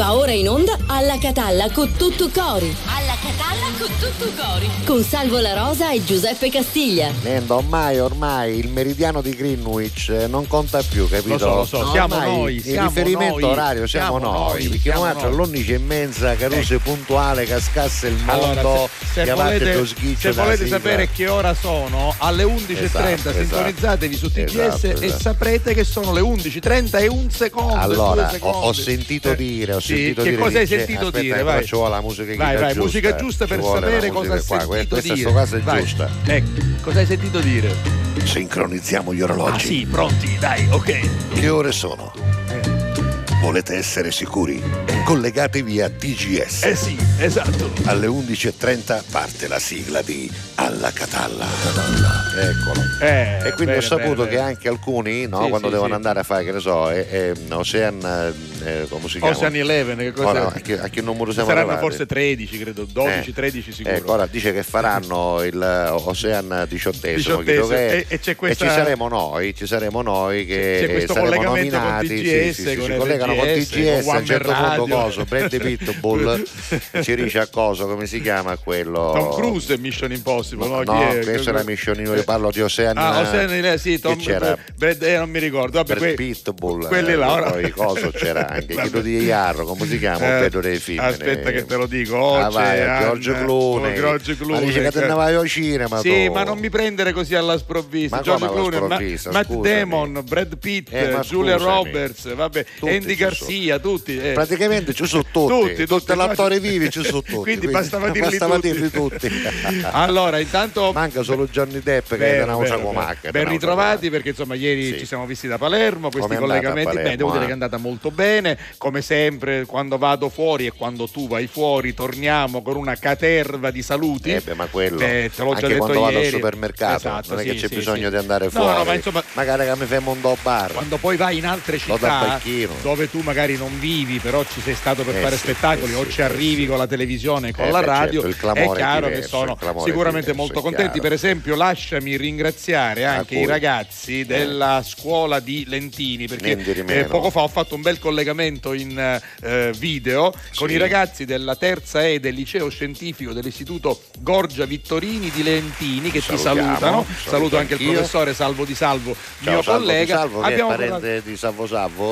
Va ora in onda Alla Catalla con Tuttu Cori. Alla Catalla con Tuttu Cori. Con Salvo La Rosa e Giuseppe Castiglia. Nendo, ormai il meridiano di Greenwich non conta più, capito? Lo so, siamo noi. Il riferimento orario siamo noi. Perché noi alle 11:30 Caruso puntuale, cascasse il mondo. Allora, se volete sapere che ora sono, alle 11:30 sintonizzatevi su TGS e saprete che sono le 11:30 e un secondo. Allora, ho sentito dire. Che cosa hai sentito dire? Vai. Ci vuole la musica giusta. Musica giusta per sapere cosa hai sentito dire. Questa cosa è giusta. Ecco, cosa hai sentito dire? Sincronizziamo gli orologi. Ah sì, pronti, dai, ok. Che ore sono? Volete essere sicuri? Collegatevi a TGS. Sì, esatto. Alle 11:30 parte la sigla di Alla Catalla. Eccolo. E quindi ho saputo che anche alcuni, no, quando devono andare a fare, che ne so, Ocean, come si chiama? Ocean 11, che cosa? A che numero siamo saranno arrivati? Forse 13, credo, 12, 13 sicuro. Ecco, ora dice che faranno il Ocean 18esimo e c'è questa... e ci saremo noi che c'è saremo collegamento nominati, con TGS, si collegano con TGS, a un certo punto coso, Brad Pitbull ci dice a coso, come si chiama quello? Tom Cruise, Mission Impossible, no? Questo era Mission Impossible, io parlo di Ocean. Sì, Tom c'era non mi ricordo, Brad Pitbull, quelli là, poi coso c'era anche quello di Iarro, come si chiama? Un pedo dei film. Aspetta che te lo dico. George Clooney. Ma dice che te ne vai al cinema. Sì, ma non mi prendere così alla sprovvista. George Clooney, Matt Damon, Brad Pitt, Julia Roberts, vabbè, Andy Garcia, tutti. Praticamente ci sono tutti l'attore vivi, ci sono tutti. Quindi bastava dirli tutti. Allora, intanto manca solo Johnny Depp che è una cosa comacca. Ben ritrovati, perché insomma ieri ci siamo visti da Palermo, questi collegamenti. Devo dire che è andata molto bene, come sempre quando vado fuori e quando tu vai fuori torniamo con una caterva di saluti. Ma quello te l'ho già anche detto quando vado ieri. al supermercato, non è che c'è bisogno di andare fuori. No, ma insomma, magari che mi fai un bar. Quando poi vai in altre città dove tu magari non vivi, però ci sei stato per fare spettacoli o ci arrivi con la televisione, con la radio, certo, è chiaro che sono sicuramente molto contenti. Per esempio, lasciami ringraziare anche i ragazzi della scuola di Lentini, perché poco fa ho fatto un bel collegamento in video con i ragazzi della terza E del liceo scientifico dell'istituto Gorgia Vittorini di Lentini, che ti salutano. Saluto anche il professore Salvo Di Salvo, mio collega. Abbiamo parente di Salvo.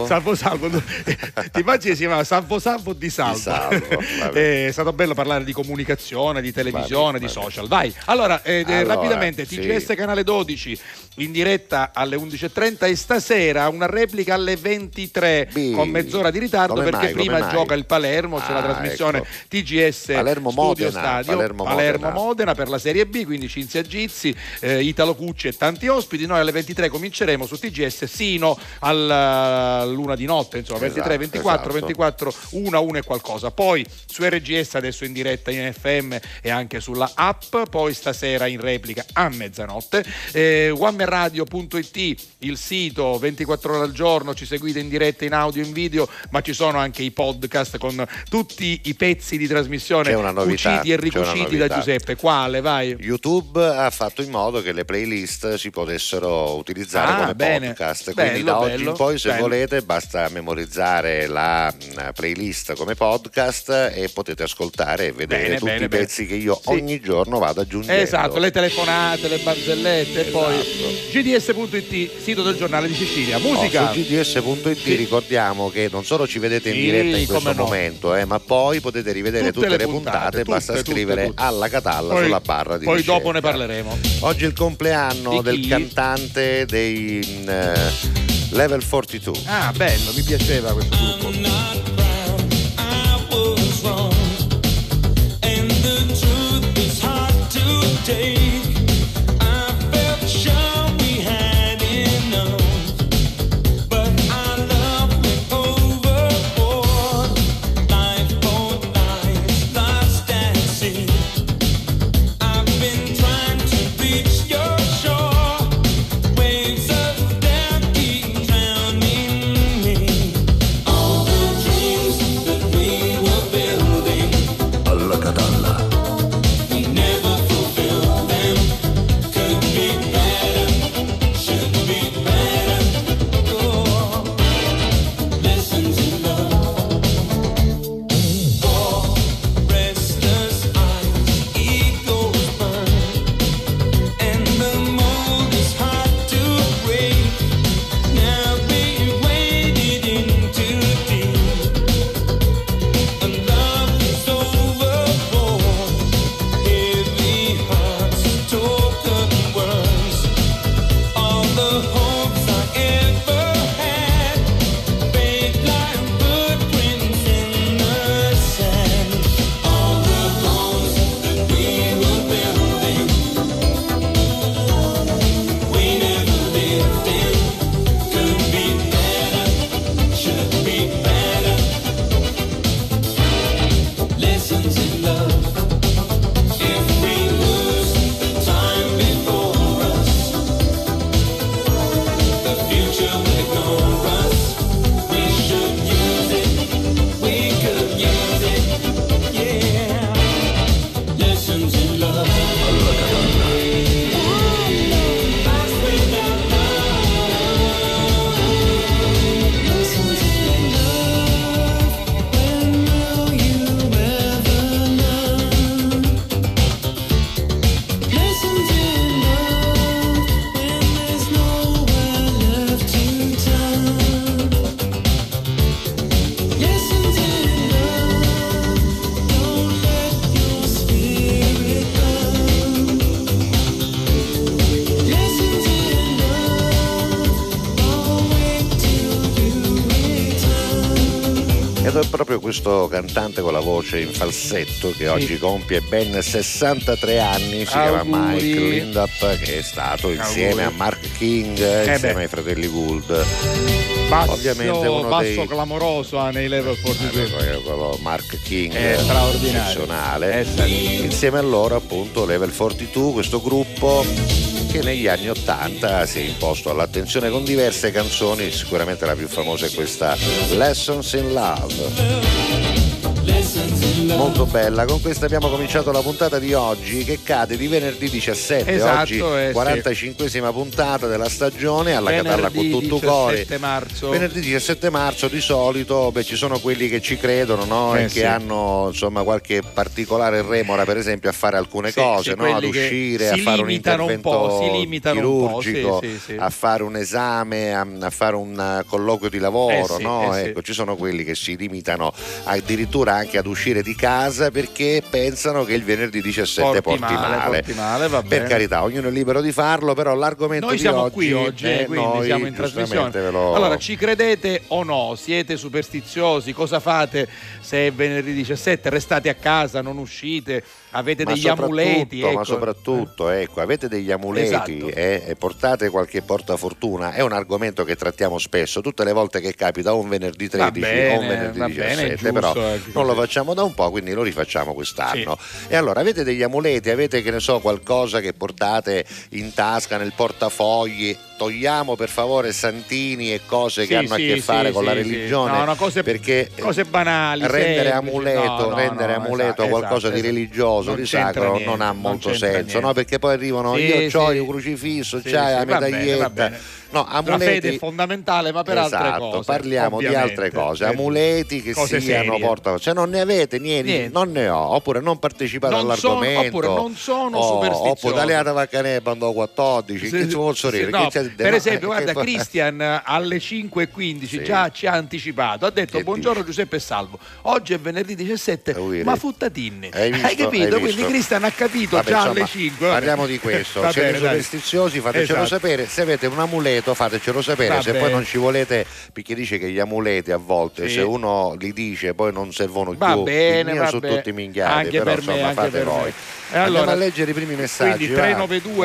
Ti immagini si chiama Salvo Di Salvo. È stato bello parlare di comunicazione, di televisione, di social. Vai. Allora, rapidamente, TGS canale 12 in diretta alle 11:30 e stasera una replica alle 23 con mezz'ora di ritardo, perché prima gioca il Palermo, c'è la trasmissione TGS Studio Stadio Palermo-Modena per la Serie B, quindi Cinzia Gizzi, Italo Cucci e tanti ospiti. Noi alle 23 cominceremo su TGS sino alla luna di notte, insomma 23, 24, 1 e qualcosa. Poi su RGS adesso in diretta in FM e anche sulla app, poi stasera in replica a mezzanotte. OneManRadio.it, il sito 24 ore al giorno, ci seguite in diretta in audio e in video, ma ci sono anche i podcast con tutti i pezzi di trasmissione cuciti e ricuciti da Giuseppe. Quale? Vai. YouTube ha fatto in modo che le playlist si potessero utilizzare come podcast, quindi da oggi in poi, se volete, basta memorizzare la playlist come podcast e potete ascoltare e vedere tutti i pezzi che io ogni giorno vado aggiungendo. Esatto, le telefonate, le barzellette. E poi gds.it, sito del giornale di Sicilia. Musica. Su gds.it ricordiamo che non solo ci vedete in diretta in questo momento, ma poi potete rivedere tutte le puntate, basta scrivere Alla Catalla sulla barra di poi ricerca. Dopo ne parleremo. Oggi è il compleanno del cantante dei Level 42. Ah, bello, mi piaceva questo gruppo. Ed è proprio questo cantante con la voce in falsetto che oggi compie ben 63 anni, si chiama Mike Lindop, che è stato insieme a Mark King, insieme ai fratelli Gould. Ovviamente basso clamoroso nei Level 42. Quello Mark King è straordinario, eccezionale. Insieme a loro appunto Level 42, questo gruppo che negli anni 80 si è imposto all'attenzione con diverse canzoni, sicuramente la più famosa è questa Lessons in Love. Molto bella, con questa abbiamo cominciato la puntata di oggi che cade di venerdì 17, esatto, oggi 45esima puntata della stagione alla Catalla con tutto cuore. Venerdì 17 marzo di solito ci sono quelli che ci credono, no? E che hanno insomma qualche particolare remora per esempio a fare alcune cose, no? Ad uscire, a fare un intervento chirurgico, a fare un esame, a fare un colloquio di lavoro, no? Ecco, ci sono quelli che si limitano addirittura anche ad uscire di casa perché pensano che il venerdì 17 porti male. Va per carità, ognuno è libero di farlo, però l'argomento noi di siamo oggi, qui oggi, quindi siamo in trasmissione. Allora, ci credete o no? Siete superstiziosi? Cosa fate se è venerdì 17? Restate a casa, non uscite? Avete degli amuleti? Ma soprattutto, avete degli amuleti e portate qualche portafortuna. È un argomento che trattiamo spesso, tutte le volte che capita, o un venerdì 13 o un venerdì 17, giusto, però non lo facciamo da un po', quindi lo rifacciamo quest'anno. E allora, avete degli amuleti, avete che ne so qualcosa che portate in tasca, nel portafogli? Togliamo per favore santini e cose che hanno a che fare con la religione, perché cose banali, rendere amuleto qualcosa di religioso, di sacro, non ha molto senso, no? Perché poi arrivano io c'ho il crocifisso, c'hai la medaglietta. No, amuleti, la fede è fondamentale, ma per altre cose. Parliamo di altre cose, amuleti che siano portano. Se non ne avete niente, non ne ho, oppure non partecipate all'argomento, oppure non sono superstizioso. Oppure tagliate vaccanè quando 14, che ci posso dire? Per esempio, guarda, Christian alle 5:15 già ci ha anticipato, ha detto buongiorno Giuseppe e Salvo, oggi è venerdì 17, ma futtatinne. Hai capito? Quindi Christian ha capito già alle 5. Parliamo di questo. Siete superstiziosi, fatecelo sapere. Se avete un amuleto fatecelo sapere, se poi non ci volete, perché dice che gli amuleti a volte se uno li dice poi non servono più, sono tutti minchiati, anche però per me, insomma fate voi. Andiamo a leggere i primi messaggi. Quindi 392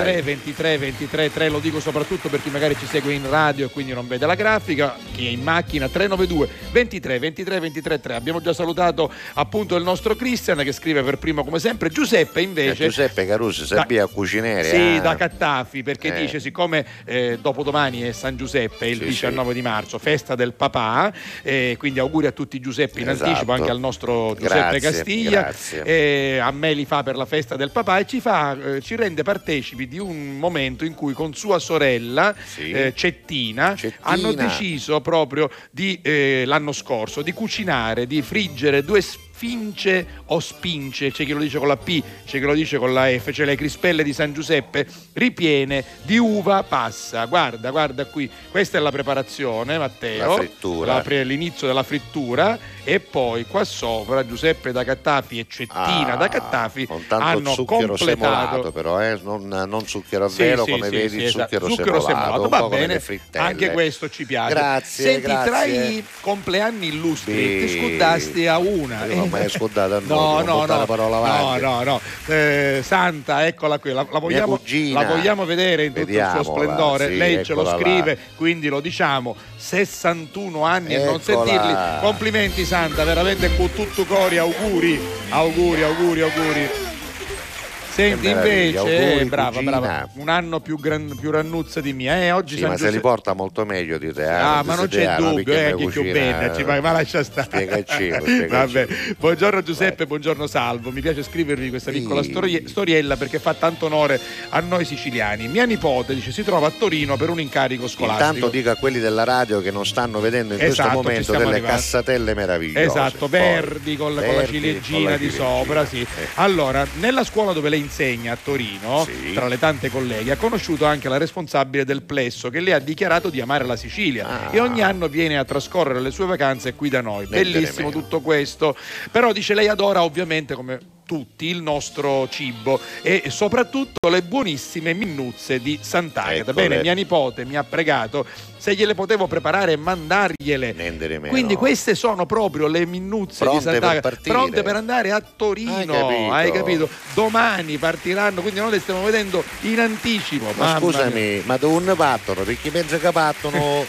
23 3, lo dico soprattutto per chi magari ci segue in radio e quindi non vede la grafica, chi è in macchina, 392 23 3. Abbiamo già salutato appunto il nostro Christian che scrive per primo come sempre. Giuseppe invece Giuseppe Caruso, sappia a cucinare da Cattafi, perché dice siccome dopodomani è San Giuseppe, il 19 di marzo, festa del papà, quindi auguri a tutti i Giuseppe in anticipo, anche al nostro Giuseppe Castiglia. A me li fa per la festa del papà e ci rende partecipi di un momento in cui con sua sorella Cettina hanno deciso proprio l'anno scorso di cucinare, di friggere 2 sfince o spince, c'è chi lo dice con la P, c'è chi lo dice con la F, cioè le crispelle di San Giuseppe ripiene di uva passa. Guarda qui, questa è la preparazione, Matteo, la frittura, l'inizio della frittura, e poi qua sopra Giuseppe da Cattafi e Cettina da Cattafi hanno zucchero completato, semolato, però non zucchero a velo, come vedi, zucchero semolato, va bene, anche questo ci piace. Grazie. Tra i compleanni illustri ti scudasti a una. Ma è scordata la parola avanti. Santa, eccola qui, la vogliamo vedere in tutto il suo splendore. Lei ce lo scrive, quindi lo diciamo, 61 anni e non sentirli. Complimenti Santa, veramente con tutto cori, auguri. Senti, invece, brava, un anno più rannuzza di mia. Oggi sì, ma se li porta molto meglio di te. Ma non c'è dubbio, che più bene, ma lascia stare. Spiegaci. Vabbè. Buongiorno Giuseppe, buongiorno Salvo. Mi piace scrivervi questa piccola storiella perché fa tanto onore a noi siciliani. Mia nipote dice si trova a Torino per un incarico scolastico. Intanto dica a quelli della radio che non stanno vedendo in questo momento delle cassatelle meravigliose. Esatto, verdi con la ciliegina di sopra, sì. Allora, nella scuola dove lei insegna a Torino, tra le tante colleghe, ha conosciuto anche la responsabile del plesso che le ha dichiarato di amare la Sicilia e ogni anno viene a trascorrere le sue vacanze qui da noi. Bellissimo tutto questo, però dice lei adora ovviamente come tutti il nostro cibo e soprattutto le buonissime minnuzze di Sant'Agata. Bene, mia nipote mi ha pregato se gliele potevo preparare e mandargliele. Quindi queste sono proprio le minnuzze di Sant'Agata pronte per andare a Torino. Hai capito? Domani partiranno, quindi noi le stiamo vedendo in anticipo. Ma scusami, ma dove partono? Perché penso che partono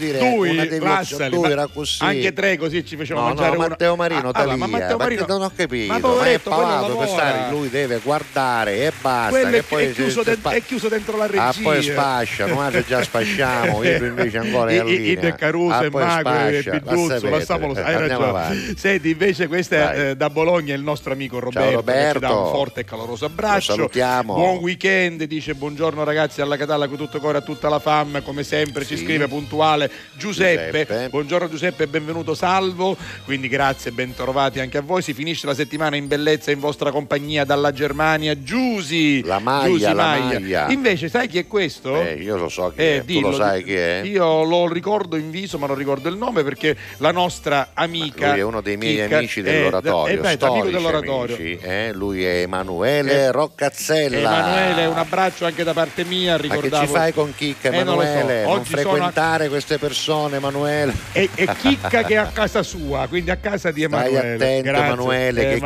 una così. Anche tre così ci facevamo mangiare una. Matteo Marino ma Matteo Marino non ho capito, ma poveretto, per stare, lui deve guardare e basta. Quello che poi è chiuso dentro la regia. Poi spascia, noi già spasciamo, io invece ancora è il Caruso e Mago e Piduzzo, hai ragione. Senti, invece questa è da Bologna il nostro amico Roberto, che ci dà un forte e caloroso abbraccio. Lo salutiamo. Buon weekend, dice buongiorno ragazzi alla Catalla con tutto cuore a tutta la fam, come sempre ci scrive puntuale Giuseppe. Buongiorno Giuseppe e benvenuto Salvo, quindi grazie e ben trovati anche a voi. Si finisce la settimana in bellezza in vostra compagnia dalla Germania. Giusy, la maglia. Invece sai chi è questo? Io lo so chi è. Tu lo sai chi è? Io lo ricordo in viso ma non ricordo il nome perché la nostra amica, lui è uno dei miei amici dell'oratorio, amico dell'oratorio. Lui è Emanuele Roccazzella. Emanuele, un abbraccio anche da parte mia. Ricordavo... Ma che ci fai con Chicca, Emanuele? Non frequentare queste persone, Emanuele. E Chicca che è a casa sua, quindi a casa di Emanuele. Stai attento, Emanuele, che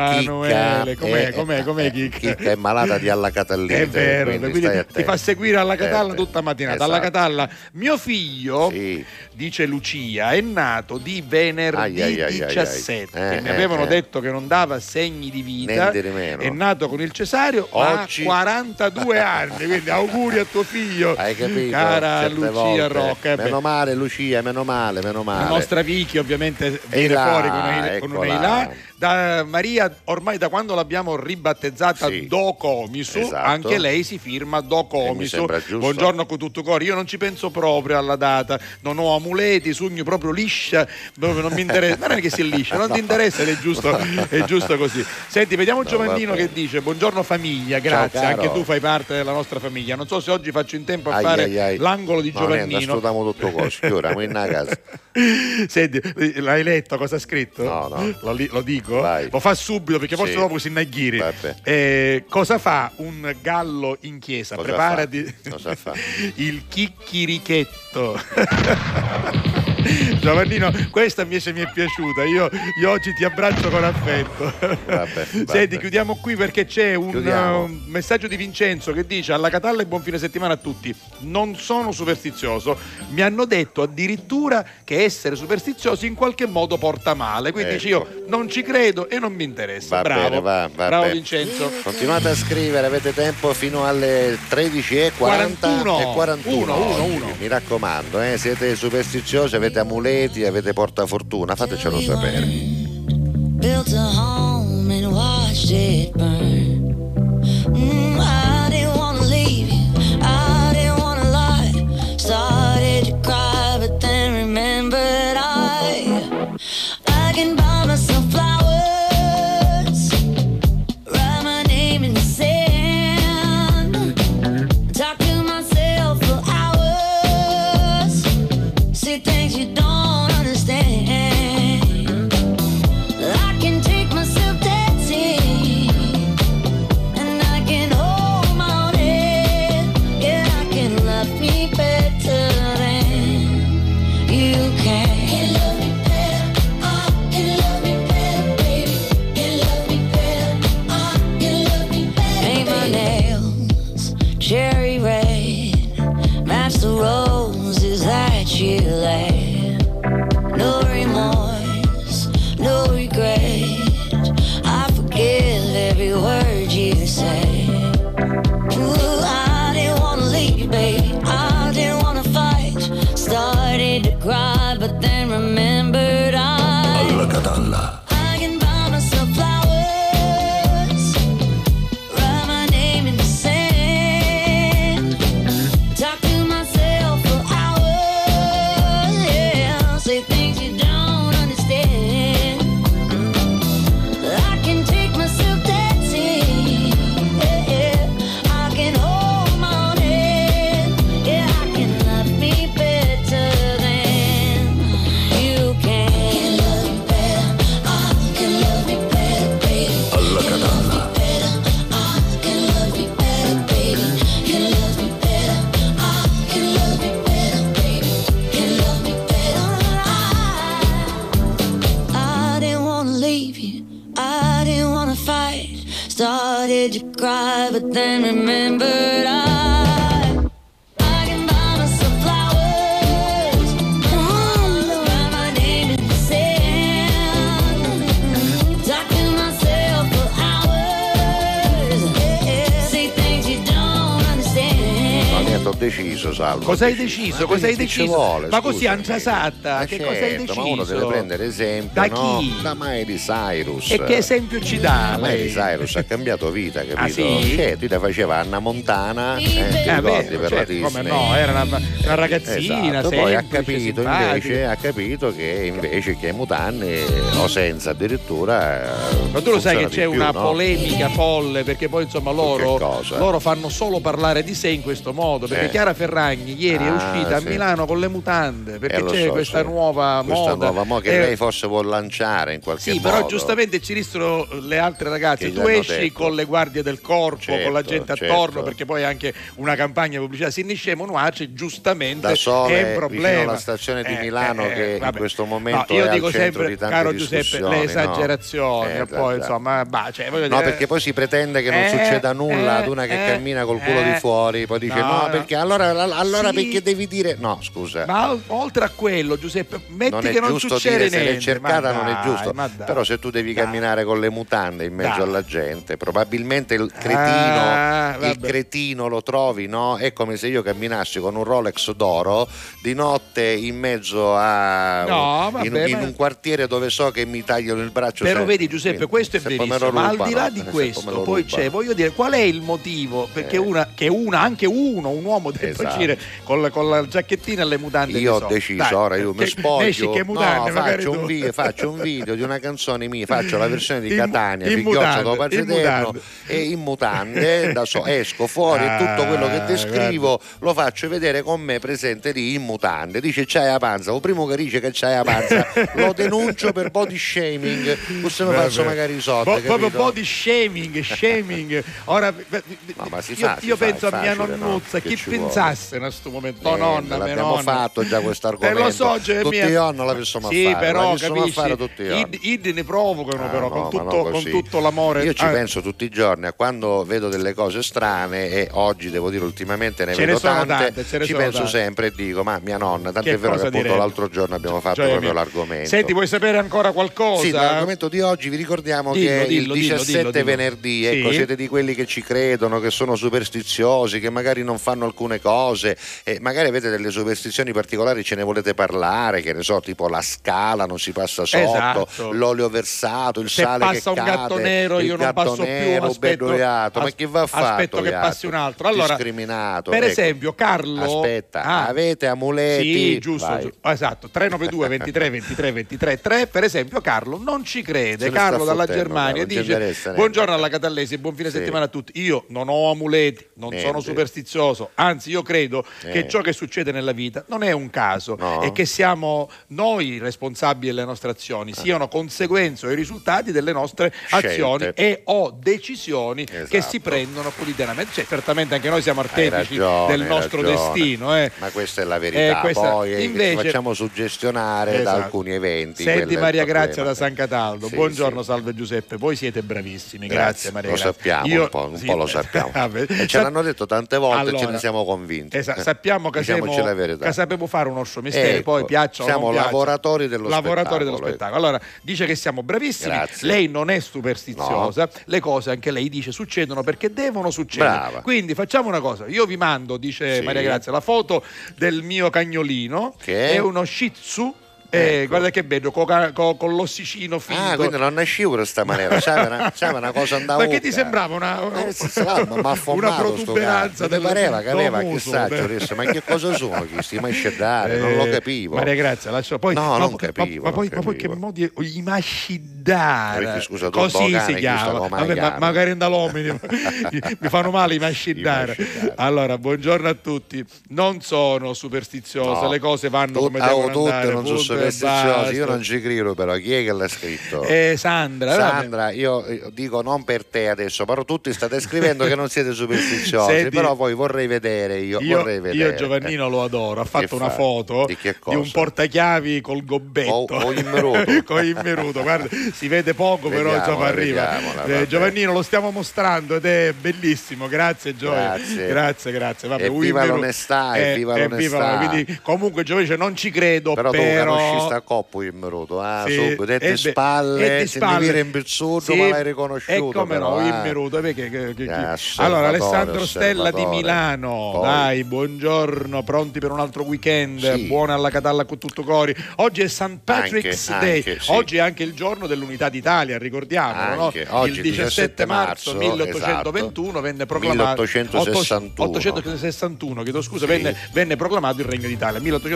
com'è Chicca? Chicca è malata di alla Catallite. È vero, quindi ti fa seguire alla Catalla tutta mattinata. Esatto. Alla Catalla, mio figlio, dice Lucia, è nato di venerdì 17. Mi avevano detto che non dava segni di vita. È nato con il cesareo, ha 42 anni, quindi auguri a tuo figlio. Hai capito? Cara Lucia Rocca. Meno male Lucia, meno male. La nostra Vicky ovviamente viene fuori con un Eilà. Da Maria, ormai da quando l'abbiamo ribattezzata Do Comisu, anche lei si firma Do Comisu. Buongiorno con tutto cuore. Io non ci penso proprio alla data, non ho amuleti, sogno proprio liscia, proprio non mi interessa. Ma non è che si liscia, non ti interessa, è giusto così. Senti, vediamo Giovannino che dice buongiorno famiglia, grazie. Ciao, anche tu fai parte della nostra famiglia. Non so se oggi faccio in tempo a fare l'angolo di Giovannino. Tutto così, chiudiamo in casa. Senti, l'hai letto cosa ha scritto? No. Lo dico? Vai. Lo fa subito perché forse dopo si innaghiri. Cosa fa un gallo in chiesa? Cosa Preparati. Cosa fa? Il chicchirichetto. Giovannino, questa invece mi è piaciuta. Io oggi ti abbraccio con affetto. Vabbè. Senti, chiudiamo qui perché c'è un messaggio di Vincenzo che dice alla Catalla e buon fine settimana a tutti. Non sono superstizioso, mi hanno detto addirittura che essere superstiziosi in qualche modo porta male, quindi dice io non ci credo e non mi interessa. Bravo bene. Vincenzo. Continuate a scrivere, avete tempo fino alle 13:41. Mi raccomando, siete superstiziosi, avete amuleti, avete portafortuna, fatecelo sapere. Built a home and watched it burn. I didn't wanna leave you, I didn't wanna lie. Started to cry but then remembered I can buy myself flowers, write my name in the sand, talk to myself for hours, see things you don't understand. I can take myself dancing started to cry, but then remembered I can buy myself flowers, write my name in the sand, talk to myself for hours, say things you don't understand. Ho deciso, Salvo. Cosa hai deciso? Cosa hai deciso? Vuole, ma così ansatta, che cosa hai deciso? Ma uno deve prendere esempio, da no? chi? Da Miley Cyrus. E che esempio ci dà? Miley Cyrus ha cambiato vita, capito? Ah, sì? Che tu la faceva Anna Montana, ti ricordi, per la Disney? Come no, era una ragazzina, esatto. semplice, Poi ha capito simpatica. che invece che mutande o senza addirittura. Ma tu lo sai che c'è più, una no? polemica folle, perché poi insomma loro fanno solo parlare di sé in questo modo, perché Chiara Ferragni ieri è uscita a Milano con le mutande, perché c'è questa nuova moda che lei forse vuol lanciare in qualche modo. Sì, però giustamente ci ristrono le altre ragazze, che tu esci detto. Con le guardie del corpo, con la gente attorno, perché poi anche una campagna pubblicità si innisce Monuace, giustamente da sole, è un problema. vicino alla stazione di Milano che in questo momento io è dico al centro sempre, di tante caro discussioni, Giuseppe, le esagerazioni, poi insomma, voglio dire, perché poi si pretende che non succeda nulla ad una che cammina col culo di fuori, poi dice perché allora sì. Perché devi dire no, scusa. Ma oltre a quello, Giuseppe, metti non è che non giusto succede dire niente, se l'è cercata non è giusto, però se tu devi camminare con le mutande in mezzo alla gente, probabilmente il cretino lo trovi, no? È come se io camminassi con un Rolex d'oro di notte in mezzo a in un quartiere dove so che mi tagliano il braccio. Però vedi Giuseppe, questo è verissimo, ma al di là di questo poi c'è, voglio dire, qual è il motivo? Perché anche un uomo deve uscire con la giacchettina e le mutande. Io ho deciso, ora io mi spoglio, faccio un video di una canzone mia, faccio la versione di Catania, Figlioccio dopo Paceterno, e in mutande esco fuori e tutto quello che descrivo lo faccio vedere con me presente lì in mutande. Dice c'hai la panza, o primo che dice che c'hai la panza lo denuncio per body shaming, questo mi faccio magari i soldi, proprio body shaming. Ora io penso a mia nonnuzza, chi pensasse in questo momento? Nonna, l'abbiamo fatto già questo argomento, lo so, tutti i anni l'avessimo a fare, però fare tutti i ne provocano però con tutto l'amore. Io ci penso tutti i giorni a quando vedo delle cose strane, e oggi devo dire ultimamente ne vedo tante, ci penso sempre e dico ma mia nonna, tanto è vero che appunto l'altro giorno abbiamo fatto proprio l'argomento. Senti, vuoi sapere ancora qualcosa? Sì, l'argomento di oggi vi ricordiamo che è il 17 venerdì, ecco, siete di quelli che ci credono, che sono superstiziosi, che magari non fanno alcune cose, e magari avete delle superstizioni particolari, ce ne volete parlare, che ne so, tipo la scala non si passa sotto, l'olio versato, il sale che passa cade, un gatto nero io non passo più, ma che va fatto? Aspetto che passi un altro. Allora, discriminato. Per esempio, Carlo, aspetta, avete amuleti? Sì, giusto. Esatto, 392 23 3. Per esempio, Carlo non ci crede. Carlo dalla Germania dice: buongiorno alla Catallesi e buon fine settimana a tutti. Io non ho amuleti, non sono superstizioso, anzi io credo che ciò che succede nella vita non è un caso, e che siamo noi responsabili delle nostre azioni, siano conseguenze o i risultati delle nostre azioni e o decisioni che si prendono quotidianamente. Cioè, certamente anche noi siamo artefici del nostro destino. Ma questa è la verità. Poi invece, ci facciamo suggestionare da alcuni eventi. Senti Maria Grazia da San Cataldo. Buongiorno, salve Giuseppe. Voi siete bravissimi. Grazie Maria Grazia. Lo sappiamo, un po' lo sappiamo. E ce l'hanno detto tante volte, ce ne siamo convinti. Sappiamo che sappiamo fare un nostro mestiere, poi piaccia o non siamo piaccia. lavoratori dello spettacolo. Allora, dice che siamo bravissimi. Lei non è superstiziosa, le cose anche lei dice succedono perché devono succedere. Brava. Quindi facciamo una cosa, io vi mando, dice Maria Grazia, la foto del mio cagnolino, che è uno Shih Tzu. Guarda che bello, con l'ossicino finto. Ah, quindi non nascivo in sta maniera, c'era una cosa andava. Ma che ti sembrava una protuberanza del pareva che aveva che saggio adesso, ma che cosa sono questi mascedare? Non lo capivo. Maria Grazia, lascio poi. No, non capivo. Ma poi che modi i mascidare. Scusa, così si chiama. Vabbè, magari andalomini mi fanno male i mascidare. Allora, buongiorno a tutti. Non sono superstiziosa, le cose vanno come devono andare. Non sono superstiziosi, io non ci credo, però chi è che l'ha scritto? Sandra, io dico non per te adesso, però tutti state scrivendo che non siete superstiziosi. Senti, però poi vorrei vedere io Giovannino lo adoro, ha fatto una foto di un portachiavi col gobbetto o immeruto. Con immeruto, guarda, si vede poco, però insomma arriva. Giovannino, lo stiamo mostrando ed è bellissimo. Grazie Gioia, grazie. Vabbè, viva l'onestà, viva l'onestà. Quindi comunque Gioia non ci credo, però tu conosci sta coppa immeruto, subito dette spalle, se mi viene in pizzuto, ma l'hai riconosciuto. E come no, immeruto, allora Alessandro Stella di Milano, dai, buongiorno, pronti per un altro weekend, buona alla Catalla con tutto cori. Oggi è St. Patrick's Day, oggi è anche il giorno dell'Unità d'Italia, ricordiamolo, no? Oggi, il 17 marzo 1821 venne proclamato 861, chiedo scusa, venne proclamato il Regno d'Italia,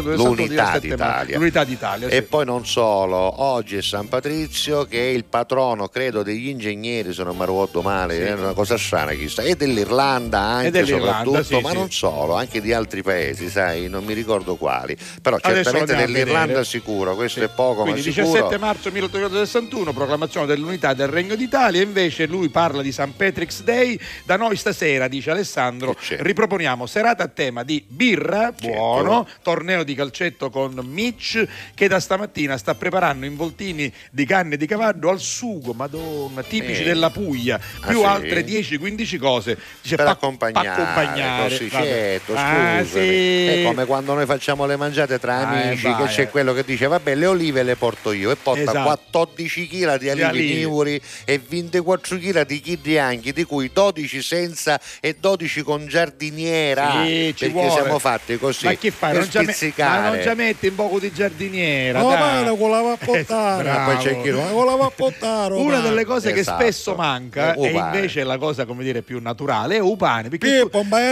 1861 l'Unità d'Italia. E poi non solo, oggi è San Patrizio, che è il patrono, credo, degli ingegneri, se non mi ricordo male, è una cosa strana chissà, e dell'Irlanda anche, soprattutto, ma non solo, anche di altri paesi, sai, non mi ricordo quali, però certamente dell'Irlanda sicuro, questo è poco, quindi ma sicuro. 17 marzo 1861 proclamazione dell'unità del Regno d'Italia. Invece lui parla di St. Patrick's Day. Da noi stasera, dice Alessandro, riproponiamo serata a tema di birra, buono, torneo di calcetto con Mitch, che da stamattina sta preparando involtini di canne di cavallo al sugo, madonna, tipici della Puglia, più altre 10-15 cose, dice, per accompagnare così, certo, scusami, è come quando noi facciamo le mangiate tra amici, che c'è quello che dice vabbè, le olive le porto io, e porta 14 kg di alivi nivori e 24 kg di chili anche, di cui 12 senza e 12 con giardiniera, perché siamo fatti così. Ma che fai? Non ci metti un poco di giardiniera, con la va a portare, poi c'è chi con la va a portare. Una delle cose che spesso manca, e invece la cosa, come dire, più naturale, è il pane, perché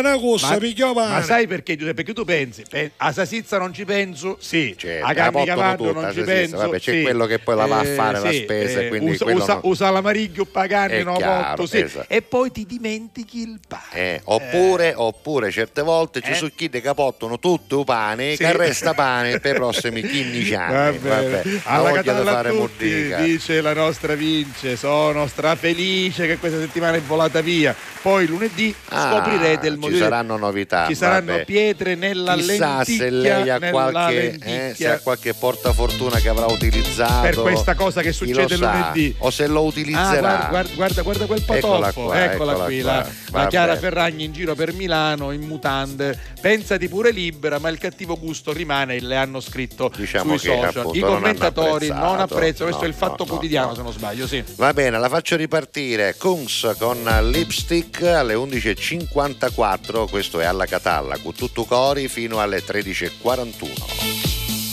ma sai perché, Giuseppe? Perché tu pensi a Sasizza non ci penso, a carne di cavallo non ci penso, vabbè, c'è quello che poi la va a fare la spesa, quindi usa l'amariglio pagare, e poi ti dimentichi il pane, oppure certe volte ci sono chi capottano tutto il pane, che resta pane per i prossimi 15 anni. Alla Catalla a tutti, dice la nostra Vince, sono strafelice che questa settimana è volata via, poi lunedì scoprirete il motivo. Ci saranno novità, ci saranno pietre nella chissà lenticchia, se lei ha qualche portafortuna che avrà utilizzato per questa cosa che succede lunedì, o se lo utilizzerà. Guarda quel patoffo, eccola qui la Chiara Ferragni in giro per Milano in mutande, pensati pure libera, ma il cattivo gusto rimane, le hanno scritto sui social, i commentatori non apprezzano, questo è il Fatto Quotidiano, se non sbaglio. Va bene, la faccio ripartire. Kunz con Lipstick alle 11.54, questo è alla Catalla con tutto cori fino alle 13.41.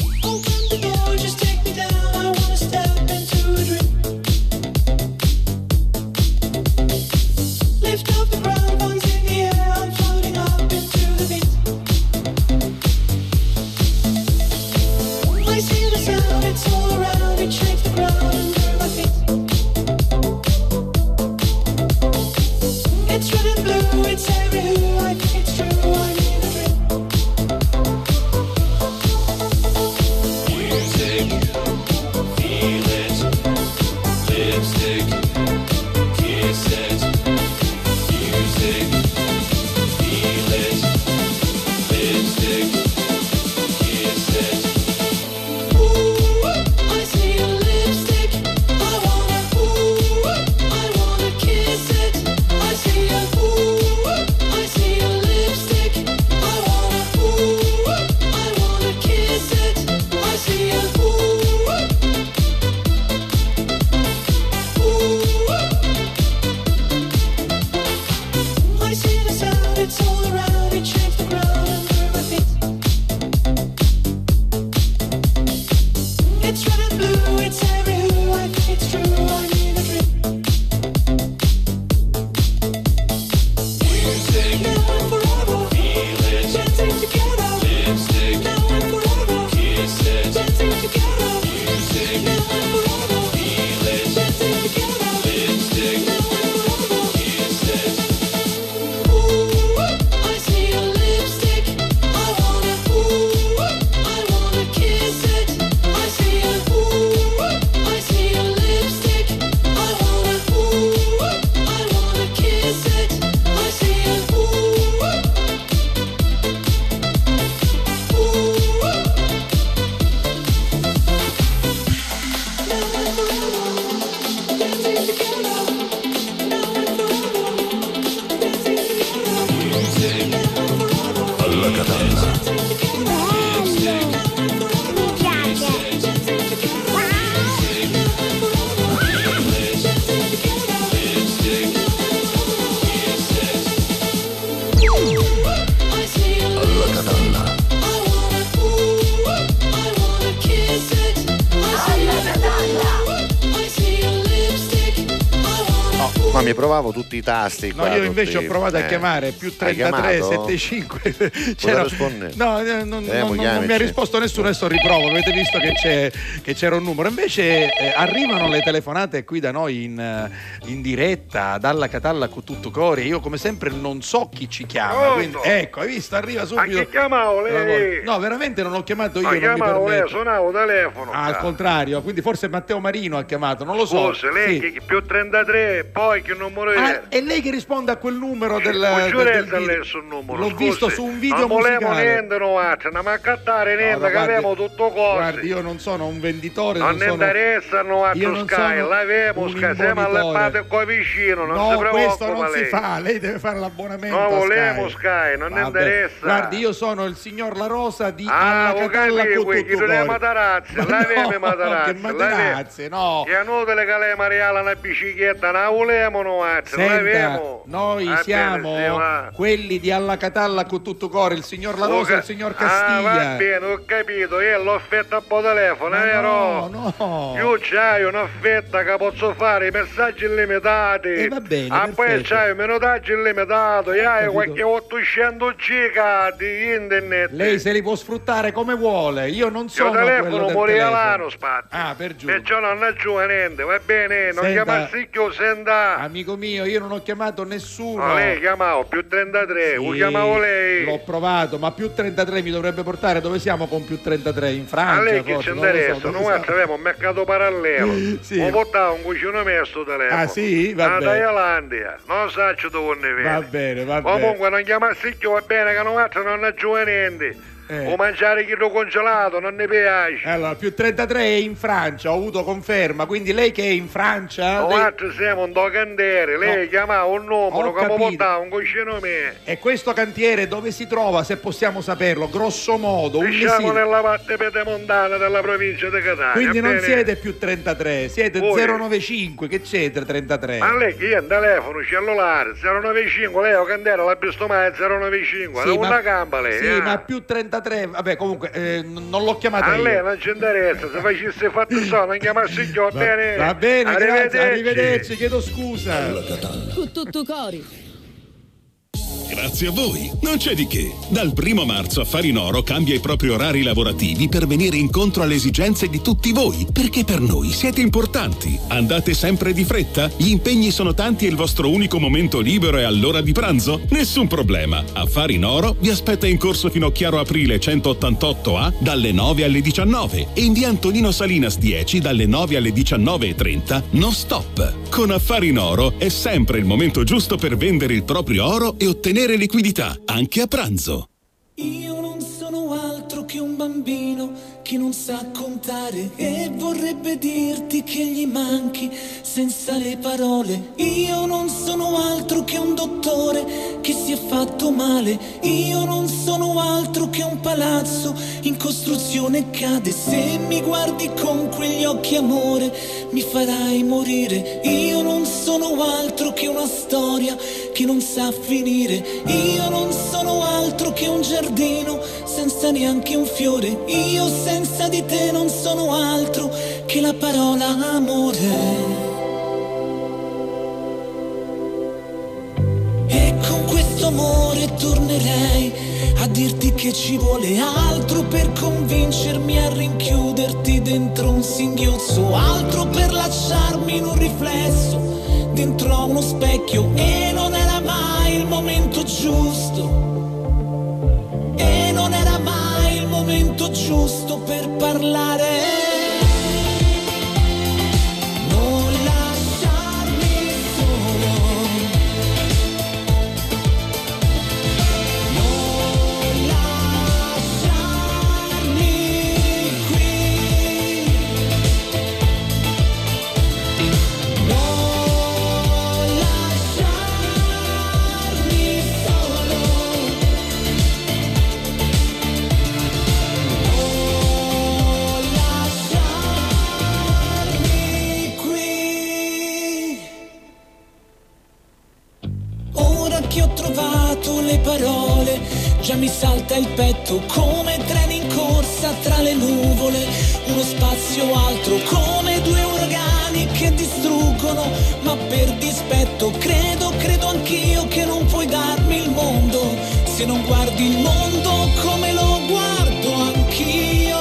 It's red and blue, it's everywhere, I think it's true, I need a drink. Music, feel it, lipstick, kiss it, use No, mi provavo tutti i tasti. No, io invece ho provato a chiamare più 33 75. No, non mi ha risposto nessuno, adesso riprovo. Avete visto che c'era un numero. Invece arrivano le telefonate qui da noi in diretta dalla Catalla con tutto cori. Io come sempre non so chi ci chiama. Quindi, ecco, hai visto? Arriva subito. Ma chi chiamavo lei? No, veramente non ho chiamato io. Ma chiamavo lei, suonavo telefono. Al contrario, quindi forse Matteo Marino ha chiamato, non lo so. Scusa, lei che più 33, poi che numero è? È lei che risponde a quel numero del video. Sul numero. L'ho visto su un video musicale. Non volevamo niente, non ma cattare niente, che abbiamo tutto cose. Guardi, io non sono un venditore. Non ne interessa, Sky, l'avemo Sky, siamo alle patte qua vicino, non si preoccupa. Questo non si fa, lei deve fare l'abbonamento. No, volemo Sky, non ne interessa. Guardi, io sono il signor La Rosa di Alla Catalla con tutto cori. Matarazzi, l'avemo Matarazzi, no. Che inutile che lei Mariala una bicicletta, non volemo l'avemo. Noi siamo quelli di Alla Catalla con tutto cori, il signor La Rosa e il signor Castiglia. Va bene, ho capito, io l'ho offerta a po' telefono, è vero? No. Io c'hai un'offerta che posso fare i messaggi illimitati. Va bene, a poi c'hai un minutaggio illimitato, io hai qualche 800 giga di internet. Lei se li può sfruttare come vuole, io non sono quello del telefono. Morialano, spazio. Per giù. Perciò non aggiunge niente, va bene, non chiamarsi più, senta. Amico mio, io non ho chiamato nessuno. No, lei chiamavo più 33, lo chiamavo lei. L'ho provato, ma più 33 mi dovrebbe portare, dove siamo con più 33? In Francia? A lei che ci interessa, noi abbiamo un mercato parallelo. Sì. Ho portato un cucino messo telefono. Ah sì? Va bene. Da Thailandia, non so dove ne vede. Va bene. Comunque non chiamarsi più, va bene, che non aggiunge niente. O mangiare chilo congelato non ne piace. Allora, più 33 è in Francia, ho avuto conferma, quindi lei che è in Francia? Noi siamo un cantiere, lei chiamava un numero che mi portava un cucino me. E questo cantiere dove si trova, se possiamo saperlo, grosso modo? Siamo nella parte pedemontana della provincia di Catania. Quindi non siete più 33, siete 095, che c'entra 33? Ma lei che è un telefono cellulare, 095, lei è un cantiere, l'ha visto mai 095, è una gamba lei. Sì, ma più 33. Vabbè, comunque non l'ho chiamata io. A lei non ci interessa, se facesse fatto so, non chiamassi più, va bene? Va bene, grazie, arrivederci, chiedo scusa. Con tutto cori. Grazie a voi, non c'è di che. Dal 1 marzo Affari in Oro cambia i propri orari lavorativi per venire incontro alle esigenze di tutti voi, perché per noi siete importanti. Andate sempre di fretta? Gli impegni sono tanti e il vostro unico momento libero è all'ora di pranzo? Nessun problema. Affari in Oro vi aspetta in corso Finocchiaro Aprile 188A dalle 9 alle 19 e in via Antonino Salinas 10 dalle 9 alle 19:30 non stop. Con Affari in Oro è sempre il momento giusto per vendere il proprio oro e ottenere liquidità, anche a pranzo. Io non sono altro che un bambino che non sa contare e vorrebbe dirti che gli manchi senza le parole. Io non sono altro che un dottore che si è fatto male. Io non sono altro che un palazzo in costruzione cade. Se mi guardi con quegli occhi amore mi farai morire. Io non sono altro che una storia che non sa finire. Io non sono altro che un giardino senza neanche un fiore. Io senza di te non sono altro che la parola amore. E con questo amore tornerei a dirti che ci vuole altro per convincermi a rinchiuderti dentro un singhiozzo, altro per lasciarmi in un riflesso dentro a uno specchio. E non era mai il momento giusto, e non era mai il momento giusto per parlare. Non lasciarmi solo, non lasciarmi qui, non lasciarmi solo. Che ho trovato le parole già mi salta il petto come treni in corsa tra le nuvole, uno spazio altro come due uragani che distruggono, ma per dispetto credo anch'io che non puoi darmi il mondo se non guardi il mondo come lo guardo anch'io.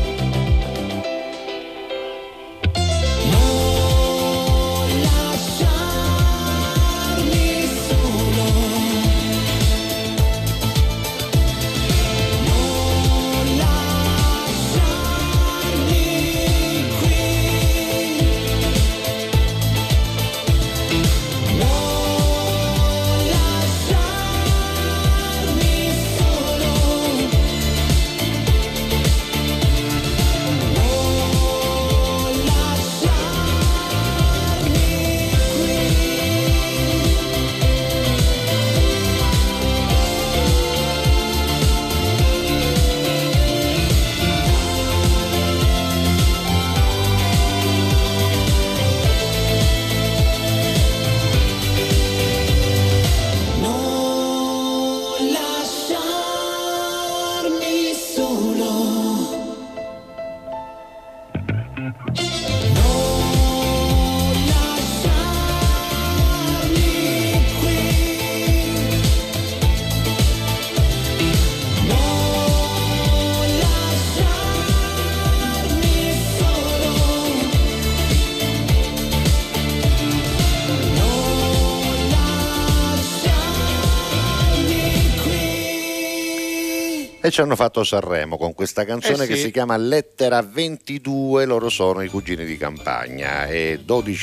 E ci hanno fatto Sanremo con questa canzone che si chiama Lettera 22, loro sono i Cugini di Campagna, e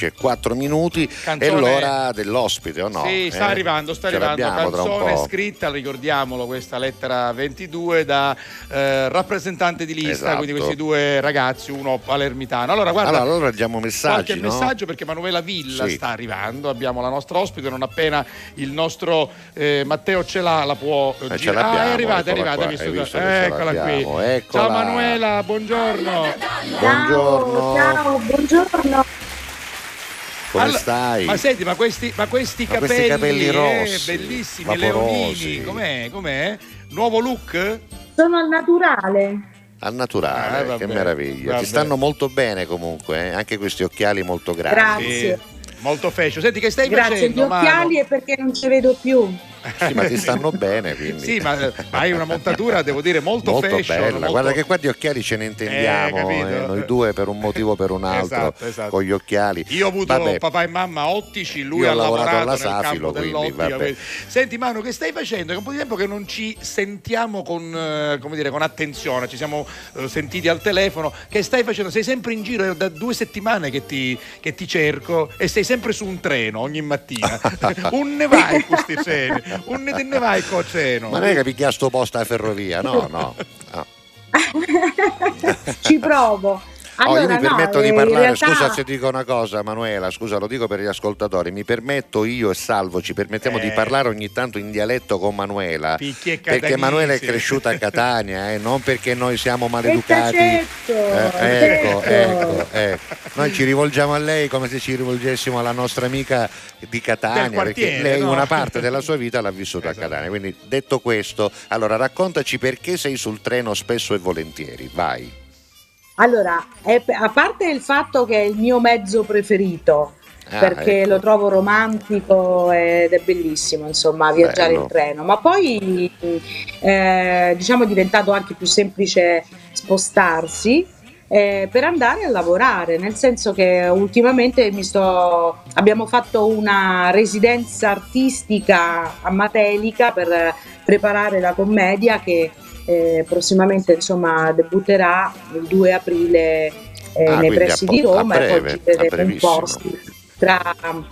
12:04 canzone... è l'ora dell'ospite, o no? Sì, sta arrivando, canzone scritta, ricordiamolo, questa Lettera 22 da rappresentante di lista, esatto. Quindi questi due ragazzi, uno palermitano. Allora guarda, allora diamo messaggi, qualche messaggio, perché Manuela Villa sta arrivando, abbiamo la nostra ospite, non appena il nostro Matteo ce l'ha, la può girare. È arrivata, eccola qui. Eccola. Ciao Manuela, buongiorno. Buongiorno. Come stai? Ma senti, ma questi capelli rossi, bellissimi, vaporosi. leonini, com'è? Nuovo look? Sono al naturale. Al naturale, che meraviglia. Ti stanno molto bene comunque, anche questi occhiali molto grandi. Grazie. Molto fashion. Senti, che stai facendo? Gli occhiali è perché non ci vedo più. Sì, ma ti stanno bene, quindi. Sì, ma hai una montatura, devo dire, molto fashion, bella. Molto... Guarda che qua di occhiali ce ne intendiamo, noi due per un motivo o per un altro, esatto. Con gli occhiali. Io ho avuto papà e mamma ottici, lui ha lavorato alla nel Safilo, campo dell'ottica. Senti Manu, che stai facendo? È un po' di tempo che non ci sentiamo con attenzione, ci siamo sentiti al telefono. Che stai facendo? Sei sempre in giro, è da 2 settimane che ti cerco e sei sempre su un treno ogni mattina. Un ne vai questi treni? Un ne vai con treno? Ma non è che picchia sto posto alla ferrovia, no. Ci provo. Allora, io mi permetto di parlare, realtà... scusa se dico una cosa, Manuela, scusa, lo dico per gli ascoltatori, mi permetto, io e Salvo ci permettiamo di parlare ogni tanto in dialetto con Manuela, perché Manuela è cresciuta a Catania, non perché noi siamo maleducati. Ecco. Noi ci rivolgiamo a lei come se ci rivolgessimo alla nostra amica di Catania, perché lei una parte della sua vita l'ha vissuta a Catania. Quindi, detto questo, allora raccontaci perché sei sul treno spesso e volentieri, vai. Allora, a parte il fatto che è il mio mezzo preferito, perché lo trovo romantico ed è bellissimo, insomma, viaggiare in treno, ma poi diciamo è diventato anche più semplice spostarsi per andare a lavorare, nel senso che ultimamente abbiamo fatto una residenza artistica a Matelica per preparare la commedia che prossimamente insomma debutterà il 2 aprile nei pressi di Roma, e poi gireremo un po' tra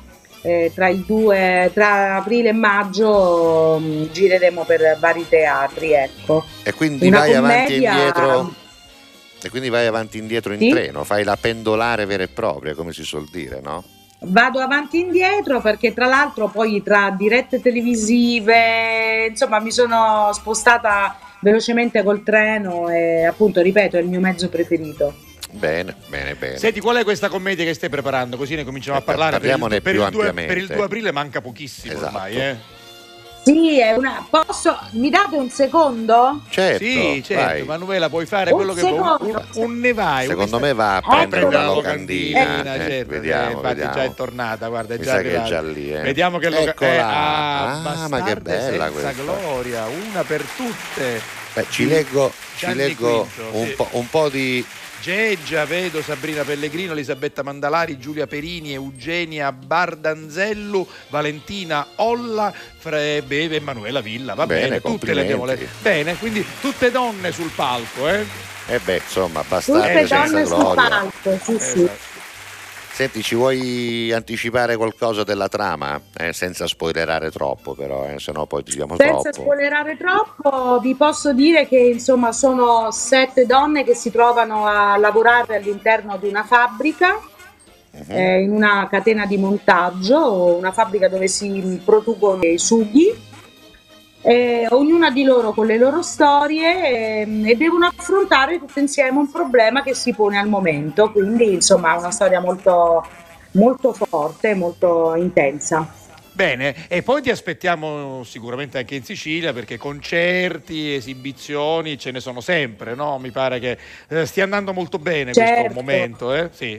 aprile e maggio, gireremo per vari teatri, ecco. E quindi vai avanti e indietro. E quindi vai avanti e indietro in treno, fai la pendolare vera e propria, come si suol dire, no? Vado avanti e indietro perché tra l'altro poi tra dirette televisive, insomma, mi sono spostata velocemente col treno e appunto, ripeto, è il mio mezzo preferito. Bene. Senti, qual è questa commedia che stai preparando? Così ne cominciamo a parlare. Parliamone più ampiamente. Per il 2 aprile manca pochissimo, ormai, Sì, mi date un secondo? Certo, sì, certo. vai. Manuela, puoi fare quello che vuoi. Un ne vai. Secondo me va a prendere una locandina. Certo, vediamo, infatti vediamo. già è tornata, guarda, è Mi già sa che è arrivata. già lì. Vediamo che Eccola. Ma che bella senza questa. gloria, una per tutte. Ci leggo Quinto, un po' di... Geggia, vedo Sabrina Pellegrino, Elisabetta Mandalari, Giulia Perini, Eugenia Bardanzellu, Valentina Olla, Beve, Emanuela Villa, va bene, tutte le abbiamo lette. Bene, quindi tutte donne sul palco, insomma, abbastanza tutte donne sul palco, sì, sì. Senti, ci vuoi anticipare qualcosa della trama? Senza spoilerare troppo, però, se no poi diciamo troppo. Senza spoilerare troppo, vi posso dire che insomma sono 7 donne che si trovano a lavorare all'interno di una fabbrica, in una catena di montaggio, una fabbrica dove si producono i sughi. Ognuna di loro con le loro storie e devono affrontare tutte insieme un problema che si pone al momento, quindi insomma è una storia molto, molto forte, molto intensa. Bene, e poi ti aspettiamo sicuramente anche in Sicilia, perché concerti, esibizioni ce ne sono sempre, no? Mi pare che stia andando molto bene questo momento, Sì.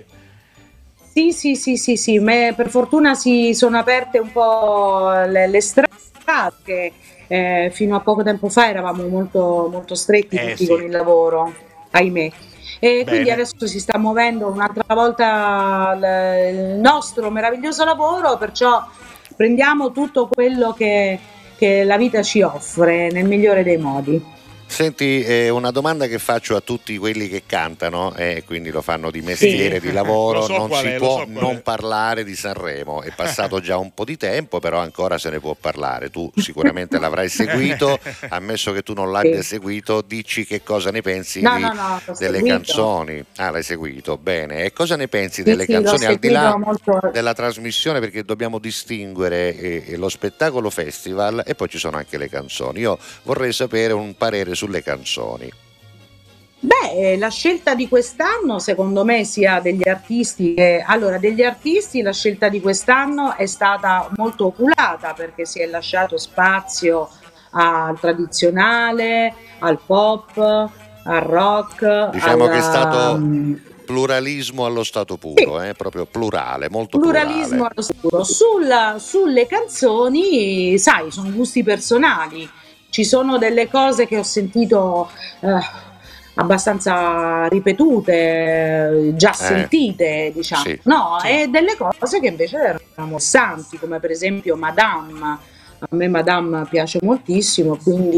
Sì, per fortuna si sono aperte un po' le strade. Fino a poco tempo fa eravamo molto, molto stretti tutti con il lavoro, ahimè. E quindi adesso si sta muovendo un'altra volta il nostro meraviglioso lavoro, perciò prendiamo tutto quello che la vita ci offre nel migliore dei modi. Senti, una domanda che faccio a tutti quelli che cantano e quindi lo fanno di mestiere, di lavoro, non si può non parlare di Sanremo. È passato già un po' di tempo, però ancora se ne può parlare. Tu sicuramente l'avrai seguito, ammesso che tu non l'abbia seguito, dici che cosa ne pensi delle canzoni. L'hai seguito, bene. E cosa ne pensi delle canzoni al di là della trasmissione? Perché dobbiamo distinguere lo spettacolo festival e poi ci sono anche le canzoni. Io vorrei sapere un parere sulle canzoni. La scelta di quest'anno secondo me sia degli artisti degli artisti la scelta di quest'anno è stata molto oculata, perché si è lasciato spazio al tradizionale, al pop, al rock, diciamo che è stato pluralismo allo stato puro, proprio plurale, molto pluralismo allo stato puro. Sulle canzoni, sai, sono gusti personali. Ci sono delle cose che ho sentito abbastanza ripetute, già sentite, diciamo, e delle cose che invece erano mossanti, come per esempio Madame. A me Madame piace moltissimo, quindi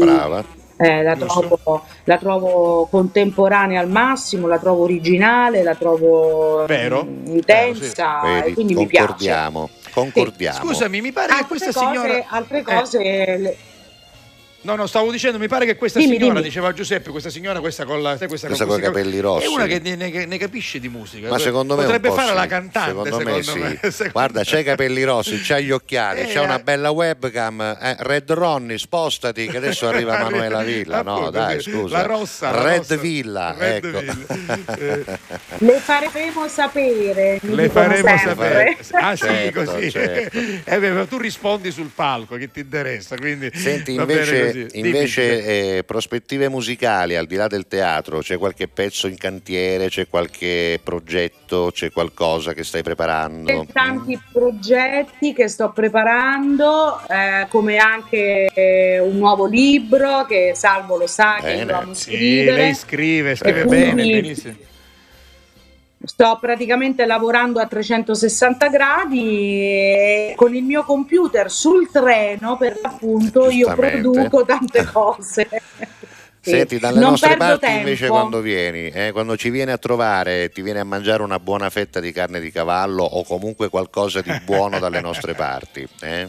la trovo contemporanea al massimo, la trovo originale, la trovo intensa, e quindi mi piace. Concordiamo. Scusami, mi pare che questa signora... Altre cose... No, stavo dicendo, mi pare che questa signora, diceva Giuseppe, questa signora, questa con i capelli rossi, è una che ne capisce di musica. Ma secondo me potrebbe fare la cantante, secondo me. Guarda, c'ha i capelli rossi, c'ha gli occhiali, c'ha una bella webcam. Red Ronnie, spostati, che adesso arriva Manuela Villa. No, dai, scusa. La rossa. Red Villa, ecco. Le faremo sapere. Le faremo sapere. Ah, sì, certo, così. Certo. Tu rispondi sul palco, che ti interessa. Quindi senti, invece prospettive musicali al di là del teatro, c'è qualche pezzo in cantiere, c'è qualche progetto, c'è qualcosa che stai preparando? C'è tanti progetti che sto preparando, come anche un nuovo libro che Salvo lo sa, che dobbiamo scrivere. Lei scrive bene, benissimo. Sto praticamente lavorando a 360 gradi e con il mio computer sul treno, per l'appunto, io produco tante cose. Senti, dalle nostre parti invece quando vieni, quando ci vieni a trovare, ti vieni a mangiare una buona fetta di carne di cavallo o comunque qualcosa di buono dalle nostre parti,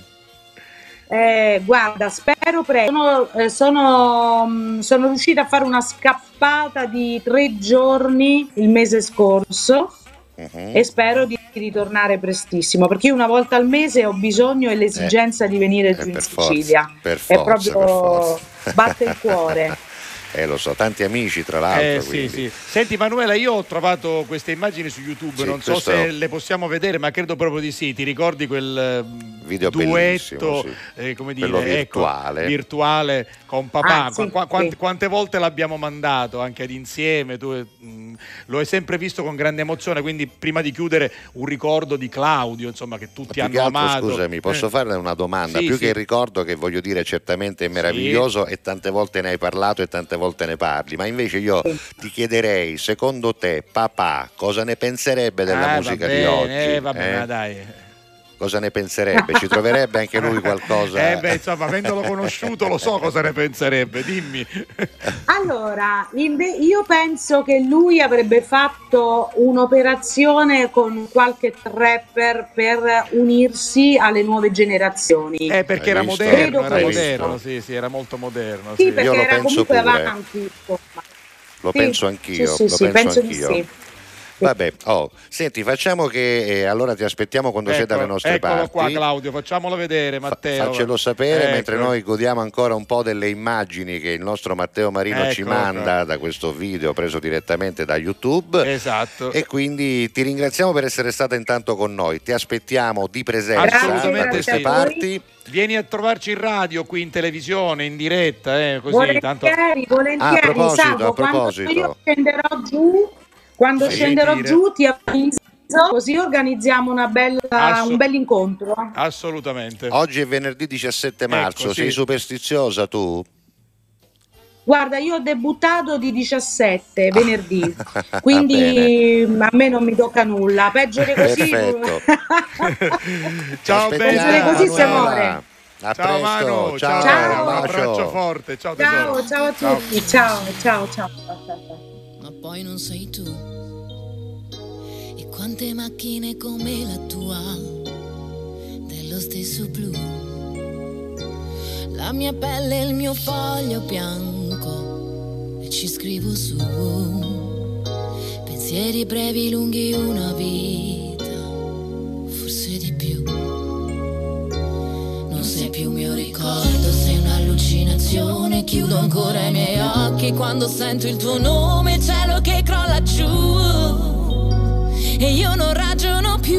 Guarda, spero presto. Sono riuscita a fare una scappata di 3 giorni il mese scorso e spero di ritornare prestissimo, perché io una volta al mese ho bisogno e l'esigenza di venire giù in Sicilia. Per forza. Batte il cuore. Lo so, tanti amici tra l'altro. Sì. Senti Manuela, io ho trovato queste immagini su YouTube, non so se le possiamo vedere, ma credo proprio di sì. Ti ricordi quel video duetto, come dire, virtuale con papà? Quante volte l'abbiamo mandato anche ad insieme? Tu lo hai sempre visto con grande emozione, quindi prima di chiudere un ricordo di Claudio, insomma, che tutti hanno amato. Scusami, posso farle una domanda? Più che il ricordo, che voglio dire certamente è meraviglioso e tante volte ne hai parlato e tante volte ne parli, ma invece io ti chiederei, secondo te papà cosa ne penserebbe della musica di oggi? Ma dai. Cosa ne penserebbe? Ci troverebbe anche lui qualcosa? Insomma, avendolo conosciuto lo so cosa ne penserebbe, dimmi. Allora, io penso che lui avrebbe fatto un'operazione con qualche rapper per unirsi alle nuove generazioni. Perché era moderno, sì, era molto moderno. Sì, perché era comunque avanti. Lo penso anch'io, penso anch'io. Di sì. Vabbè, senti, facciamo che allora ti aspettiamo quando sei dalle nostre parti. Eccolo qua Claudio, facciamolo vedere Matteo. Faccelo sapere mentre noi godiamo ancora un po' delle immagini che il nostro Matteo Marino ci manda da questo video preso direttamente da YouTube. Esatto. E quindi ti ringraziamo per essere stata intanto con noi, ti aspettiamo di presenza assolutamente da queste parti. Vieni a trovarci in radio, qui in televisione, in diretta, così. Volentieri. A proposito. Quando io scenderò giù, giù ti avviso, così organizziamo un bel incontro. Assolutamente. Oggi è venerdì 17 marzo, sei superstiziosa tu? Guarda, io ho debuttato di 17 venerdì, quindi a me non mi tocca nulla. Peggio di così. Perfetto. Ciao, peggio di così si muore. A ciao presto. Manu, ciao. Un abbraccio forte. Ciao tesoro. Ciao a tutti. Ciao. Ma poi non sei tu. E quante macchine come la tua, dello stesso blu. La mia pelle è il mio foglio bianco e ci scrivo su. Pensieri brevi, lunghi, una vita, forse di più. Non sei più mio ricordo, sei un'allucinazione. Chiudo ancora i miei occhi quando sento il tuo nome, cielo che crolla giù e io non ragiono più.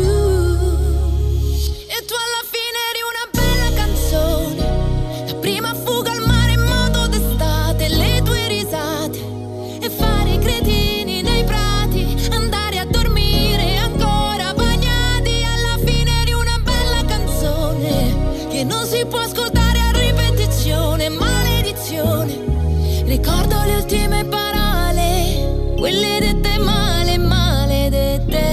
E tu alla fine eri una bella canzone, la prima fuga al mare in moto d'estate, le tue risate e fare i cretini nei prati, andare a dormire ancora bagnati. Alla fine eri una bella canzone che non si può ascoltare a ripetizione, maledizione. Ricordo le ultime parole, quelle dette male, maledette.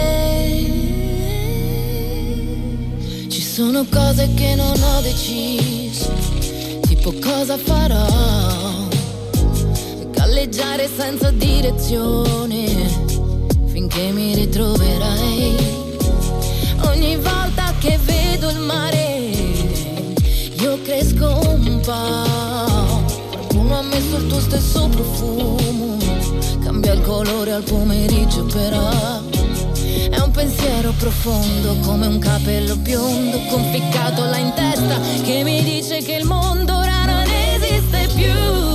Ci sono cose che non ho deciso, tipo cosa farò. Galleggiare senza direzione, finché mi ritroverai. Ogni volta che vedo il mare, io cresco un po'. Qualcuno ha messo il tuo stesso profumo, cambia il colore al pomeriggio però. È un pensiero profondo come un capello biondo conficcato là in testa che mi dice che il mondo ora non esiste più.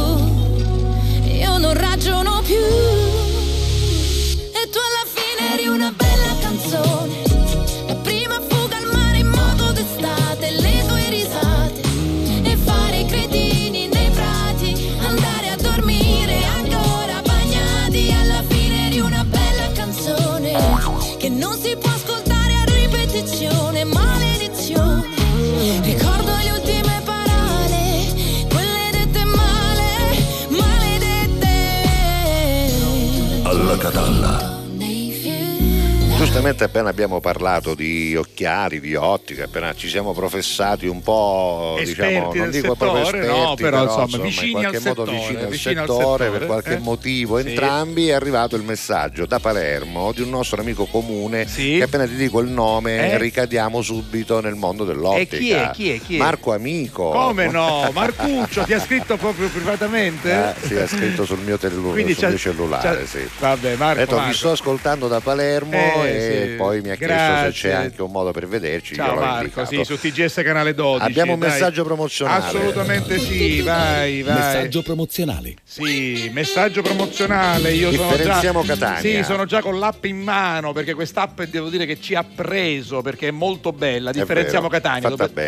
Io non ragiono più. E tu alla fine eri una bella canzone, la prima fuga al mare in moto d'estate, le tue risate e fare i cretini nei prati, andare a dormire ancora bagnati. Alla fine eri una bella canzone che non si può ascoltare a ripetizione, maledizione. Ricordo le ultime parole, quelle dette male, maledette. Alla Catalla. Giustamente appena abbiamo parlato di occhiali, di ottica, appena ci siamo professati un po', esperti, diciamo, non dico settore, proprio esperti, no, però insomma, vicini in qualche modo vicini al settore, settore, per qualche motivo entrambi, è arrivato il messaggio da Palermo di un nostro amico comune che appena ti dico il nome ricadiamo subito nel mondo dell'ottica. E chi è? Marco Amico. Come no? Marcuccio ti ha scritto proprio privatamente? Sì, ha scritto sul mio cellulare, sì. Vabbè, Marco. Vi sto ascoltando da Palermo e e poi mi ha chiesto se c'è anche un modo per vederci. Ciao Marco, sì, su TGS canale 12. Abbiamo un messaggio promozionale. Assolutamente sì, vai. Messaggio promozionale. Sì, messaggio promozionale. Io Differenziamo Catania. Sì, sono già con l'app in mano, perché quest'app devo dire che ci ha preso, perché è molto bella. Differenziamo Catania.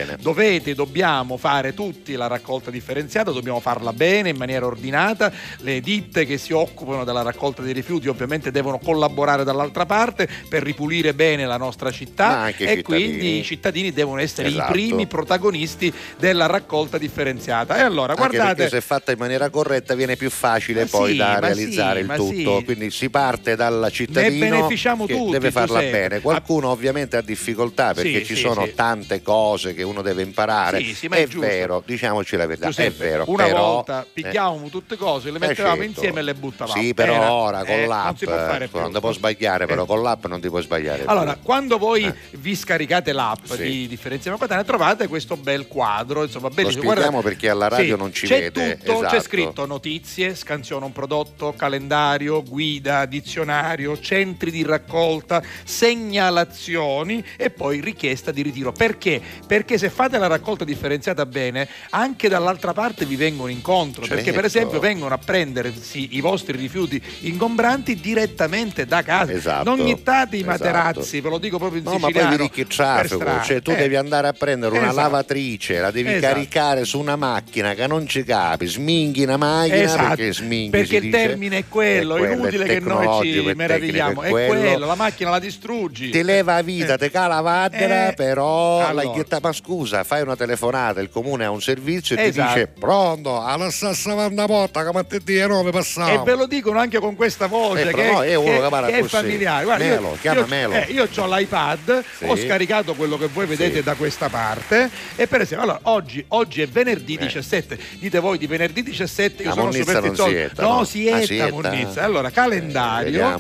Dobbiamo fare tutti la raccolta differenziata, dobbiamo farla bene, in maniera ordinata. Le ditte che si occupano della raccolta dei rifiuti ovviamente devono collaborare dall'altra parte per ripulire bene la nostra città, e quindi i cittadini devono essere i primi protagonisti della raccolta differenziata. E allora guardate, perché se fatta in maniera corretta viene più facile poi da realizzare il tutto, quindi si parte dal cittadino che tutti, deve farla bene. Qualcuno ovviamente ha difficoltà perché ci sono tante cose che uno deve imparare, ma è vero, diciamoci la verità, Giuseppe, è vero, una volta pigliavamo tutte cose, le mettevamo insieme e le buttavamo. Sì, però ora con l'app non ti può sbagliare, però con l'app non ti puoi sbagliare. Allora, quando voi vi scaricate l'app di Differenziamo Catania, trovate questo bel quadro, insomma, bellissimo. Lo spieghiamo perché alla radio non ci vede. C'è tutto, c'è scritto notizie, scansiona un prodotto, calendario, guida, dizionario, centri di raccolta, segnalazioni e poi richiesta di ritiro. Perché? Perché se fate la raccolta differenziata bene, anche dall'altra parte vi vengono incontro, perché per esempio vengono a prendersi i vostri rifiuti ingombranti direttamente da casa. Non gettate i materazzi, ve lo dico proprio in siciliano. Ma poi vedi che traffico, cioè tu devi andare a prendere una lavatrice, la devi caricare su una macchina che non ci capi, sminghi una macchina perché il termine è quello, è inutile che noi ci meravigliamo, è quello, la macchina la distruggi, ti leva vita, te cala vaddera, però ma scusa, fai una telefonata, il comune ha un servizio e ti dice pronto, alla stessa porta che ti dia 9 passavo, e ve lo dicono anche con questa voce che è familiare. Guarda, chiama Melo. Io ho l'iPad, ho scaricato quello che voi vedete da questa parte, e per esempio allora oggi è venerdì 17, dite voi di venerdì 17 io sono superstizioso, sietta Monnizza. Allora calendario,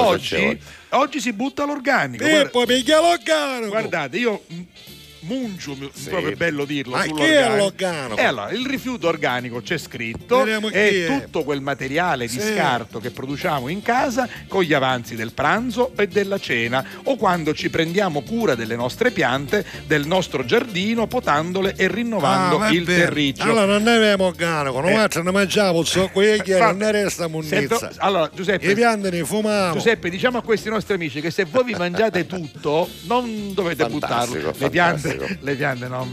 oggi si butta l'organico, e poi piglia l'organico. Guardate, io muncio, proprio è bello dirlo, ma che è l'organico? E allora il rifiuto organico c'è scritto, è tutto quel materiale di scarto che produciamo in casa con gli avanzi del pranzo e della cena, o quando ci prendiamo cura delle nostre piante, del nostro giardino, potandole e rinnovando il terriccio. Allora non ne abbiamo organico, non mangiamo non ne resta Monnizza. Allora Giuseppe, i piante ne fumiamo. Giuseppe, diciamo a questi nostri amici che se voi vi mangiate tutto non dovete buttarlo. Le piante no,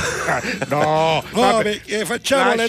perché facciamo le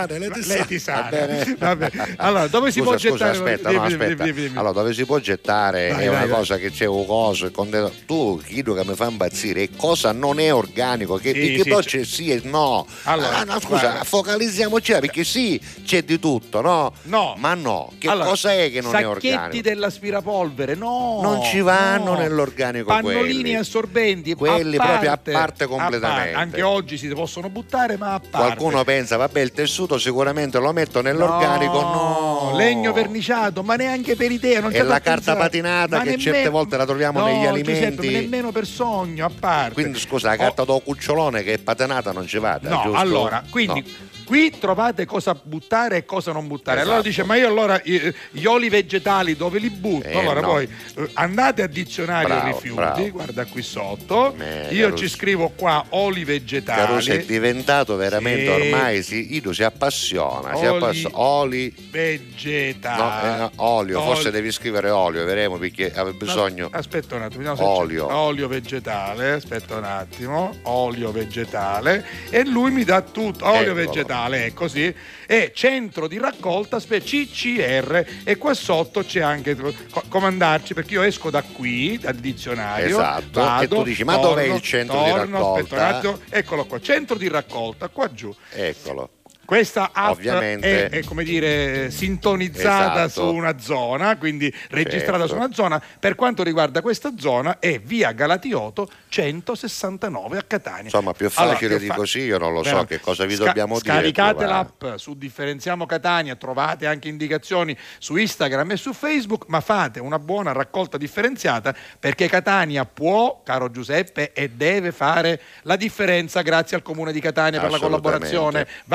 tisane. Vabbè. Allora, dove si può gettare? Aspetta. Allora, dove si può gettare è una cosa che c'è un coso. Tu, Chido, che mi fa impazzire, è cosa non è organico, che poi c'è sì e no. Allora, scusa, focalizziamoci perché c'è di tutto, no? Ma no, che cosa è che non è organico? Sacchetti dell'aspirapolvere, non ci vanno nell'organico. Pannolini assorbenti, quelli proprio a parte completamente. Anche oggi si possono buttare, ma a parte. Qualcuno pensa, vabbè, il tessuto sicuramente lo metto nell'organico, no. Legno verniciato, ma neanche per idea. Non è la carta patinata che certe volte la troviamo negli alimenti. Giuseppe, nemmeno per sogno, a parte. Quindi scusa, la carta da cucciolone che è patinata non ci vada, no, giusto? Allora, quindi qui trovate cosa buttare e cosa non buttare. Allora dice, ma io allora gli oli vegetali dove li butto? Allora poi andate a dizionario rifiuti, guarda qui sotto, io ci scrivo qua oli vegetali. Caruso è diventato veramente ormai Ido si appassiona, oli vegetali. Olio, forse devi scrivere olio, vedremo perché avevo bisogno. Aspetta un attimo, olio vegetale, aspetta un attimo, olio vegetale, e lui mi dà tutto, olio vegetale, è così, e centro di raccolta CCR, e qua sotto c'è anche come andarci, perché io esco da qui dal dizionario, vado, e tu dici ma dov'è il centro di raccolta? Aspetta un attimo, eccolo qua, centro di raccolta, qua giù, eccolo. Questa app è come dire sintonizzata su una zona, quindi registrata su una zona. Per quanto riguarda questa zona è via Galatioto 169 a Catania. Insomma, più facile di così io non lo so che cosa vi dobbiamo dire. Scaricate l'app su Differenziamo Catania, trovate anche indicazioni su Instagram e su Facebook, ma fate una buona raccolta differenziata, perché Catania può, caro Giuseppe, e deve fare la differenza grazie al Comune di Catania per la collaborazione. Vai.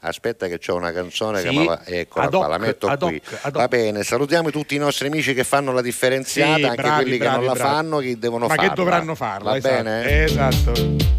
aspetta che c'è una canzone che eccola qua, la metto qui. Va bene, salutiamo tutti i nostri amici che fanno la differenziata, anche quelli che non la fanno, che devono farla. Ma che dovranno farla, va bene? Esatto.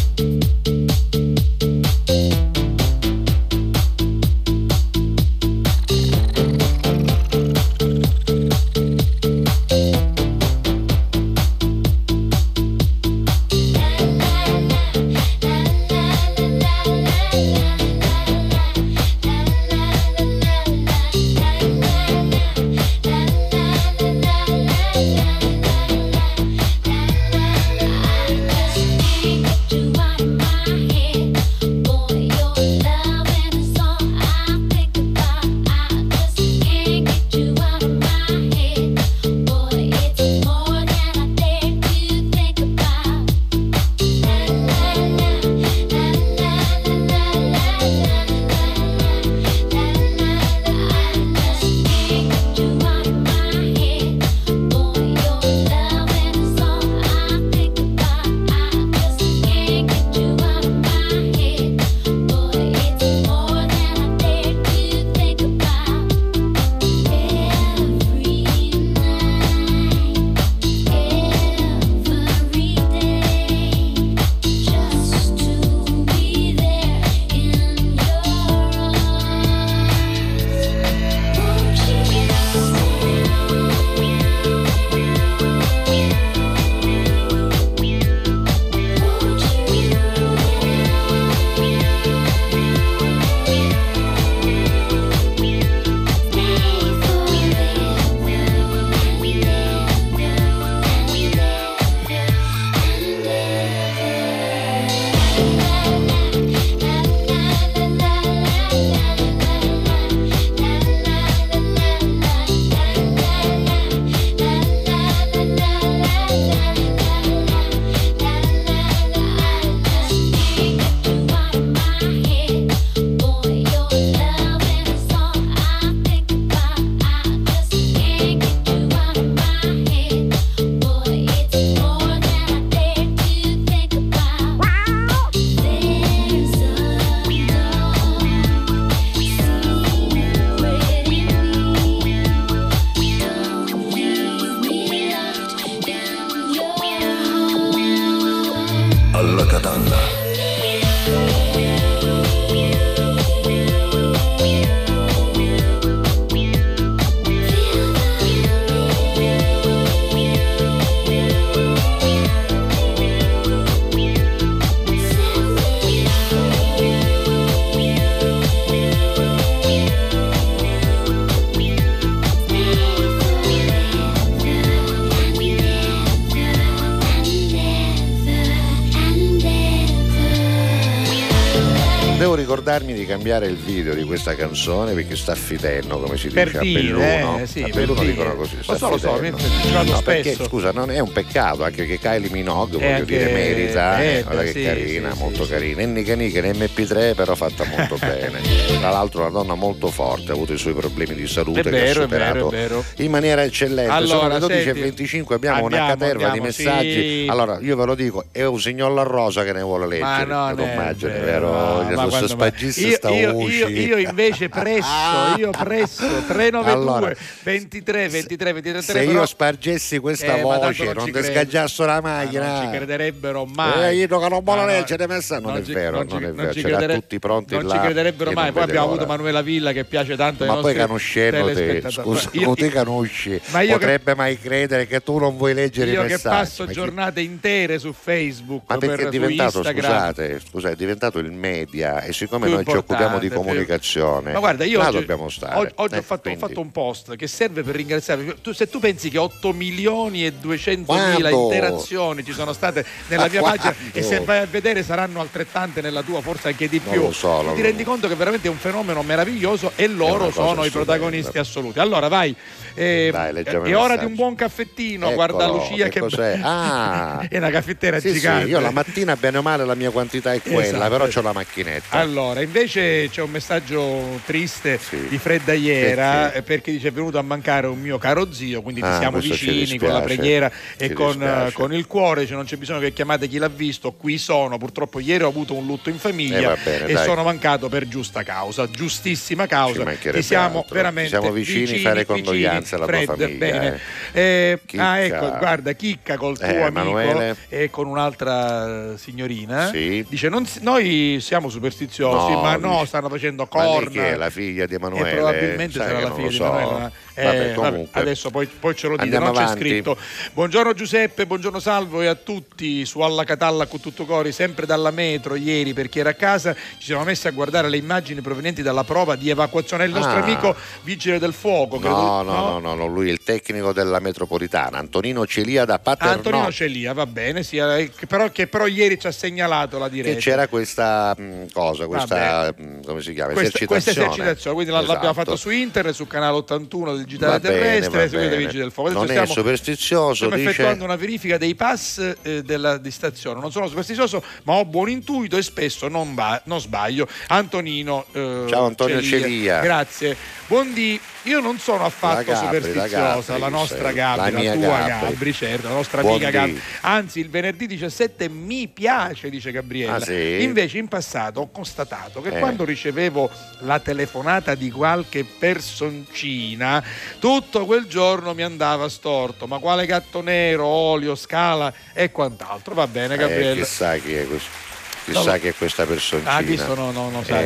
Ricordarmi di cambiare il video di questa canzone perché sta fidendo, come si dice a Belluno. A Belluno dicono così. No, perché scusa, non è un peccato anche che Kylie Minogue, voglio dire, merita. Guarda che carina, molto carina. È Nica in MP3, però fatta molto bene. Tra l'altro, una donna molto forte, ha avuto i suoi problemi di salute che ha superato in maniera eccellente. Allora, sono le 12:25, abbiamo una caterva di messaggi. Sì. Allora, io ve lo dico, è un signor La Rosa che ne vuole leggere. Ma non immagini, vero? Io invece presso 392 allora, 23. Se io spargessi questa voce non ti scaggiasso la macchina, non ci crederebbero mai. Io che non vuole leggere messaggio, non è vero, c'era tutti pronti non là, ci crederebbero mai. Poi abbiamo avuto Manuela Villa che piace tanto ai nostri telespettatori. Scusa, non ti conosci, potrebbe mai credere che tu non vuoi leggere i messaggi. Io che passo giornate intere su Facebook, ma perché è diventato, scusate, è diventato il media, e siccome noi ci occupiamo di comunicazione, ma guarda, io oggi, dobbiamo stare. Oggi ho fatto un post che serve per ringraziare. Se tu pensi che 8.200.000 interazioni ci sono state nella mia pagina, e se vai a vedere saranno altrettante nella tua, forse anche di più, ti rendi conto che veramente è un fenomeno meraviglioso e loro sono i protagonisti assoluti. Allora vai, è ora di un buon caffettino. Eccolo, guarda Lucia che cos'è? È una caffettiera gigante. Io la mattina bene o male la mia quantità è quella, però c'ho la macchinetta. Allora, invece c'è un messaggio triste di Fredda Iera, perché dice: è venuto a mancare un mio caro zio, quindi ti siamo vicini con la preghiera e con il cuore. Dice: non c'è bisogno che chiamate chi l'ha visto, qui sono. Purtroppo ieri ho avuto un lutto in famiglia e sono mancato per giusta causa, giustissima causa. Ti siamo veramente vicini, fare condoglianze alla tua famiglia. Ecco, guarda, Chicca col tuo amico e con un'altra signorina dice: noi siamo superstiziosi, ma no, stanno facendo corna. Chi è la figlia di Emanuele? Probabilmente sarà la figlia di Emanuele. Vabbè, adesso poi ce lo dite, non c'è scritto. Buongiorno Giuseppe, buongiorno Salvo e a tutti su Alla Catalla con tutto cori, sempre dalla metro. Ieri, per chi era a casa, ci siamo messi a guardare le immagini provenienti dalla prova di evacuazione. È il nostro amico vigile del fuoco. No, lui è il tecnico della metropolitana, Antonino Celia da Paternò. Antonino Celia, va bene, che però ieri ci ha segnalato la diretta. Che c'era questa cosa, come si chiama? Questa esercitazione, quindi l'abbiamo fatto su internet, su canale 81 del Digitale Terrestre, seguite Vigili del Fuoco. Non è superstizioso, stiamo effettuando una verifica dei pass di stazione. Non sono superstizioso, ma ho buon intuito e spesso non sbaglio. Antonino ciao Antonio Celia. Grazie. Buondì, io non sono affatto superstiziosa, la nostra Gabri, la tua Gabri, certo, la nostra amica Gabri. Anzi, il venerdì 17 mi piace, dice Gabriella. Invece in passato ho constatato che quando ricevevo la telefonata di qualche personcina, tutto quel giorno mi andava storto. Ma quale gatto nero, olio, scala e quant'altro. Va bene, Gabriella. Chissà chi è questo. Chissà che questa personcina. Questo non sa.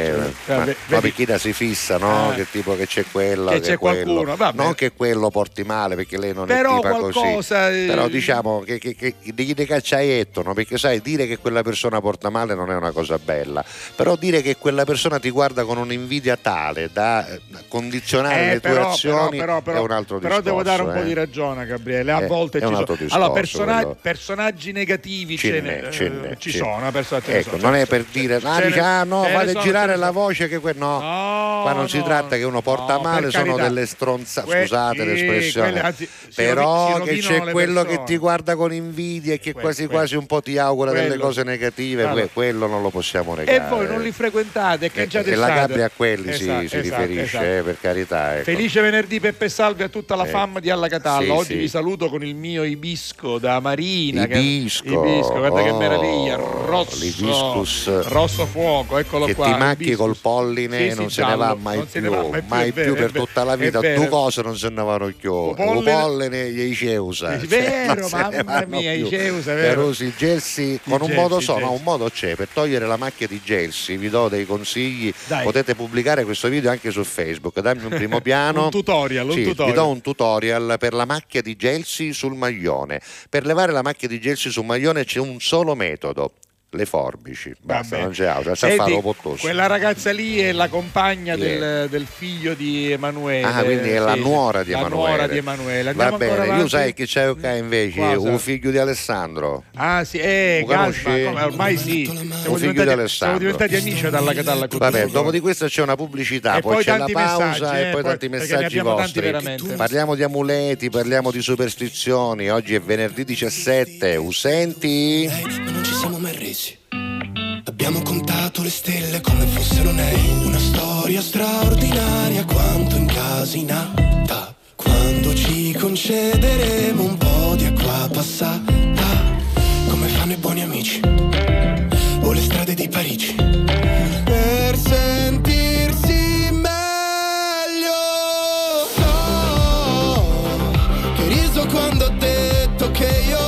Ma perché da si fissa, no? Che tipo che c'è quello, che c'è qualcuno. Non che quello porti male, perché lei non è tipa così. Però diciamo che gli cacciaiettono, perché sai, dire che quella persona porta male non è una cosa bella. Però dire che quella persona ti guarda con un'invidia tale da condizionare le tue azioni è un altro discorso. Però devo dare un po' di ragione, Gabriele. A volte ci sono. Allora, personaggi negativi ci sono. Non è per dire fate girare la voce che qua non si tratta che uno porta male, sono delle stronzate, scusate l'espressione, però che c'è quello che ti guarda con invidia e che quasi un po' ti augura delle cose negative, quello non lo possiamo negare. E voi non li frequentate, che già la Gabri a quelli si riferisce, per carità. Felice venerdì Peppe e salve a tutta la fam di Alla Catalla. Oggi vi saluto con il mio ibisco da Marina. Ibisco, guarda che meraviglia, rosso fuoco, eccolo che qua. Che ti macchi col polline e non se ne va mai più per tutta la vita. Due cose non se ne vanno più, il polline e i ceusa. È vero, mamma mia, i ceusa, però si gelsi con un modo un modo c'è per togliere la macchia di gelsi. Vi do dei consigli. Potete pubblicare questo video anche su Facebook. Dammi un primo piano. un tutorial. Vi do un tutorial per la macchia di gelsi sul maglione. Per levare la macchia di gelsi sul maglione c'è un solo metodo: le forbici, basta, non c'è altro. Quella ragazza lì è la compagna del figlio di Emanuele. Quindi è la nuora di Emanuele. Va bene, io sai che c'è qua invece un figlio di Alessandro. Gasma, ormai siamo diventati amici dalla Catalla. Vabbè, dopo di questo c'è una pubblicità, poi c'è la pausa e poi tanti messaggi vostri. Parliamo di amuleti, parliamo di superstizioni. Oggi è venerdì 17. Senti? Non ci siamo mai resi. Abbiamo contato le stelle come fossero nei. Una storia straordinaria quanto incasinata. Quando ci concederemo un po' di acqua passata, come fanno i buoni amici o le strade di Parigi, per sentirsi meglio. So che riso quando ho detto che io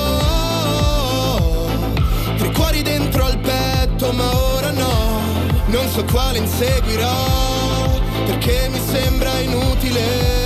dentro al petto, ma ora no, non so quale inseguirò, perché mi sembra inutile.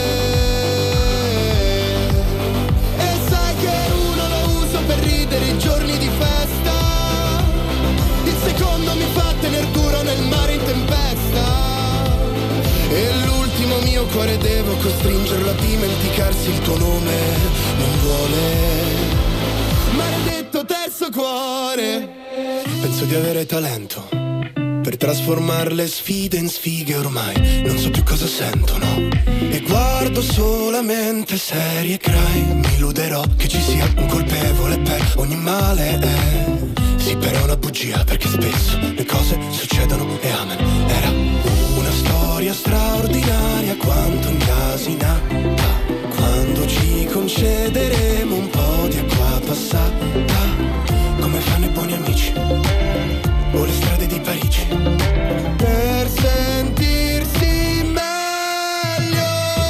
E sai che uno lo uso per ridere i giorni di festa, il secondo mi fa tener duro nel mare in tempesta, e l'ultimo mio cuore devo costringerlo a dimenticarsi il tuo nome, non vuole. Maledetto terzo cuore. Penso di avere talento per trasformare le sfide in sfighe, ormai non so più cosa sento, no? E guardo solamente serie crime. Mi illuderò che ci sia un colpevole per ogni male, Sì, però è una bugia, perché spesso le cose succedono e amen. Era una storia straordinaria quanto incasinata, quando ci concederemo un po' di acqua passata, come fanno i buoni amici o le strade di Parigi, per sentirsi meglio.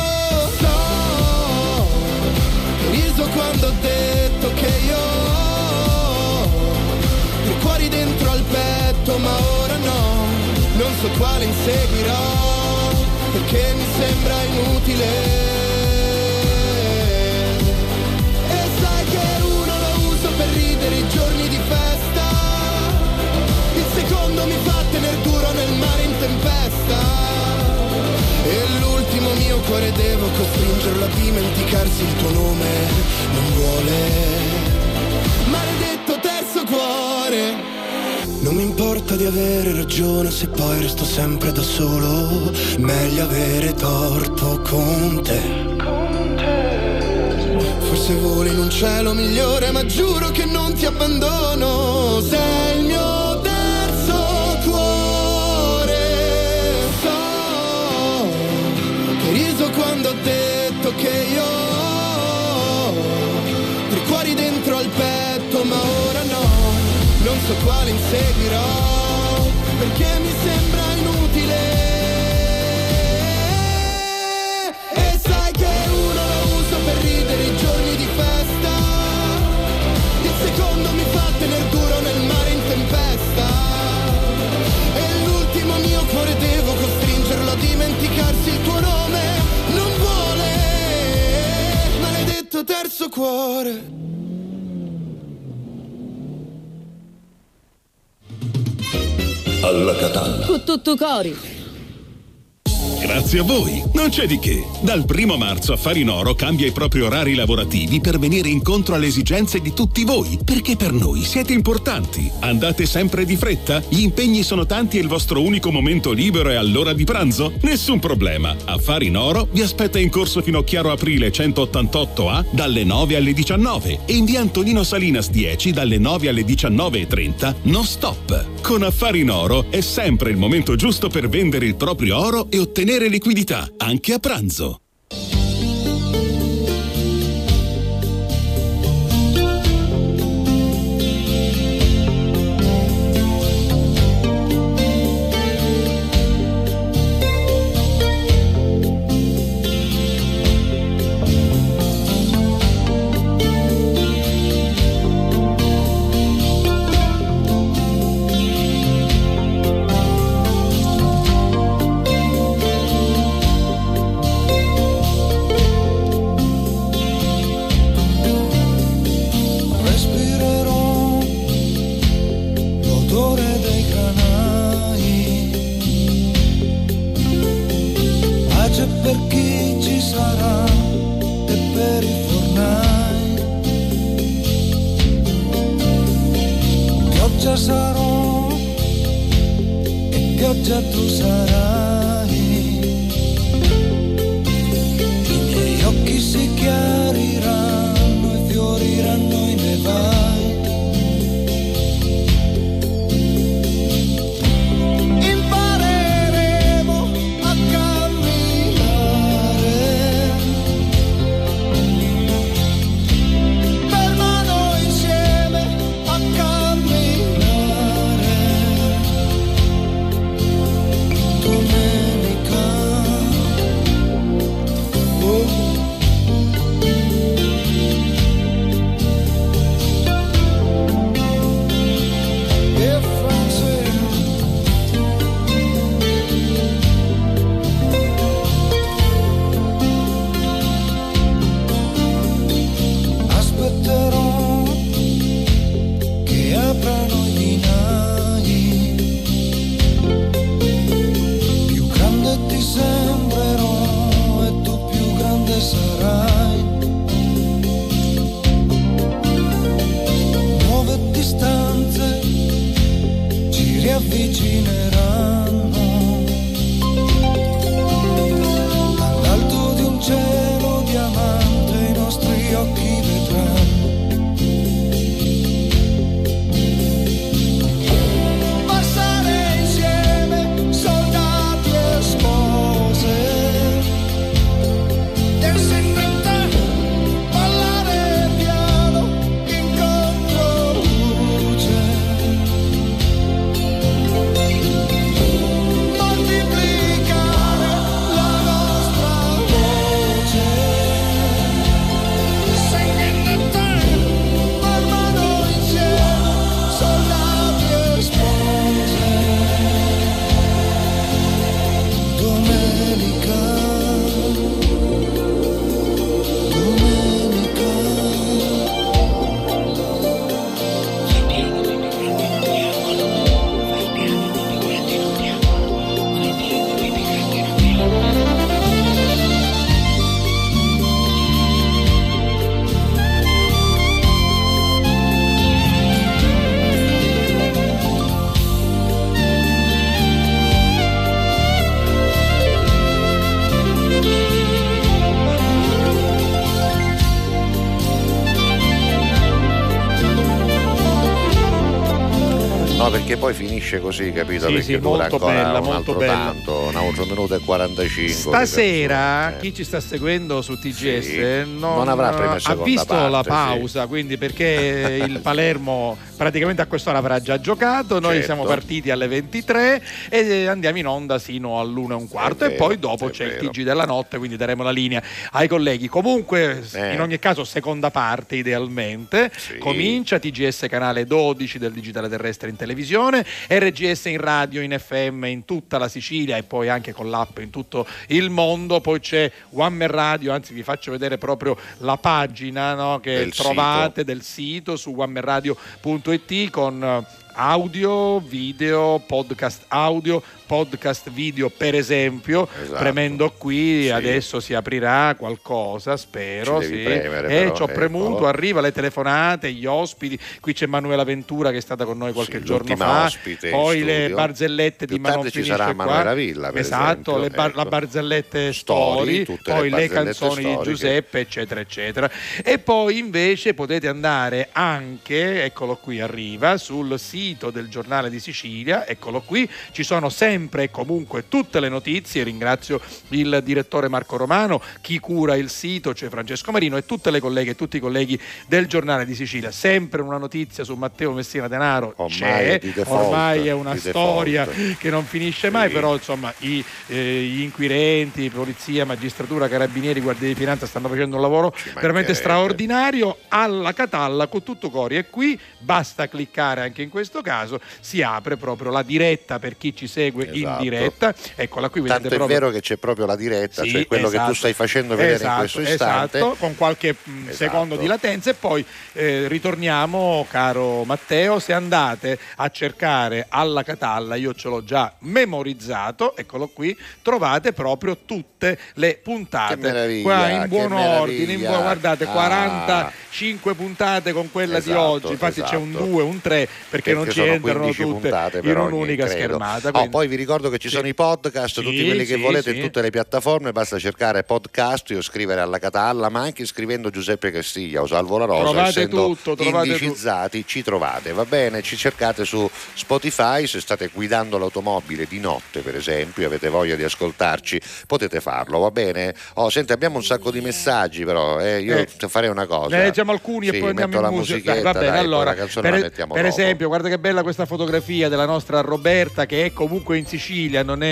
So, riso quando ho detto che io ho 3 cuori dentro al petto, ma ora no, non so quale inseguirò, perché mi sembra inutile. E sai che uno lo uso per ridere i giorni di festa, il secondo mi fa tener duro nel mare in tempesta, e l'ultimo mio cuore devo costringerlo a dimenticarsi il tuo nome, non vuole. Maledetto terzo cuore. Non mi importa di avere ragione se poi resto sempre da solo, meglio avere torto con te. Forse voli in un cielo migliore, ma giuro che non ti abbandono. Sei il mio terzo cuore. So che riso quando ho detto che io ho 3 cuori dentro al petto, ma ora no, non so quale inseguirò, perché mi sembra inutile. E sai che uno lo uso per ridere i giorni di festa, il secondo mi fa tener duro nel mare in tempesta, e l'ultimo mio cuore devo costringerlo a dimenticarsi il tuo nome, non vuole. Maledetto terzo cuore. Alla Catalla. Con tutto cori. Grazie a voi, non c'è di che. Dal 1 marzo Affari in Oro cambia i propri orari lavorativi per venire incontro alle esigenze di tutti voi, perché per noi siete importanti. Andate sempre di fretta? Gli impegni sono tanti e il vostro unico momento libero è all'ora di pranzo? Nessun problema. Affari in Oro vi aspetta in corso Finocchiaro Aprile 188A dalle 9 alle 19 e in via Antonino Salinas 10 dalle 9 alle 19:30 non stop. Con Affari in Oro è sempre il momento giusto per vendere il proprio oro e ottenere liquidità, anche a pranzo. perché poi finisce così, capito? Sì, perché sì, dura molto ancora bella, un molto altro bella. tanto, un altro minuto e 45. Stasera chi ci sta seguendo su TGS non avrà prima e ha seconda visto parte, la pausa, quindi perché il Palermo praticamente a quest'ora avrà già giocato, noi Certo. siamo partiti alle 23 e andiamo in onda sino all'1:15 e poi dopo c'è il TG della notte, quindi daremo la linea ai colleghi. Comunque in ogni caso seconda parte idealmente, comincia TGS canale 12 del digitale terrestre in televisione, RGS in radio, in FM in tutta la Sicilia e poi anche con l'app in tutto il mondo, poi c'è One Man Radio, anzi vi faccio vedere proprio la pagina, no, che del trovate sito. del sito su onemanradio.it con audio, video, podcast audio, podcast video per esempio. Esatto. Premendo qui adesso si aprirà qualcosa, spero. Ci devi premere, ci ho premuto, eccolo. arriva le telefonate, gli ospiti, qui c'è Manuela Ventura che è stata con noi qualche giorno l'ultima fa, ospite in poi le studio. barzellette Più di Ma non tardi ci finisce sarà qua. Manuela Villa, per esatto, esempio, la barzellette story, tutte poi le barzellette canzoni di storiche. Giuseppe, eccetera eccetera. E poi invece potete andare anche, eccolo qui arriva, sul sito del Giornale di Sicilia, eccolo qui, ci sono sempre e comunque tutte le notizie. Ringrazio il direttore Marco Romano, chi cura il sito, cioè Francesco Marino, e tutte le colleghe e tutti i colleghi del Giornale di Sicilia. Sempre una notizia su Matteo Messina Denaro c'è, ormai è una storia che non finisce mai, però insomma gli inquirenti, polizia, magistratura, carabinieri, guardia di finanza stanno facendo un lavoro veramente straordinario. Alla Catalla con tutto cori, e qui basta cliccare anche in questo caso, si apre proprio la diretta per chi ci segue in diretta. Eccola qui, vedete. Tanto proprio... è vero che c'è proprio la diretta, cioè quello che tu stai facendo vedere in questo istante. Esatto, con qualche secondo di latenza. E poi ritorniamo, caro Matteo, se andate a cercare alla Catalla, io ce l'ho già memorizzato, eccolo qui, trovate proprio tutte le puntate qua in buon ordine, guardate, 45 puntate con quella di oggi, infatti c'è un 2, un 3 perché non ci entrano tutte in un'unica schermata. Poi vi ricordo che ci sono i podcast, tutti quelli che volete in tutte le piattaforme, basta cercare podcast o scrivere alla Catalla, ma anche scrivendo Giuseppe Castiglia o Salvo La Rosa, trovate essendo tutto, indicizzati ci trovate, va bene? Ci cercate su Spotify, se state guidando l'automobile di notte per esempio, avete voglia di ascoltarci, potete farlo, va bene? Senti, abbiamo un sacco di messaggi, però io farei una cosa, ne leggiamo alcuni e poi andiamo in musica. Va bene, allora, per esempio, guarda che bella questa fotografia della nostra Roberta, che è comunque in Sicilia, non è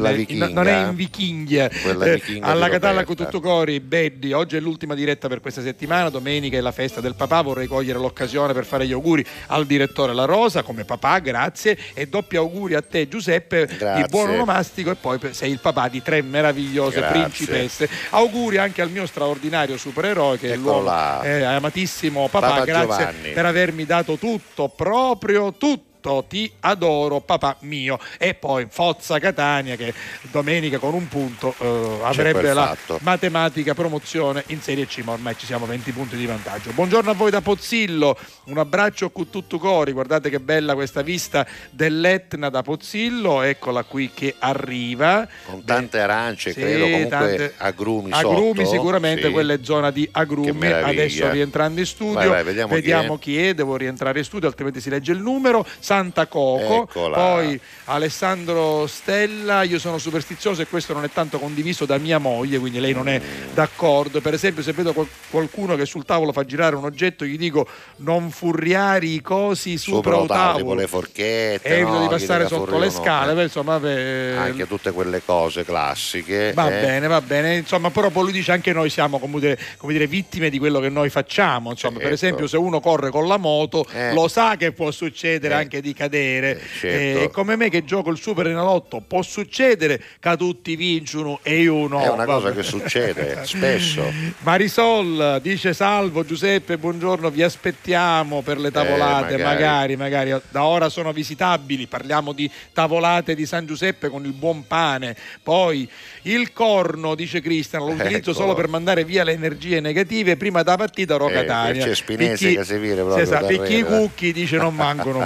in Vichinglia, alla Catalla con tutto cori. Beddi, oggi è l'ultima diretta per questa settimana, domenica è la festa del papà, vorrei cogliere l'occasione per fare gli auguri al direttore La Rosa come papà, grazie, e doppi auguri a te Giuseppe, di buon onomastico, e poi sei il papà di 3 meravigliose principesse. Auguri anche al mio straordinario supereroe che è l'uomo amatissimo papà, grazie Giovanni, per avermi dato tutto, proprio tutto. Ti adoro papà mio. E poi Fozza Catania che domenica con un punto avrebbe la matematica promozione in Serie C, ma ormai ci siamo 20 punti di vantaggio. Buongiorno a voi da Pozzillo, un abbraccio con tutto cori, guardate che bella questa vista dell'Etna da Pozzillo, eccola qui che arriva con tante arance, credo, comunque agrumi sotto. Sicuramente quella è zona di agrumi. Adesso rientrando in studio vediamo chi è, devo rientrare in studio altrimenti si legge il numero. Santa Coco, eccola. Poi Alessandro Stella, io sono superstizioso e questo non è tanto condiviso da mia moglie, quindi lei non è d'accordo. Per esempio, se vedo qualcuno che sul tavolo fa girare un oggetto, gli dico non furriare i cosi sopra il tavolo, tipo le forchette, evito di passare sotto le scale, insomma, anche tutte quelle cose classiche. Va bene, insomma, però poi lui dice anche noi siamo come dire vittime di quello che noi facciamo, insomma, per esempio se uno corre con la moto lo sa che può succedere anche di cadere, come me che gioco il Super Enalotto, può succedere che tutti vincono e io no. È una cosa che succede spesso. Marisol dice salvo Giuseppe, buongiorno, vi aspettiamo per le tavolate, magari da ora sono visitabili, parliamo di tavolate di San Giuseppe con il buon pane. Poi il corno, dice Cristian, lo utilizzo solo per mandare via le energie negative prima da partita Catania. C'è Spinesi che si vire proprio perché i cucchi dice non mancano mai, va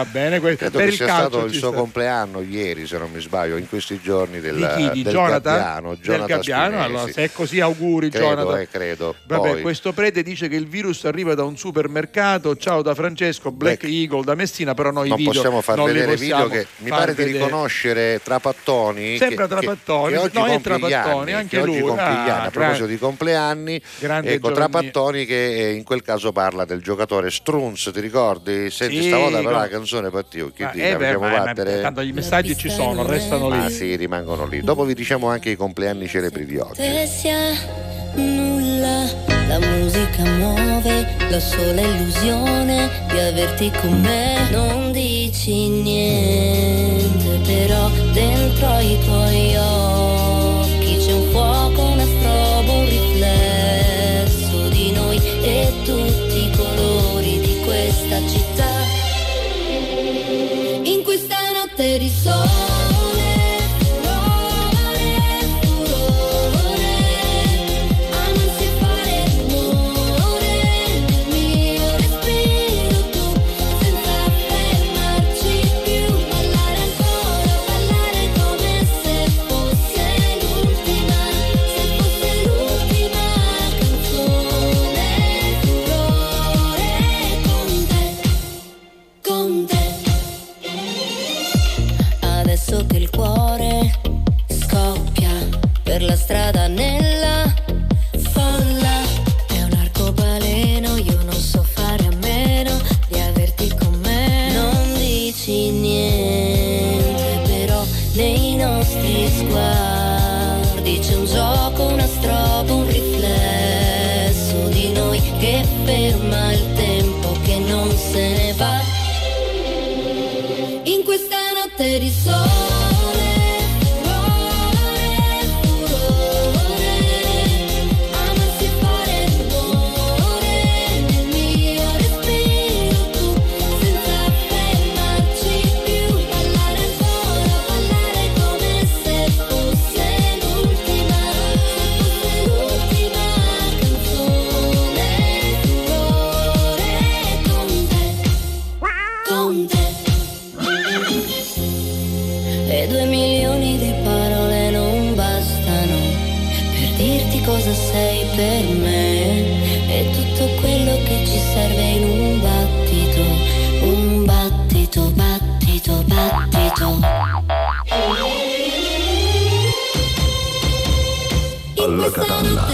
Va bene, credo che sia stato il suo compleanno ieri, se non mi sbaglio, in questi giorni del Jonathan? Del Gabbiano. Allora, se è così, auguri, Jonathan. Credo. Vabbè, poi... questo prete dice che il virus arriva da un supermercato. Ciao da Francesco, Black Eagle da Messina, però noi non video possiamo far non vedere li possiamo video che mi pare di riconoscere Trapattoni. Sembra Trapattoni, che oggi no, è compie Trapattoni, gli anni, anche lui. A proposito di compleanni, ecco Trapattoni che in quel caso parla del giocatore Strunz, ti ricordi? Senti, stavolta però la canzone partì, che facciamo battere? Tanto gli messaggi ci sono, restano lì. Ah sì, rimangono lì. Dopo vi diciamo anche i compleanni celebri di oggi. Nulla, la musica muove, la sola illusione di averti con me. Non dici niente, però dentro i tuoi occhi c'è un fuoco, una strobo, un riflesso di noi e tutti i colori di questa città. In questa notte di sole che il cuore scoppia per la strada nella folla. È un arcobaleno, io non so fare a meno di averti con me. Non dici niente, però nei nostri sguardi c'è un gioco, una strobo, un riflesso di noi che ferma il tempo che non se ne va. In questa notte di sole e 2 milioni di parole non bastano per dirti cosa sei per me e tutto quello che ci serve in un battito, battito, battito, battito. Alla Catalla.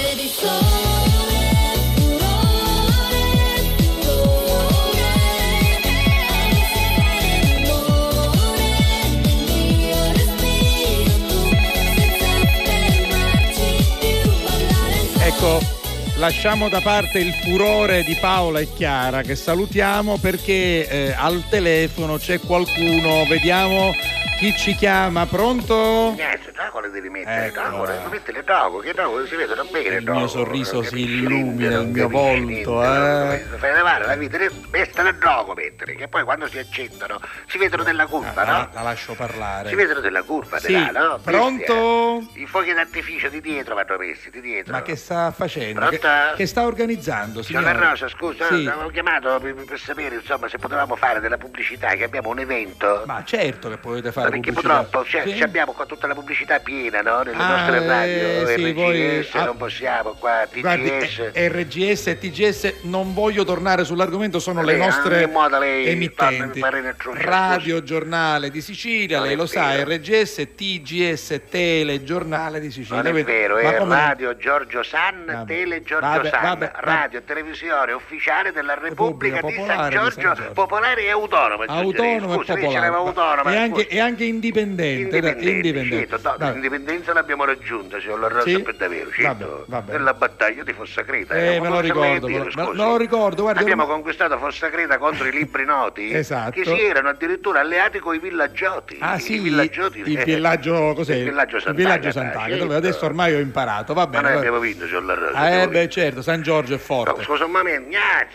Ecco, lasciamo da parte il furore di Paola e Chiara, che salutiamo perché al telefono c'è qualcuno, vediamo chi ci chiama. Pronto? Niente, Drago le devi mettere, metti le Drago, che Drago si vedono bene. Il mio sorriso si illumina, il mio volto, Fai levare la vita, metta le Drago mettere, che poi quando si accendono si vedono della curva, no? La lascio parlare. Si vedono della curva, sì. No? Pronto? I fuochi d'artificio di dietro vanno messi, di dietro. Ma che sta facendo? Che sta organizzando, signora? Signora Rosa, scusa, sì. Avevo chiamato per sapere, insomma, se potevamo fare della pubblicità, che abbiamo un evento. Ma certo che potete fare perché pubblicità. purtroppo ci abbiamo qua tutta la pubblicità piena, no? Nelle nostre radio, sì, RGS, voi... non possiamo qua, TGS. Guardi, RGS e TGS, non voglio tornare sull'argomento, sono le nostre emittenti. Radio Giornale di Sicilia, lei lo sa, RGS, TGS, Telegiornale di Sicilia. Non è vero, è Radio Giorgio San, Tele Giorgio San, radio e televisione ufficiale della Repubblica di San Giorgio, popolare e autonoma. Autonoma e popolare. E anche indipendente. L'indipendenza l'abbiamo raggiunta, signor La Rosa, per davvero, certo. Nella battaglia di Fossacreta. Me lo ricordo. Guarda, abbiamo conquistato Fossacreta contro i libri noti, esatto, che si erano addirittura alleati con i villagioti. Il villaggio cos'è? Il villaggio Sant'Agata. Certo. Adesso ormai ho imparato, va bene. Ma noi abbiamo vinto, signor La Rosa. Certo, San Giorgio è forte. No, scusa, ma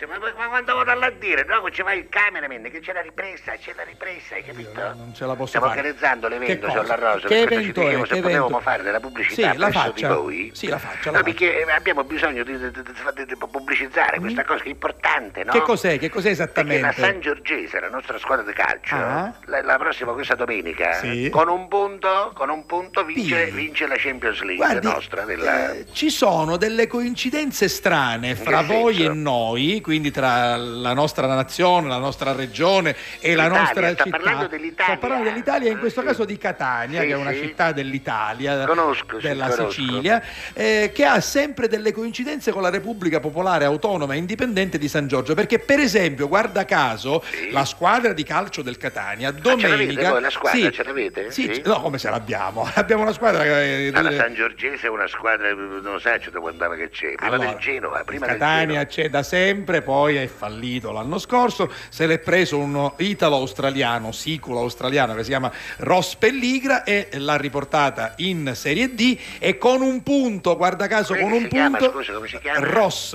quando vado a dire, no, ci va il cameraman, che c'è la ripresa, hai capito? Non ce la posso fare. organizzando l'evento sulla Rosa, che per evento ci dicevo è? se Che potevamo evento? fare della pubblicità Sì, la presso faccia. di voi. Sì, la faccia. Perché abbiamo bisogno di pubblicizzare questa cosa che è importante, no? Che cos'è? Che cos'è Perché esattamente? la San Giorgese, la nostra squadra di calcio, Ah. la prossima questa domenica, Sì. con un punto vince la Champions League. Guardi, nostra. Ci sono delle coincidenze strane fra voi e noi, quindi tra la nostra nazione, la nostra regione e la nostra città. Sto parlando dell'Italia, in questo caso di Catania, che è una città dell'Italia, della Sicilia, che ha sempre delle coincidenze con la Repubblica Popolare Autonoma e Indipendente di San Giorgio, perché per esempio, guarda caso, la squadra di calcio del Catania domenica... ce l'avete voi la squadra? Ce l'avete? Sì. No, come ce l'abbiamo? Abbiamo una squadra la San Giorgese è una squadra, non so dove andava che c'è, prima del Genova, prima del Catania c'è da sempre, poi è fallito l'anno scorso, se l'è preso un italo-australiano, siculo-australiano, che si chiama Ross Pelligra, e l'ha riportata in Serie D, e con un punto, guarda caso, con un punto, come si chiama?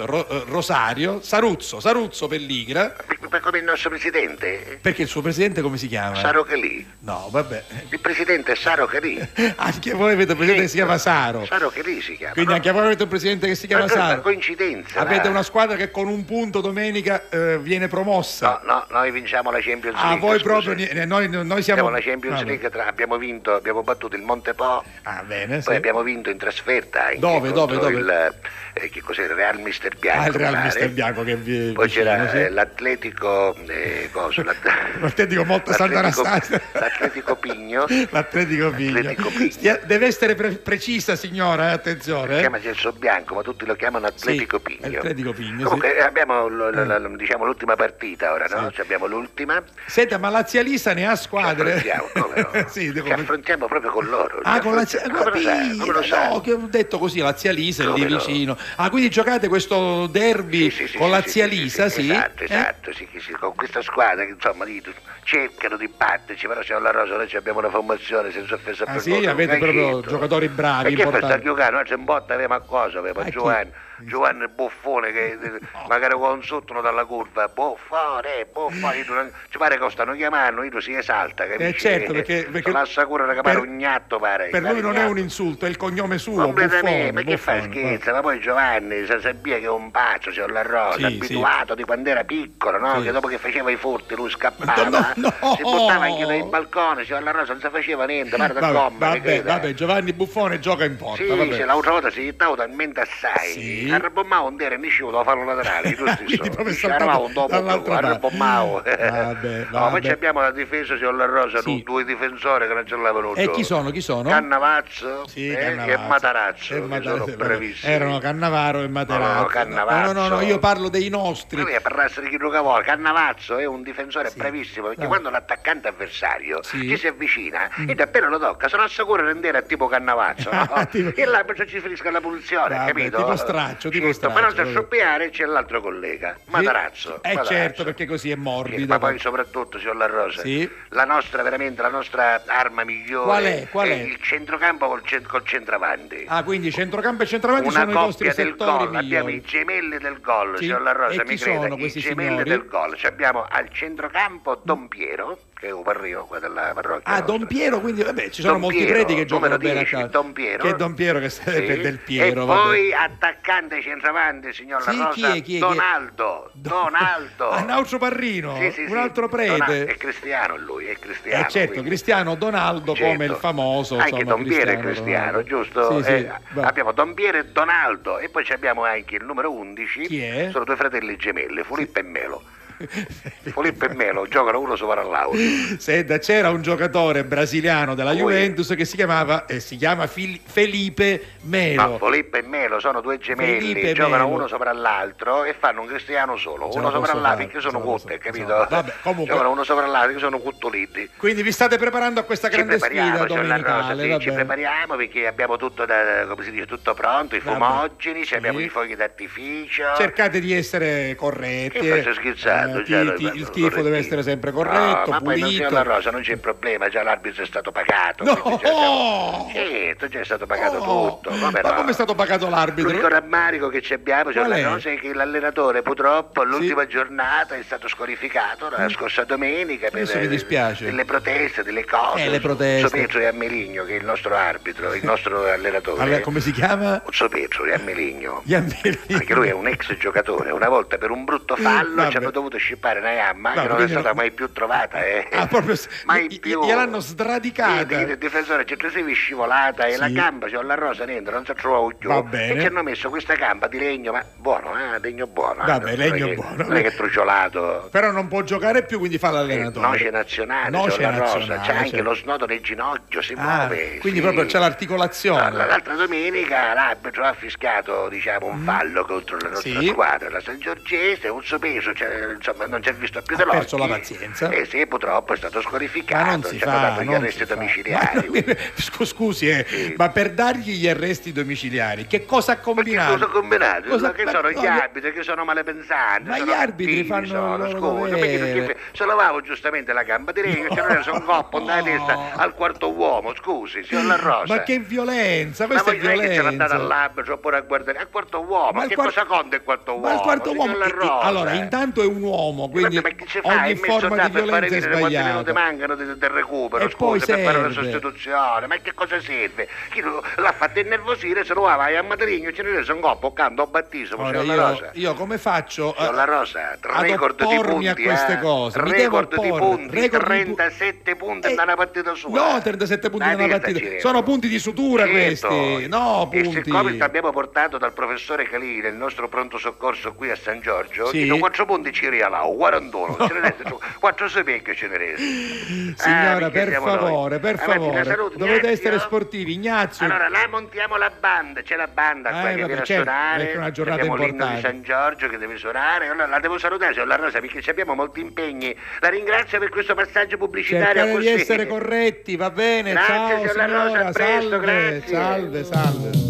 Rosario, Saruzzo Pelligra. Come il nostro presidente? Perché il suo presidente come si chiama? Saro Chelì. No, vabbè. Il presidente è Saro Chelì. Anche voi avete un presidente che si chiama Saro. Saro Chelì si chiama. Quindi anche voi avete un presidente che si chiama Saro. È una coincidenza. Avete una squadra che con un punto domenica viene promossa. No, noi vinciamo la Champions League. Voi proprio noi siamo la Champions League, abbiamo battuto il Montepò. Bene, poi abbiamo vinto in trasferta anche dove? Che cos'era? Il Real Mister Bianco. Il Real Mister Bianco che poi vicino, c'era l'Atletico l'Atletico molto Sant'Anastasia. L'Atletico Pigno. L'Atletico Pigno. Deve essere precisa, signora, attenzione. Si chiama Gelso Bianco, ma tutti lo chiamano Atletico Pigno. Atletico Pigno. Comunque abbiamo diciamo l'ultima partita ora, no? Ci abbiamo l'ultima. Senta, ma la Zia Lisa ne ha squadre? Ci affrontiamo proprio con loro. Con la Zia Lisa. No, che ho detto così, la Zia Lisa è lì vicino. Quindi giocate questo derby con la Zia Lisa, sì? Esatto, sì, con questa squadra che insomma cercano di batterci, però siamo alla Rosa, noi abbiamo una formazione senza offesa per sì, avete proprio giocatori bravi, perché per sta giocando, noi c'è un botta, avevamo a cosa, avevamo Giovanni Buffone che magari con sotto dalla curva, Buffone, ci pare che lo stanno chiamando, io si esalta, capisci? Certo, perché non assicura che pare un gnatto, pare. Per lui non è un insulto, è il cognome suo, completamente, ma che fa scherzo? Ma poi Giovanni sapeva che è un pazzo, c'è la Rosa, abituato di quando era piccolo, no? Che dopo che faceva i furti lui scappava, si buttava anche dai balconi, c'è la Rosa, non si faceva niente, guarda gomma. Vabbè, Giovanni Buffone gioca in porta. Sì, l'altra volta si stava talmente assai. Arrabbommavo un dere e a farlo laterale, un dopo arrabbommavo. Poi abbiamo la difesa, c'è la Rosa, due difensori che non ce l'avevano. E chi sono? Cannavazzo e Matarazzo, che sono bravissimi. Erano Cannavaro e Matarazzo. No, io parlo dei nostri. Lui parlasse di chi gioca vuole. Cannavazzo è un difensore bravissimo, perché quando l'attaccante avversario ci si avvicina e appena lo tocca sono sicuro rendere tipo Cannavazzo, no? E là perciò ci finisca la punizione, capito? Tipo straccio. Ma non sa scoppiare, c'è l'altro collega, Matarazzo. Certo, perché così è morbido. Ma poi soprattutto, signor La Rosa, la nostra arma migliore qual è? Il centrocampo col centravanti. Quindi centrocampo e centravanti sono i nostri settori migliori. Abbiamo i gemelli del gol, signor La Rosa, mi creda, i gemelli del gol. Abbiamo al centrocampo Don Piero, che è un barrio qua della parrocchia. Don Piero, quindi ci sono molti preti che giocano bene a calcio. Don Piero. Che è Don Piero, che sarebbe del Piero. E poi attaccante centravanti, signor La Rosa, chi è? Donaldo. Un altro Parrino, un altro prete. È cristiano lui, è cristiano. Certo, quindi. Cristiano Donaldo, come il famoso. Anche Don Piero è cristiano, giusto? Abbiamo Don Piero e Donaldo, e poi abbiamo anche il numero 11. Chi è? Sono due fratelli gemelli, Filippo e Melo. Filippo e Melo giocano uno sopra l'altro. Senta, c'era un giocatore brasiliano della Juventus che si chiama Felipe Melo. No, Filippo e Melo sono due gemelli, giocano uno sopra l'altro e fanno un cristiano solo, uno sopra l'altro, perché sono cutte, capito? Giocano uno sopra l'altro, che sono cuttoliti. Quindi vi state preparando a questa grande sfida domenicale? Ci prepariamo perché abbiamo tutto come si dice, tutto pronto, i fumogeni, abbiamo i fuochi d'artificio. Cercate di essere corretti. Che faccio scherzare? il tifo deve essere sempre corretto, ma pulito. poi non sia la rosa, non c'è problema, già l'arbitro è stato pagato. Certo, già è stato pagato tutto. Ma come è stato pagato l'arbitro? L'unico rammarico che ci abbiamo, cioè la cosa è che l'allenatore purtroppo all'ultima giornata è stato squalificato la scorsa domenica per mi dispiace. delle proteste, delle cose. Le proteste. Pietro Iammeligno, che è il nostro arbitro, il nostro allenatore. Come si chiama? Pietro Iammeligno. Anche lui è un ex giocatore. Una volta per un brutto fallo ci hanno dovuto scippare una gamma che non è stata mai più trovata. Mai più. Gliel'hanno sradicata. Il difensore c'è così scivolata e la gamba, cioè la rosa dentro, non si trova più. E ci hanno messo questa gamba di legno, ma buono, legno buono. Vabbè, legno buono. Non è che è truciolato. Però non può giocare più, quindi fa l'allenatore. Noce nazionale, la rosa, c'è anche lo snodo del ginocchio, si muove. Quindi proprio c'è l'articolazione. L'altra domenica l'arbitro ha fischiato, diciamo, un fallo contro la nostra squadra, la San Giorgese, un soppeso, insomma, non ci ha visto più dell'occhio. Ha perso la pazienza. Sì, purtroppo è stato squalificato. Ma non si ci hanno dato gli arresti domiciliari. Scusi, ma per dargli gli arresti domiciliari, che cosa ha combinato? Ma che cosa ha combinato? Che sono gli arbitri, che sono malepensanti. Ma gli arbitri fanno il loro dovere. Sollevavo giustamente la gamba di legno, c'era reso un coppo nella testa al quarto uomo, scusi, signor La Rosa. Ma che violenza, questa è violenza. Che c'era andata all'arbitro oppure a guardare al quarto uomo, che cosa conta il quarto uomo? Ma il quarto uomo, allora, intanto è un uomo, quindi ogni forma di violenza è sbagliata. Minuti mancano del recupero, scusi, per fare la sostituzione, ma che cosa serve? Chi l'ha fatto innervosire, se lo vai a Matrigno, ce ne reso un coppo, canto, battesimo, signor La Rosa. Io come faccio La Rosa, record di punti a queste cose? Record di punti, 37 punti da una partita sua. No, 37 punti da una partita. Sono punti di sutura questi. No, punti. E siccome ti abbiamo portato dal professore Calire, il nostro pronto soccorso qui a San Giorgio, 4 punti ci rialavo, 41, ce ne resta 4 sepecche ce ne resta. Signora, per favore, saluti, dovete essere sportivi, Ignazio. Allora, là montiamo la banda, c'è la banda qua che viene a suonare. È una giornata abbiamo importante. l'inno di San Giorgio che deve suonare. Allora, la devo salutare, signor La Rosa, perché abbiamo molti impegni. La ringrazio per questo passaggio pubblicitario. Cercate di essere corretti, va bene. Grazie, ciao signor La Rosa, signora, a presto, salve, grazie. salve.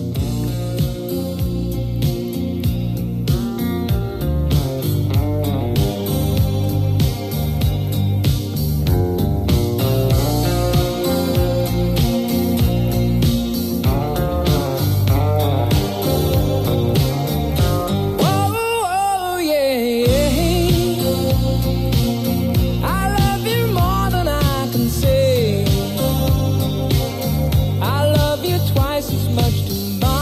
I love you twice as much tomorrow.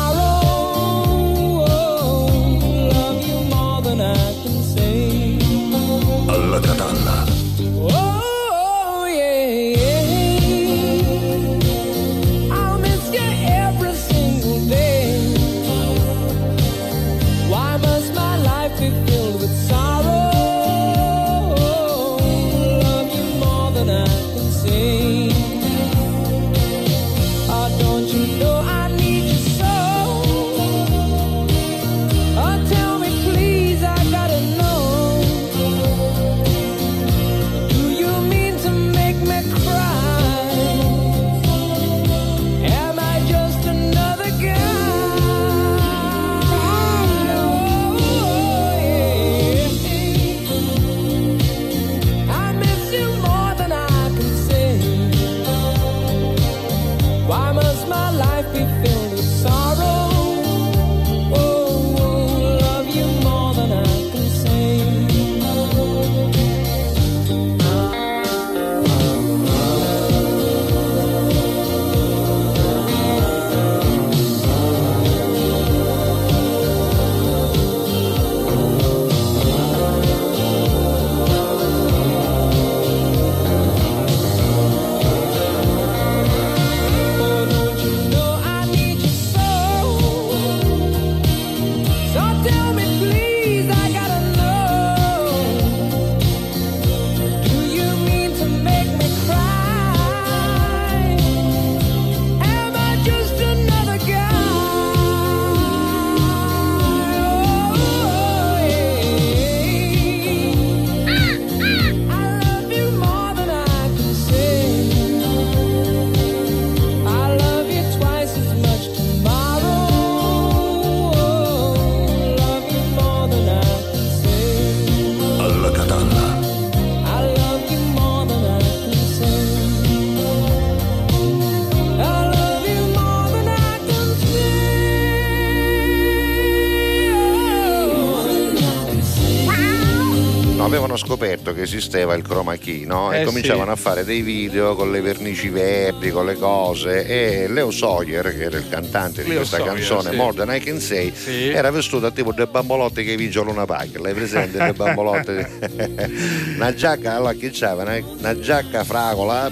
avevano scoperto che esisteva il chroma key, no? E cominciavano a fare dei video con le vernici verdi, con le cose, e Leo Sawyer, che era il cantante di questa canzone More Than I Can Say, era vestito tipo dei bambolotti che vigiono una paglia. L'hai presente dei bambolotti? Una giacca, allora chi c'aveva? Una giacca fragola,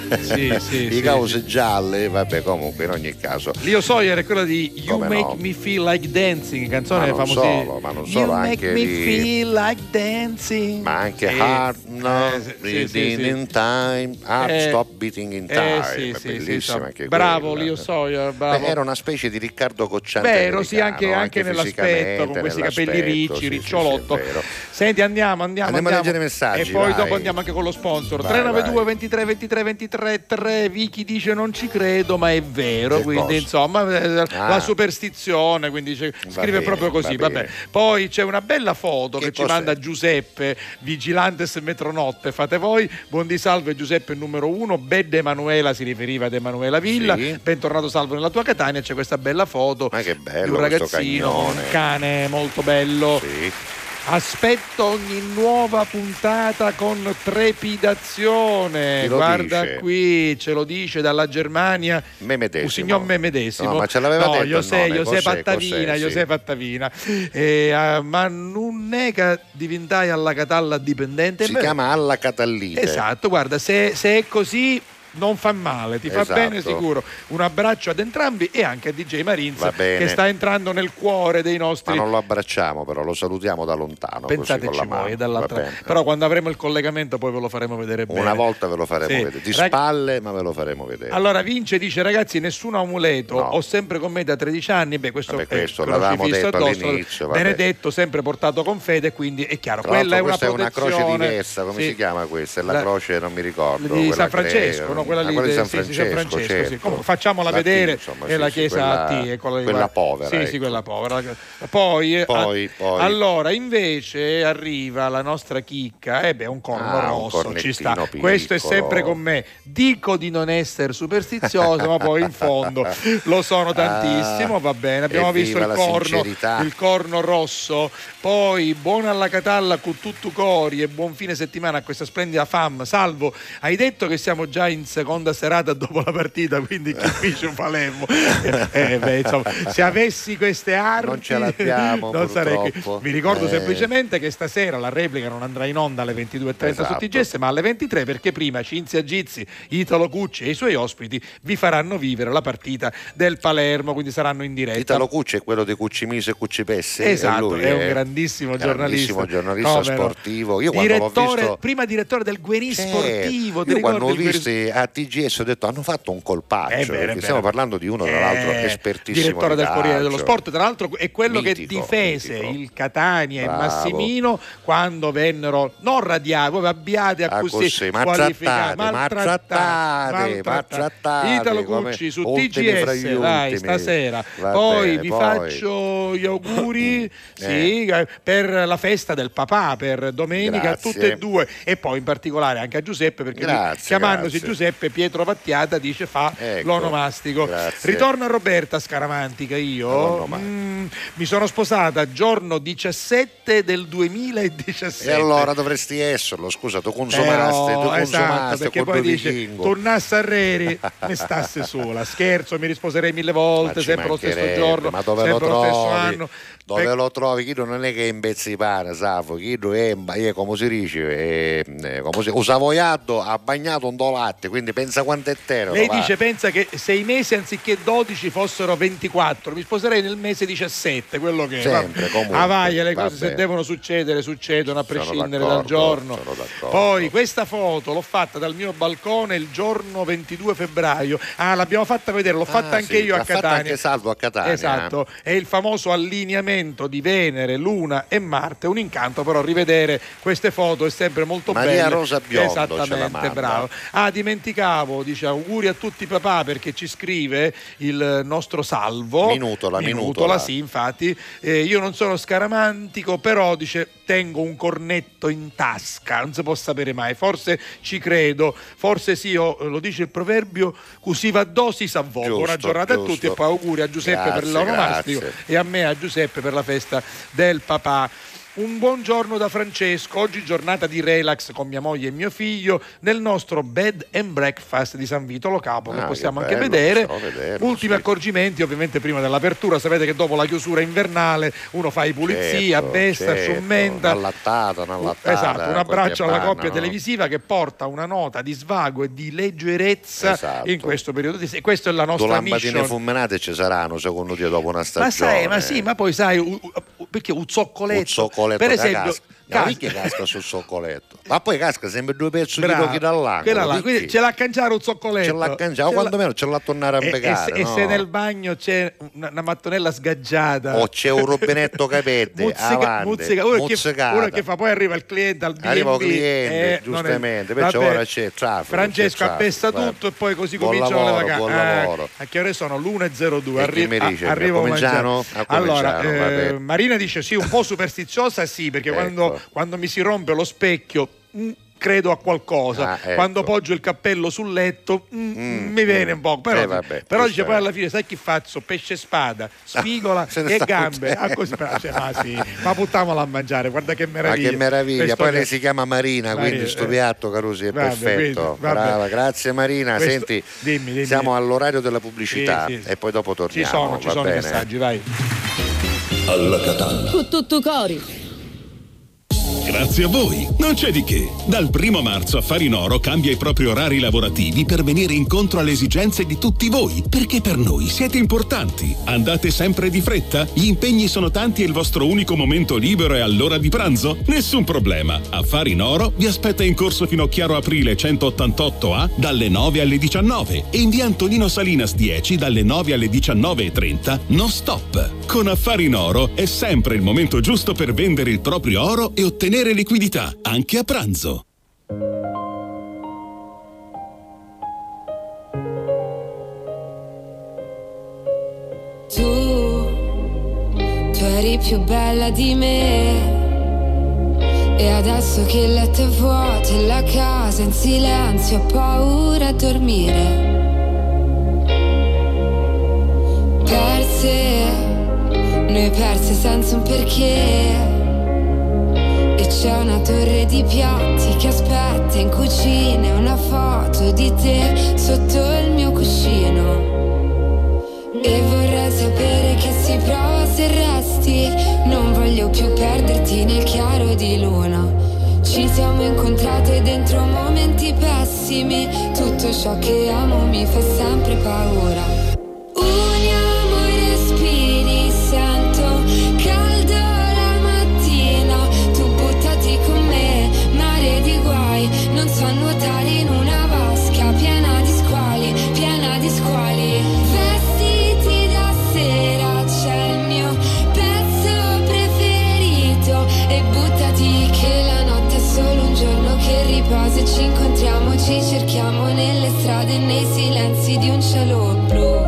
i cause gialle, vabbè, comunque in ogni caso. Leo Sawyer è quello di You Make Me Feel Like Dancing, canzone famosissima. Ma non solo, You anche Make Me Feel Like Dancing. Ma anche Heart Beating in Time, Heart Stop Beating in Time, bellissima anche bravo quella. Leo Sawyer, bravo. Beh, era una specie di Riccardo Cocciante. Vero, sì, anche nell'aspetto, con questi capelli ricci, ricciolotto. Senti, andiamo a leggere i messaggi. E poi dopo andiamo anche con lo sponsor. 392 23 23 23 3. Vicky dice non ci credo, ma è vero, quindi insomma la superstizione, quindi scrive proprio così, vabbè. Poi c'è una bella foto che ci manda Giuseppe, Vigilantes Metronotte, fate voi. Buon di salve Giuseppe numero 1, Bed Emanuela, si riferiva ad Emanuela Villa, bentornato Salvo nella tua Catania. C'è questa bella foto che bello, di un ragazzino, un cane molto bello. Aspetto ogni nuova puntata con trepidazione. Guarda qui, ce lo dice dalla Germania un signor Memedesimo. No, ma ce l'aveva detto José Pattavina. Ma non è che diventai alla Catalla dipendente. Si chiama alla Catallite. Esatto, guarda, se è così non fa male, ti fa bene sicuro. Un abbraccio ad entrambi e anche a DJ Marinz, che sta entrando nel cuore dei nostri. Ma non lo abbracciamo, però lo salutiamo da lontano. Pensateci voi, dall'altra. Però quando avremo il collegamento poi ve lo faremo vedere bene. Una volta ve lo faremo vedere, di spalle, ma ve lo faremo vedere. Allora Vince dice: ragazzi, nessun amuleto, ho sempre con me da 13 anni. Questo l'avevamo detto all'inizio. Benedetto, sempre portato con fede, quindi è chiaro. Quella è una protezione. È una croce diversa, come si chiama questa? È la croce, non mi ricordo. Di San Francesco, no? Quella lì di San Francesco, sì. Comunque, facciamola vedere, insomma, è la chiesa T, quella povera. Sì, quella povera. Poi. Allora, invece arriva la nostra chicca, un corno rosso, ci sta. Piccolo. Questo è sempre con me. Dico di non essere superstizioso, ma poi in fondo lo sono tantissimo, va bene. Abbiamo visto il corno rosso. Poi buona alla Catalla con tutto cori e buon fine settimana a questa splendida fam. Salvo, hai detto che siamo già in seconda serata dopo la partita, quindi che fece un Palermo. Insomma, se avessi queste armi non ce l'abbiamo, non sarei qui. Vi ricordo semplicemente che stasera la replica non andrà in onda alle 22:30 su TGS, ma alle 23, perché prima Cinzia Gizzi, Italo Cucci e i suoi ospiti vi faranno vivere la partita del Palermo, quindi saranno in diretta. Italo Cucci è quello di Cuccimise e Cuccipesse. Esatto, è un grandissimo giornalista sportivo. Io prima direttore del Guerin Sportivo. Io quando ho visto a TGS ho detto hanno fatto un colpaccio, perché stiamo parlando di uno, tra l'altro, espertissimo direttore del Corriere dello calcio. Sport, tra l'altro è quello che difese il Catania e Massimino quando vennero non radiati, abbiate così maltrattate. Italo Cucci su TGS, dai, stasera. Poi vi faccio gli auguri per la festa del papà, per domenica, a tutte e due, e poi in particolare anche a Giuseppe, perché chiamandosi Giuseppe, Pietro Vattiata dice l'onomastico. Ritorno a Roberta Scaramantica. Io mi sono sposata giorno 17 del 2017. E allora dovresti esserlo, scusa, tu consumaste, perché poi dice tornasse a Reri ne stasse sola. Scherzo, mi risposerei 1000 volte, sempre lo stesso giorno, ma dove sempre lo stesso anno. Dove lo trovi? Chi non è che è in bezzipane, Safo, chi è come si dice, un savoiardo ha bagnato un latte, quindi pensa quanto è tenero. Lei dice pensa che 6 mesi anziché 12 fossero 24, mi sposerei nel mese 17, quello che sempre, comunque, le cose se devono succedere succedono a prescindere dal giorno. Poi questa foto l'ho fatta dal mio balcone il giorno 22 febbraio. L'abbiamo fatta vedere, l'ho fatta anche io a Catania. Fatta anche Salvo a Catania. Esatto, è il famoso allineamento di Venere, Luna e Marte, un incanto, però rivedere queste foto è sempre molto bello. Maria Rosa Biondo, esattamente, bravo. Dimenticavo, dice auguri a tutti papà, perché ci scrive il nostro Salvo. Minutola, sì, infatti. Io non sono scaramantico, però dice tengo un cornetto in tasca, non si può sapere mai, forse ci credo, forse sì, lo dice il proverbio, così va dosi s'avvolgo. Buona giornata a tutti e poi auguri a Giuseppe per l'onomastico e a me, a Giuseppe, per la festa del papà. un buongiorno da Francesco. Oggi giornata di relax con mia moglie e mio figlio nel nostro bed and breakfast di San Vito Lo Capo, che possiamo anche vedere. Ultimi accorgimenti, ovviamente prima dell'apertura. Sapete che dopo la chiusura invernale uno fa i pulizia, abbesta, sciummenta. Una allattata. Esatto, un abbraccio alla coppia televisiva che porta una nota di svago e di leggerezza in questo periodo. E questa è la nostra mission. Lampadine fumenate ci saranno secondo te dopo una stagione? Ma poi sai, perché un zoccoletto per esempio perché casca sul zoccoletto, ma poi casca sempre 2 pezzi di pochi dall'angolo, quindi ce l'ha cangiare un zoccoletto, ce l'ha cangiare, o quantomeno ce l'ha tornare a piegare, e se nel bagno c'è una mattonella sgaggiata o c'è un rubinetto capete uno che fa, poi arriva il cliente al B&B, arriva il cliente giustamente, perciò ora c'è traffico, Francesco appesta tutto e poi così cominciano le vacanze. Buon lavoro. A che ore sono? l'1:02, arrivo a mangiare. Allora Marina dice sì, un po' superstiziosa sì, perché quando mi si rompe lo specchio credo a qualcosa, quando poggio il cappello sul letto mi viene un po', però dice poi alla fine sai chi faccio? Pesce spada, spigola e gambe, ma buttiamola a mangiare, guarda che meraviglia. Ma che meraviglia, poi lei si chiama Marina, quindi sto piatto Carusi è perfetto, brava, grazie Marina. Senti, dimmi. Siamo all'orario della pubblicità e poi dopo torniamo. Ci sono i messaggi, vai. Alla Catalla. Tutto cori. Grazie a voi, non c'è di che. Dal 1 marzo Affari in Oro cambia i propri orari lavorativi per venire incontro alle esigenze di tutti voi, perché per noi siete importanti. Andate sempre di fretta? Gli impegni sono tanti e il vostro unico momento libero è all'ora di pranzo? Nessun problema. Affari in Oro vi aspetta in corso Finocchiaro Aprile 188A dalle 9 alle 19 e in via Antonino Salinas 10 dalle 9 alle 19:30 non stop. Con Affari in Oro è sempre il momento giusto per vendere il proprio oro e ottenere liquidità anche a pranzo. Tu eri più bella di me e adesso che il letto è vuoto e la casa in silenzio ho paura a dormire. Noi perse senza un perché. E c'è una torre di piatti che aspetta in cucina e una foto di te sotto il mio cuscino. E vorrei sapere che si prova se resti. Non voglio più perderti nel chiaro di luna. Ci siamo incontrate dentro momenti pessimi. Tutto ciò che amo mi fa sempre paura. Uniamo i respiri, sento caldo la mattina. Tu buttati con me, mare di guai. Non so nuotare in una vasca piena di squali, piena di squali. Vestiti da sera, c'è il mio pezzo preferito. E buttati che la notte è solo un giorno che riposa. E ci incontriamo, ci cerchiamo nelle strade e nei silenzi di un cielo blu.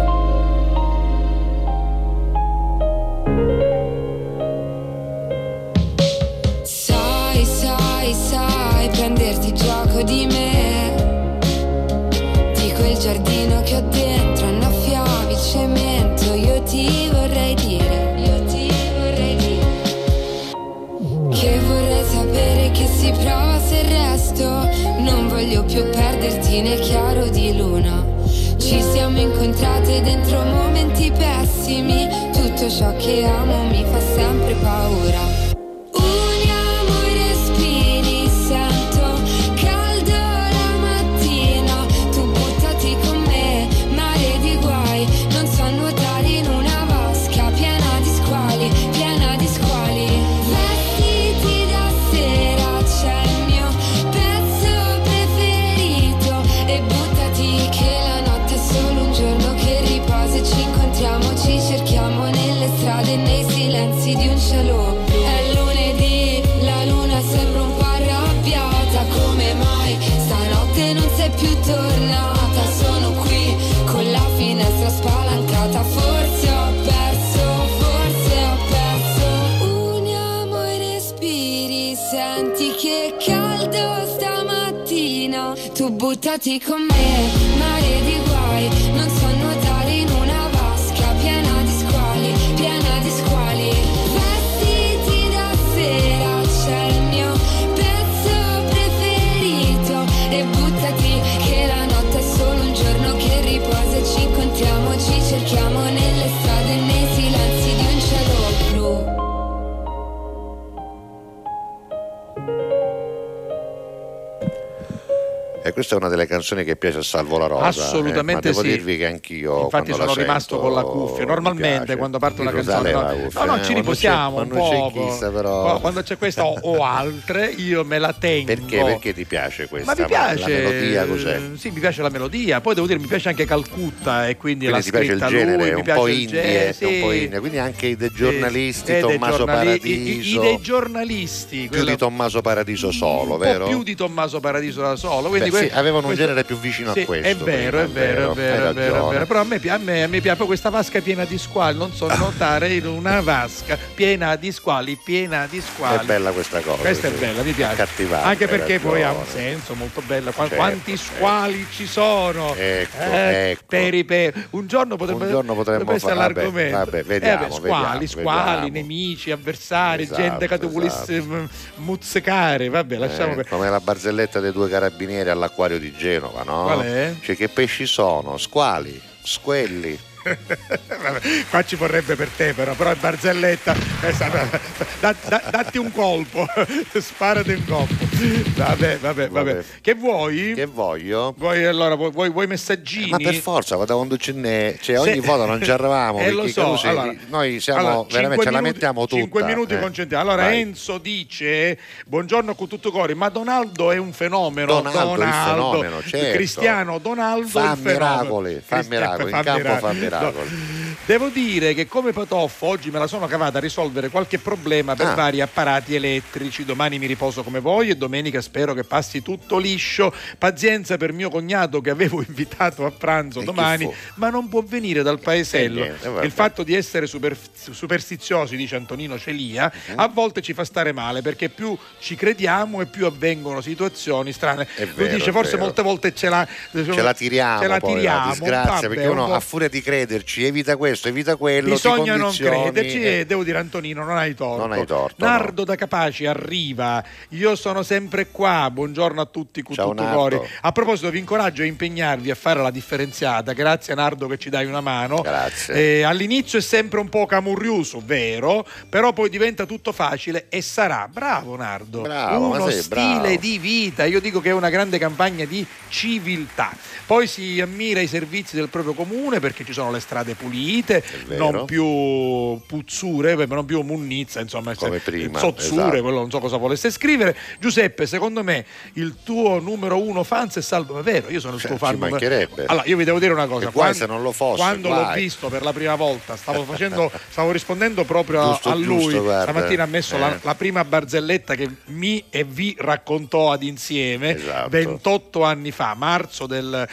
Sai prenderti gioco di me, di quel giardino che ho dentro annaffiavi il cemento. Io ti vorrei dire che vorrei sapere che si prova se resto. Non voglio più perderti nel chiaro di luna. Ci siamo incontrate dentro momenti pessimi. Tutto ciò che amo mi fa sempre paura. Nei silenzi di un cielo blu. È lunedì, la luna sembra un po' arrabbiata. Come mai stanotte non sei più tornata? Sono qui con la finestra spalancata. Forse ho perso. Uniamo i respiri, senti che caldo stamattina. Tu buttati con me, mare di guai. Non so nuotare in una vasca piena di squali, piena di squali. Vestiti da sera, questa è una delle canzoni che piace a Salvo La Rosa. Assolutamente ma devo sì. dirvi che anch'io. Infatti sono rimasto con la cuffia. Normalmente quando parte una canzone no, ci riposiamo un po'. Però... Quando c'è questa o altre, io me la tengo. Perché ti piace questa? Ma mi piace la melodia cos'è? Sì, mi piace la melodia. Poi devo dire, mi piace anche Calcutta e quindi l'ha scritta lui. Mi piace il genere, un po' indie, sì. un po' indie. Quindi anche i dei giornalisti, Tommaso Paradiso. I dei giornalisti. Più di Tommaso Paradiso solo, vero? Più di Tommaso Paradiso da solo. Quindi sì, avevano un genere più vicino a questo. È vero. Però a me piace questa vasca piena di squali. Non so notare in una vasca piena di squali. È bella questa cosa. Questa è bella, mi piace. Anche perché poi ha un senso molto bello. Quanti squali ci sono? Ecco. Un giorno potremmo essere l'argomento. Vediamo, squali, nemici, avversari, gente che tu volesse muzzicare. Vabbè, lasciamo come la barzelletta dei 2 carabinieri all'acquario di Genova, no? Qual è? Cioè, che pesci sono? Squali, squelli. Qua ci vorrebbe per te però è barzelletta. Datti un colpo. Sparati un colpo. Vabbè. Che vuoi? Che voglio? Vuoi messaggini? Ma per forza, quando ogni volta non ci arriviamo lo so. Noi siamo veramente ce la mettiamo tutta. 5 minuti concentrati. Allora vai. Enzo dice: buongiorno con tutto cori, ma Donaldo è un fenomeno. Donaldo è il fenomeno, certo. Cristiano Donaldo fa miracoli, in campo fa miracoli. Devo dire che come Patoffo oggi me la sono cavata a risolvere qualche problema per vari apparati elettrici. Domani mi riposo come voi e domenica spero che passi tutto liscio. Pazienza per mio cognato che avevo invitato a pranzo domani, ma non può venire dal paesello. Il fatto di essere superstiziosi, dice Antonino Celia, a volte ci fa stare male perché più ci crediamo e più avvengono situazioni strane. Lo dice, forse molte volte ce la tiriamo la disgrazia, perché uno a furia di crederci evita questo, evita quello, bisogna non crederci e devo dire, Antonino, non hai torto. Nardo da Capaci arriva, io sono sempre qua, buongiorno a tutti con tutto cuore. A proposito, vi incoraggio a impegnarvi a fare la differenziata. Grazie Nardo che ci dai una mano. Grazie. All'inizio è sempre un po' camurriuso, vero, però poi diventa tutto facile e sarà, bravo Nardo, uno stile di vita. Io dico che è una grande campagna di civiltà. Poi si ammira i servizi del proprio comune perché ci sono le strade pulite, non più puzzure, non più munnizza, insomma, come prima, zozzure, quello non so cosa volesse scrivere. Giuseppe, secondo me il tuo numero 1 fans è Salvo, è vero, io sono il tuo fan. Ci mancherebbe. Allora, io vi devo dire una cosa, se non lo fosse, quando l'ho visto per la prima volta, stavo rispondendo proprio a lui. Stamattina ha messo la prima barzelletta che mi e vi raccontò ad insieme 28 anni fa, marzo del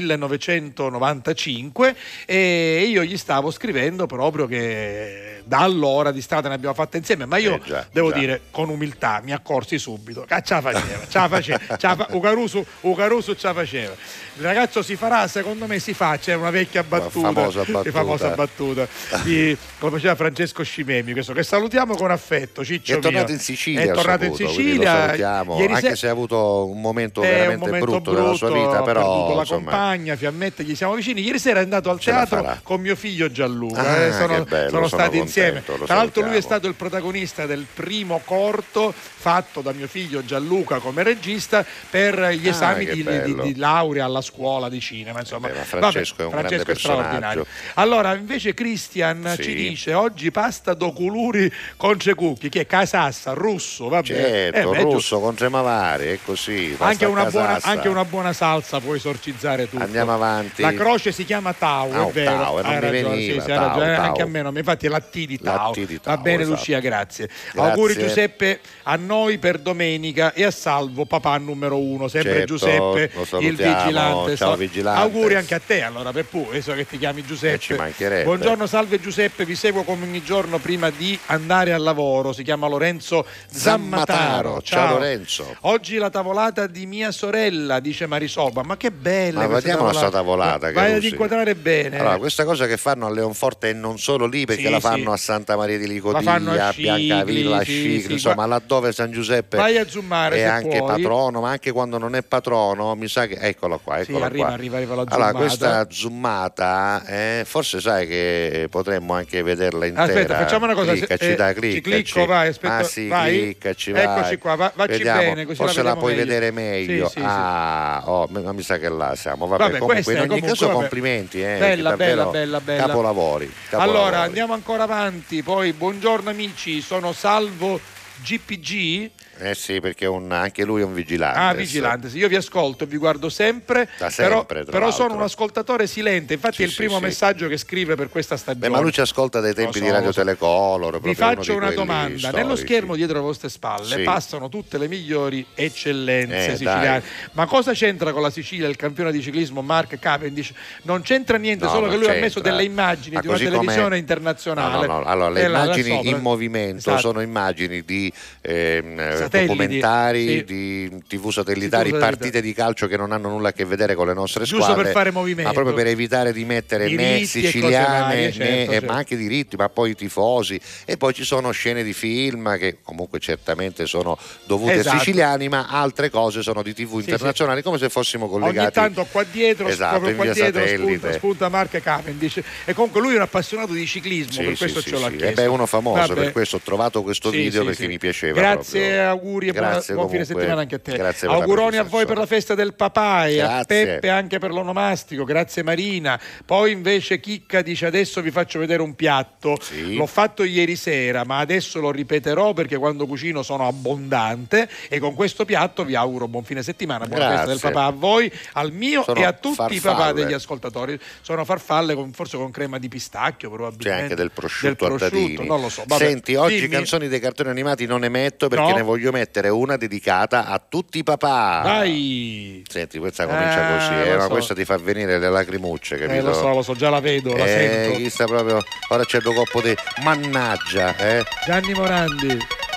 1995, e io gli stavo scrivendo proprio che da allora di strada ne abbiamo fatte insieme, ma io devo dire con umiltà mi accorsi subito che ce la faceva Ucaruso ce la faceva. Il ragazzo si farà, secondo me si fa, c'è una vecchia famosa battuta che lo faceva Francesco Scimemi, questo che salutiamo con affetto. Ciccio è tornato in Sicilia, lo salutiamo, anche se ha avuto un momento veramente brutto della sua vita, però la compagna Fiammetta, gli siamo vicini. Ieri sera è andato al teatro con mio figlio Gianluca, sono stati insieme. Tra l'altro lui è stato il protagonista del primo corto fatto da mio figlio Gianluca come regista per gli esami di laurea alla scuola di cinema, insomma. Francesco è un grande personaggio. Allora invece Christian ci dice oggi pasta do culuri con cecucchi, che è casassa, russo, vabbè. Certo, russo con tremavari, è così. Anche una buona salsa può esorcizzare tutto. Andiamo avanti. La croce si chiama Tau, è vero. Non mi veniva, Tau. Anche a me non mi, infatti è la T di Tau. Va bene, Lucia, grazie. Auguri Giuseppe a noi per domenica e a Salvo, papà numero 1, sempre Giuseppe, il vigilante. Ciao vigilante. Auguri anche a te, allora, per visto che ti chiami Giuseppe. Ci mancherebbe. Buongiorno, salve Giuseppe, vi seguo come ogni giorno prima di andare al lavoro. Si chiama Lorenzo Zammataro. Ciao Lorenzo. Oggi la tavolata di mia sorella, dice Marisoba. Ma che bella! Ma vediamo la sua tavolata. Vai ad inquadrare bene. Allora, questa cosa che fa fanno a Leonforte e non solo lì, perché la fanno a Santa Maria di Licodia, a Biancavilla, a Scicli, insomma laddove San Giuseppe vai a zoomare, è anche patrono, ma anche quando non è patrono, mi sa che eccolo qua. Arriva la zoomata. Allora, questa zoomata, forse sai che potremmo anche vederla intera. Aspetta, facciamo una cosa. Cliccaci. Clicco, vai, aspetta. Ah sì, vai. Cliccaci, vai. Eccoci qua, vacci bene, così forse la puoi meglio. vedere meglio. Sì. Ma mi sa che là siamo. Vabbè, comunque, in ogni caso complimenti, bella. Capolavori. Allora, andiamo ancora avanti. Poi, buongiorno amici, sono Salvo GPG. Sì, perché anche lui è un vigilante. Vigilante, sì. Io vi ascolto e vi guardo sempre, però sono un ascoltatore silente. Infatti è il primo messaggio che scrive per questa stagione. Ma lui ci ascolta dai tempi di Radio Telecolor. Vi faccio una domanda. Storici. Nello schermo dietro le vostre spalle passano tutte le migliori eccellenze siciliane. Dai. Ma cosa c'entra con la Sicilia il campione di ciclismo Mark Cavendish? Non c'entra niente, solo che lui ha messo delle immagini di una televisione internazionale. No. Allora, le immagini in movimento sono immagini di documentari, di TV satellitari, partite di calcio che non hanno nulla a che vedere con le nostre squadre, giusto per fare movimento, ma proprio per evitare di mettere né siciliane ma anche diritti, ma poi i tifosi, e poi ci sono scene di film che comunque certamente sono dovute ai siciliani, ma altre cose sono di TV internazionali, come se fossimo collegati. Ogni tanto qua dietro, spunta Mark Cavendish, e comunque lui è un appassionato di ciclismo, per questo ce l'ha chiesto. È uno famoso, per questo ho trovato questo video perché mi piaceva. Grazie, auguri e buon fine settimana anche a te. Auguroni a voi per la festa del papà e a Peppe anche per l'onomastico. Grazie Marina. Poi invece Chicca dice: adesso vi faccio vedere un piatto. L'ho fatto ieri sera, ma adesso lo ripeterò perché quando cucino sono abbondante, e con questo piatto vi auguro buon fine settimana, buona festa del papà a voi, al mio e a tutti i papà degli ascoltatori. Sono farfalle forse con crema di pistacchio, probabilmente. C'è anche del prosciutto a dadini. Non lo so. Senti, oggi canzoni dei cartoni animati non emetto perché ne voglio mettere una dedicata a tutti i papà. Vai! Senti, questa comincia così, ma questa ti fa venire le lacrimucce, capito? Lo so, già la vedo, la sento. Chi sta proprio. Ora c'è due coppo di mannaggia, Gianni Morandi.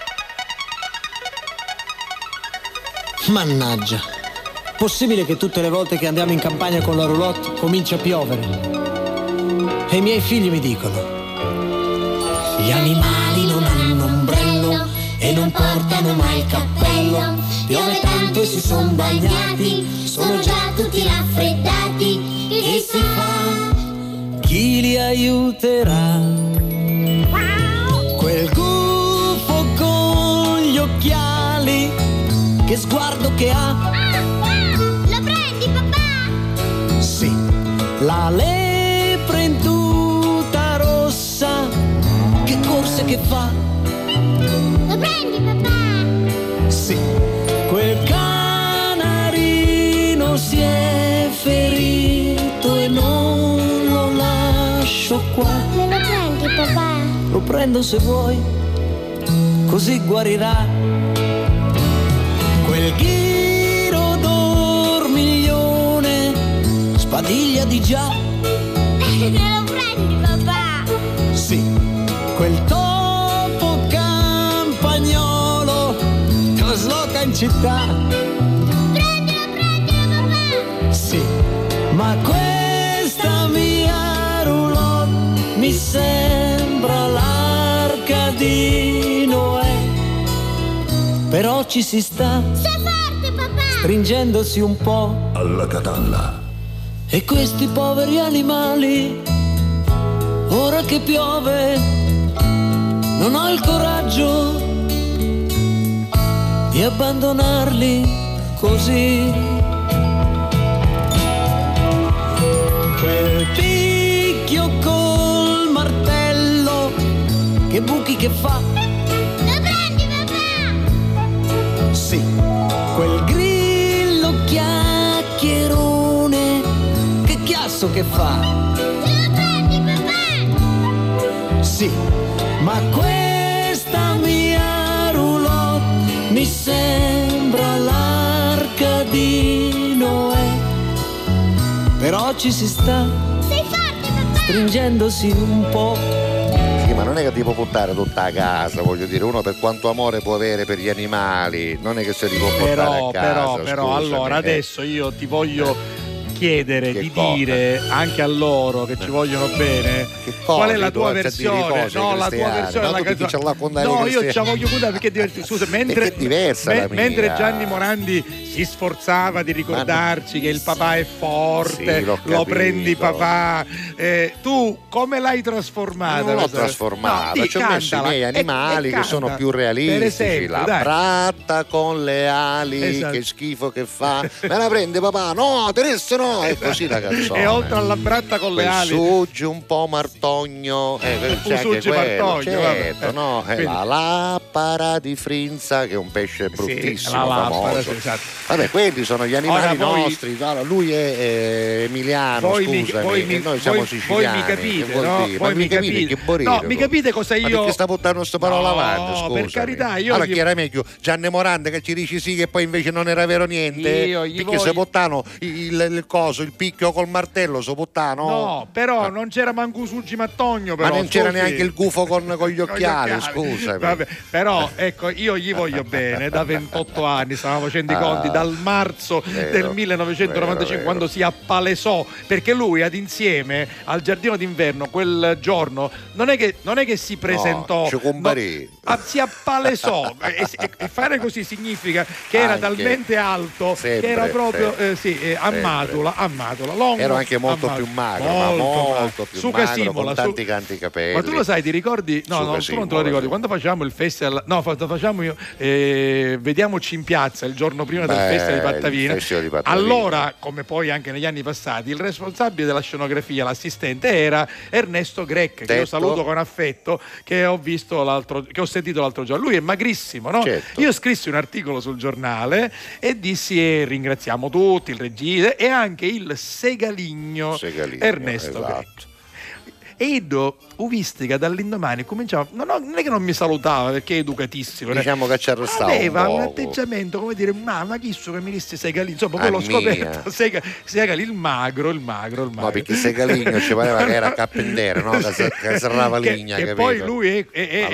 Mannaggia. Possibile che tutte le volte che andiamo in campagna con la roulotte comincia a piovere? E i miei figli mi dicono: gli animali non hanno ombrello e non portano mai il cappello. Piove tanto e si son bagnati, sono già tutti raffreddati. Che si fa? Chi li aiuterà? Quel gufo con gli occhiali, che sguardo che ha? Lo prendi, papà? Sì, la lepre in tuta rossa, che corse che fa? Lo prendi, papà? Sì, quel canarino si è ferito e non lo lascio qua. Me lo prendi, papà? Lo prendo se vuoi, così guarirà. Quel ghiro dormiglione, spadiglia di già. Me lo prendi, papà? Sì, quel topo campagnolo che lo sloca in città. Prendilo, papà! Sì, ma questa mia roulotte mi sembra l'arca di Noè. Però ci si sta stringendosi un po' alla catalla. E questi poveri animali, ora che piove, non ho il coraggio di abbandonarli così. Quel picchio col martello, che buchi che fa. Lo prendi, papà? Sì, quel grillo chiacchierone, che chiasso che fa. Lo prendi, papà? Sì, ma questa mia roulotte mi sembra l'arca di Noè. Però ci si sta stringendosi un po'. Sì, ma non è che ti può buttare tutta a casa, voglio dire, uno per quanto amore può avere per gli animali, non è che se li può portare a casa. Però allora adesso io ti voglio chiedere di dire anche a loro che ci vogliono bene qual è la tua versione. No, la tua versione della canzone. No, io ci voglio contare perché scusa, mentre Gianni Morandi si sforzava di ricordarci che il papà è forte, lo prendi papà, tu come l'hai trasformata? Non l'ho trasformata, ci ho messo i miei animali che sono più realistici. La bratta con le ali, che schifo che fa, me la prende papà, no Teresa no, è così la canzone. E oltre alla bratta con le ali Suggi un po' Martogno, Suggi Martogno, certo, no? La lappara di Frinza che è un pesce bruttissimo, famoso. Vabbè, quelli sono gli animali nostri. Lui è emiliano, scusami, noi siamo siciliani. Voi mi capite, no, mi capite cosa io. Ma perché sta buttando sta parola avanti? No, per carità, io. Allora, chi era meglio? Gianni Morandi che ci dici sì, che poi invece non era vero niente. Perché se buttano il coso, il picchio col martello, so buttano. No, però non c'era manco Suggi Martogno, però. Ma non c'era neanche il gufo con gli occhiali, scusa. Però ecco, io gli voglio bene, da 28 anni stavamo facendo i conti, dal marzo del 1995 quando si appalesò, perché lui ad Insieme al Giardino d'Inverno quel giorno non è che si presentò, si appalesò e fare così significa che era talmente alto che era proprio a Matula, Longo, era anche molto più magro, molto più magro, con tanti canti capelli. Ma tu lo sai, ti ricordi? No, tu non te lo ricordi, quando facciamo il festival, Vediamoci in piazza il giorno prima del festival di Battavina. Allora, come poi anche negli anni passati, il responsabile della scenografia, l'assistente, era Ernesto Grec, che io saluto con affetto, che ho sentito l'altro giorno. Lui è magrissimo, no? Certo. Io scrissi un articolo sul giornale e dissi ringraziamo tutti, il regista e anche il segaligno Ernesto Grec. E io ho visto che dall'indomani cominciava, non è che non mi salutava perché è educatissimo, diciamo che ci arrestava, aveva un atteggiamento come dire ma chi so che mi disse Segalino, insomma poi l'ho scoperto, Segalino il magro. Ma perché Segaligno ci pareva che era cappendere, no? che serrava ligna, che poi lui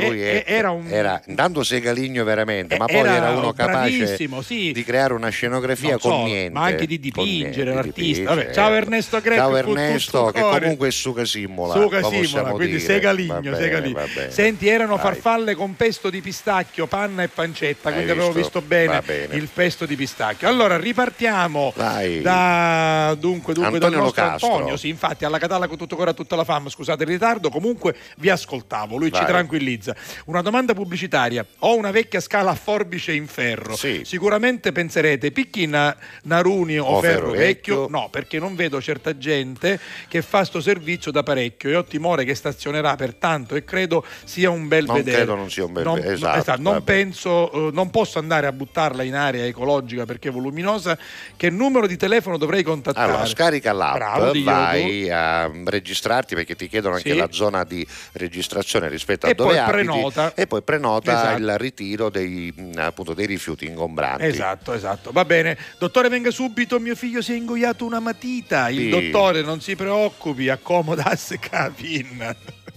era intanto Segaligno veramente, ma poi era uno capace di creare una scenografia con niente, ma anche di dipingere, un artista. Vabbè, ciao Ernesto Greco. Ciao Ernesto, che comunque è Suca Simola, quindi Segaligno. Senti, erano farfalle con pesto di pistacchio, panna e pancetta, quindi avevo visto bene il pesto di pistacchio. Allora ripartiamo da dunque dal nostro Antonio, sì, infatti alla Catalla con tutto cuore a tutta la fama, scusate il ritardo, comunque vi ascoltavo, lui ci tranquillizza. Una domanda pubblicitaria: ho una vecchia scala a forbice in ferro, sicuramente penserete picchi Naruni o ferro vecchio? No, perché non vedo certa gente che fa sto servizio da parecchio e ho timore che stazionerà per tanto e credo sia un bel vedere. Credo non sia un bel vedere. Esatto. Non penso, non posso andare a buttarla in area ecologica perché è voluminosa. Che numero di telefono dovrei contattare? Allora, scarica l'app, vai a registrarti perché ti chiedono anche la zona di registrazione rispetto a dove abiti e poi prenota il ritiro dei rifiuti ingombranti. Esatto, va bene. Dottore, venga subito, mio figlio si è ingoiato una matita. Il dottore, non si preoccupi, accomodasse capin.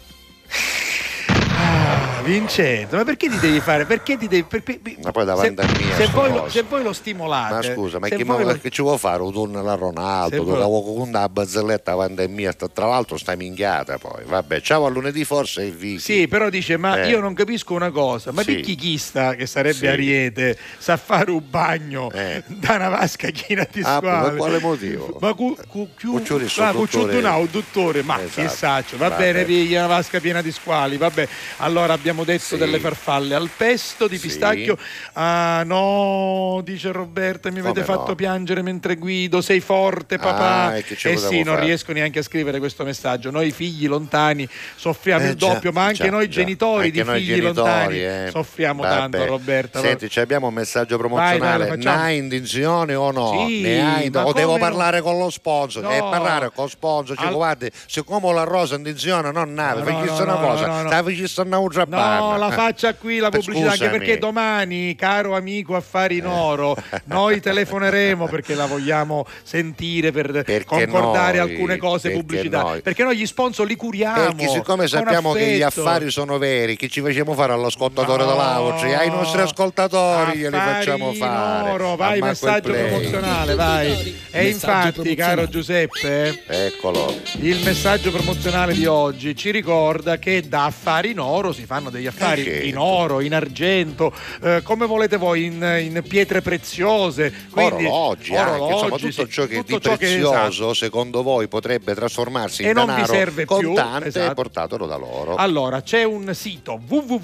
Vincenzo, ma perché ti devi fare? Ma poi davanti a mia se voi lo stimolate. Ma scusa, ma che ci vuoi fare? Un turno alla Ronaldo, tu la vuoi con una barzelletta davanti a mia, tra l'altro sta minchiata poi. Vabbè, ciao a lunedì forse e Vicky. Sì, però dice, ma io non capisco una cosa, ma perché chista, che sarebbe Ariete, sa fare un bagno da una vasca china di squalo? Per quale motivo? Ma dottore, ma che saccio, va bene, piglia una vasca piena di squali, vabbè. Allora abbiamo detto delle farfalle al pesto di pistacchio. Ah no, dice Roberta, mi avete fatto piangere mentre guido, sei forte papà. Non riesco neanche a scrivere questo messaggio. Noi figli lontani soffriamo il doppio, ma anche noi genitori di figli lontani soffriamo tanto, Roberta. Senti, abbiamo un messaggio promozionale. Ne hai intenzione o no? O devo parlare con lo sponsor? Parlare con lo sponsor, guardi, siccome la rosa intenzione non nave, perché una cosa, stai facendo una No, la faccia qui la pubblicità, anche perché domani, caro amico Affari in Oro, noi telefoneremo perché la vogliamo sentire per concordare alcune cose pubblicità. Perché noi gli sponsor li curiamo. Perché siccome sappiamo che gli affari sono veri, che ci facciamo fare all'ascoltatore dell'Auci? Ai nostri ascoltatori glieli facciamo fare. Oro, vai, messaggio promozionale, vai. E infatti, caro Giuseppe, eccolo. Il messaggio promozionale di oggi ci ricorda che da affari in oro si fanno degli affari in oro, in argento, come volete voi, in pietre preziose, quindi orologi, insomma tutto ciò che è di prezioso secondo voi potrebbe trasformarsi in denaro non vi serve contante, più, portatelo da loro. Allora c'è un sito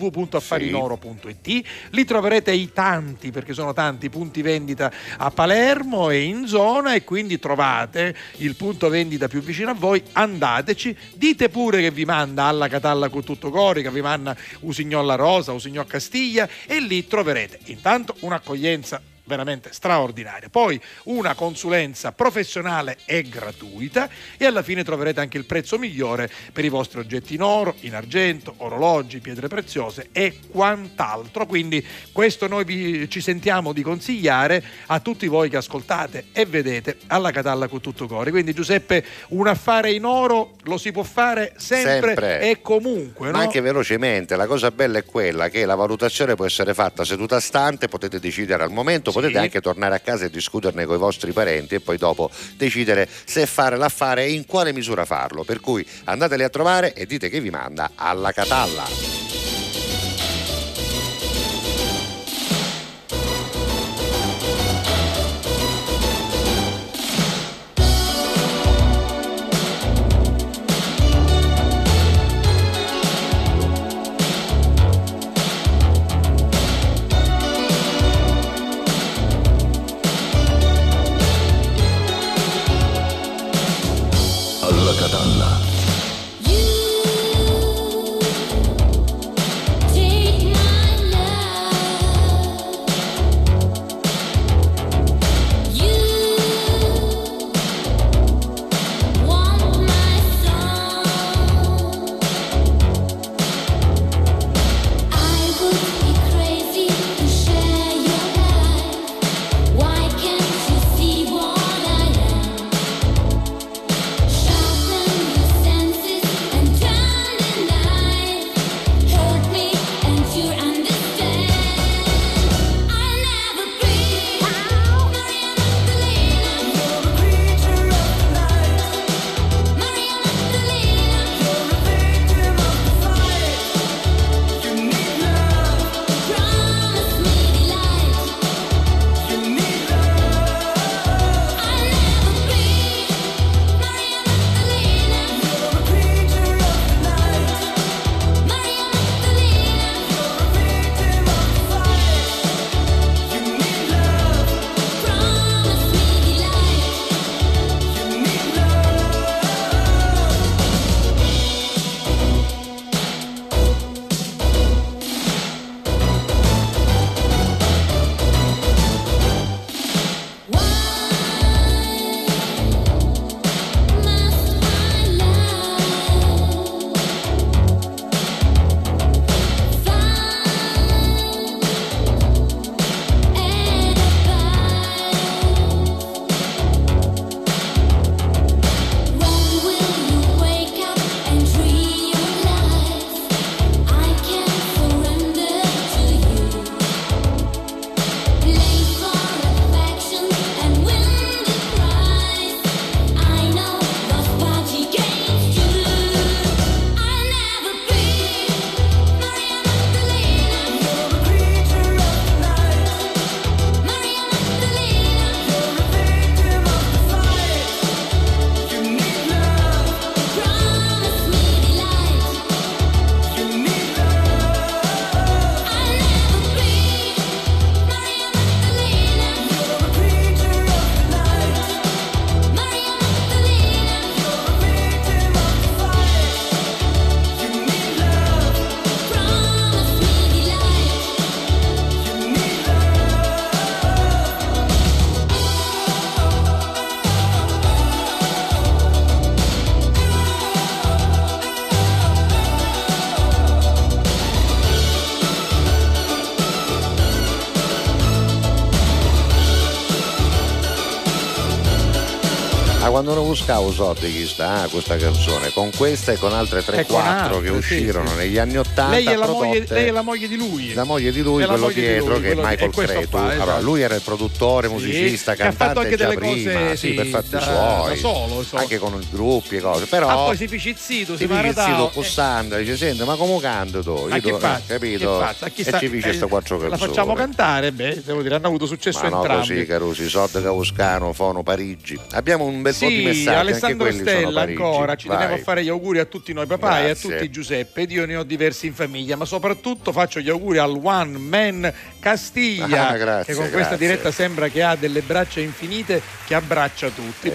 www.affarinoro.it, lì troverete i tanti, perché sono tanti punti vendita a Palermo e in zona, e quindi trovate il punto vendita più vicino a voi, andateci, dite pure che vi manda alla Catalla con tutto Corica, vi manda Usignolla Rosa, Usignò Castiglia, e lì troverete intanto un'accoglienza veramente straordinaria, poi una consulenza professionale e gratuita, e alla fine troverete anche il prezzo migliore per i vostri oggetti in oro, in argento, orologi, pietre preziose e quant'altro. Quindi questo noi ci sentiamo di consigliare a tutti voi che ascoltate e vedete alla Catalla con tutto cuore. Quindi Giuseppe, un affare in oro lo si può fare sempre e comunque, ma no? anche velocemente. La cosa bella è quella che la valutazione può essere fatta seduta stante, potete decidere al momento, potete anche tornare a casa e discuterne con i vostri parenti e poi dopo decidere se fare l'affare e in quale misura farlo. Per cui andateli a trovare e dite che vi manda alla Catalla. Alla Catalla. quando non buscavo soldi chi sta questa canzone, con questa e con altre 3-4 che uscirono negli anni 80. Lei è la moglie di lui. La moglie di lui, quello dietro, che è Michael Cretu. Allora, lui era il produttore, musicista, cantante anche già delle prima, cose, per fatti da suoi, solo. Anche con i gruppi e cose. Però poi si picizzito, si pizzito Cussando, dice senti ma come canto tu? Io capito? E ci dice sta 4 canzoni. La facciamo cantare? Beh, devo dire, hanno avuto successo entrambi. Così, Carusi, Sod Causcano, Fono, Parigi. Abbiamo un bel po' di messaggi. Alessandro anche quelli Stella ancora, ci tenevo a Vai. fare gli auguri a tutti noi papà. Grazie. E a tutti Giuseppe. Ed io ne ho diversi in famiglia, ma soprattutto faccio gli auguri al One Man Castiglia, grazie, che con questa diretta sembra che ha delle braccia infinite che abbraccia tutti.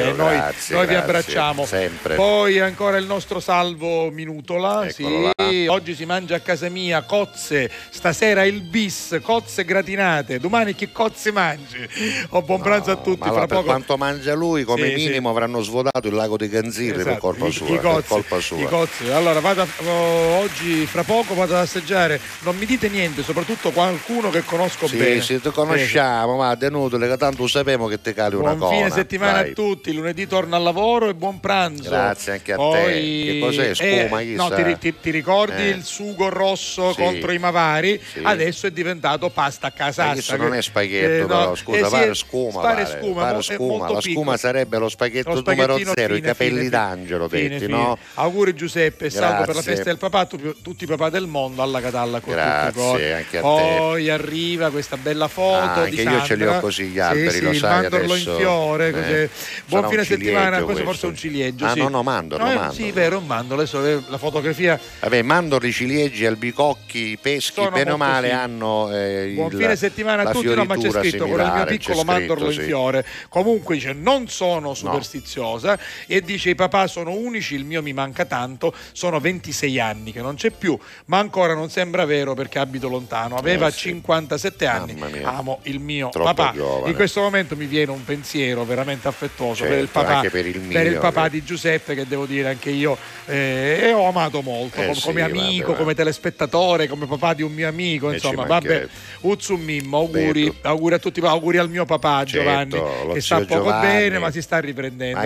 Noi vi abbracciamo sempre. Poi ancora il nostro Salvo Minutola. Eccolo Sì, oggi si mangia a casa mia cozze, stasera il bis, cozze gratinate, domani che cozze mangi? Buon pranzo a tutti. Ma allora, fra poco... quanto mangia lui, come minimo avranno svuotato il lago di Ganzirri per colpa sua. I cozzi. Allora oggi fra poco vado ad assaggiare, non mi dite niente, soprattutto qualcuno che conosco bene. Sì, ti conosciamo, ma è inutile che tanto sappiamo che ti cali una cosa. Buon fine settimana a tutti, lunedì torno al lavoro e buon pranzo. Grazie anche a te. Che cos'è? Scuma? Ti ricordi il sugo rosso contro i Mavari? Sì. Adesso è diventato pasta a casa. Questo non è spaghetto, però, scusa, pare scuma. Pare scuma. La scuma sarebbe lo spaghetto numero 0, i capelli d'angelo detti, no? Auguri Giuseppe, salvo per la Grazie. festa del papà, tutti i papà del mondo alla Catalla con Grazie, tutti anche a te. Poi arriva questa bella foto di anche Sandra. io ce li ho così gli alberi, lo il sai mandorlo adesso. in fiore, così. Buon fine settimana, questo questo. forse è un ciliegio. No, mandorlo. Sì, vero, un mandorlo. Adesso la fotografia. Vabbè, mandorli, ciliegi, albicocchi, peschi, Sono bene o molto male sì. hanno Buon fine settimana a tutti, no, ma c'è scritto con il mio piccolo mandorlo in fiore. Comunque dice non sono superstiziosa e dice i papà sono unici, il mio mi manca tanto, sono 26 anni che non c'è più, ma ancora non sembra vero perché abito lontano. Aveva 57 anni. Amo il mio papà. Giovane. In questo momento mi viene un pensiero veramente affettuoso Certo, per il papà, anche per il papà di Giuseppe, che devo dire anche io ho amato molto come amico, come telespettatore, come papà di un mio amico, insomma, vabbè. Uzzu Mimmo, auguri a tutti, auguri al mio papà Giovanni, che sta poco bene ma si sta riprendendo.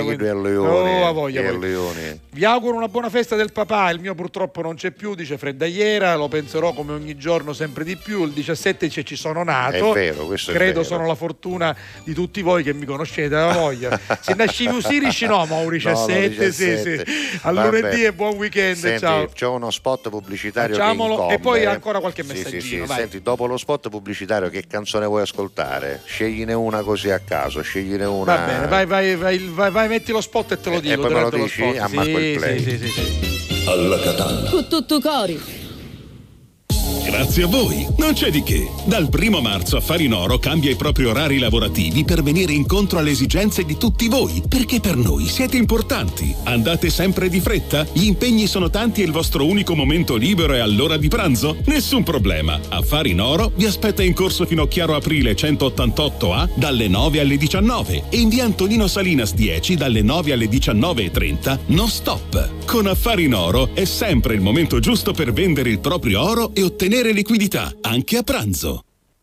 Vi auguro una buona festa del papà, il mio purtroppo non c'è più, dice Freddaiera, lo penserò come ogni giorno sempre di più, il 17 ci sono nato, è vero, questo credo è vero. sono la fortuna di tutti voi che mi conoscete, la voglia. Se nascivi Usirici no, ma un 17, sì. A lunedì e buon weekend. Senti, ciao. c'è uno spot pubblicitario Facciamolo, che incombe. e poi ancora qualche messaggino. Sì. Vai. Senti, dopo lo spot pubblicitario che canzone vuoi ascoltare? Scegliene una così a caso, scegliene una. Va bene, vai, metti lo spot e te lo dico. E poi me lo dici? Ammacco il play. Sì. Alla Catalla. Con tutto cori. Grazie a voi, non c'è di che. Dal 1 marzo Affari in Oro cambia i propri orari lavorativi per venire incontro alle esigenze di tutti voi, perché per noi siete importanti. Andate sempre di fretta? Gli impegni sono tanti e il vostro unico momento libero è all'ora di pranzo? Nessun problema. Affari in Oro vi aspetta in corso Finocchiaro Aprile 188A dalle 9 alle 19 e in via Antonino Salinas 10 dalle 9 alle 19:30 non stop. Con Affari in Oro è sempre il momento giusto per vendere il proprio oro e ottenere liquidità, anche a pranzo.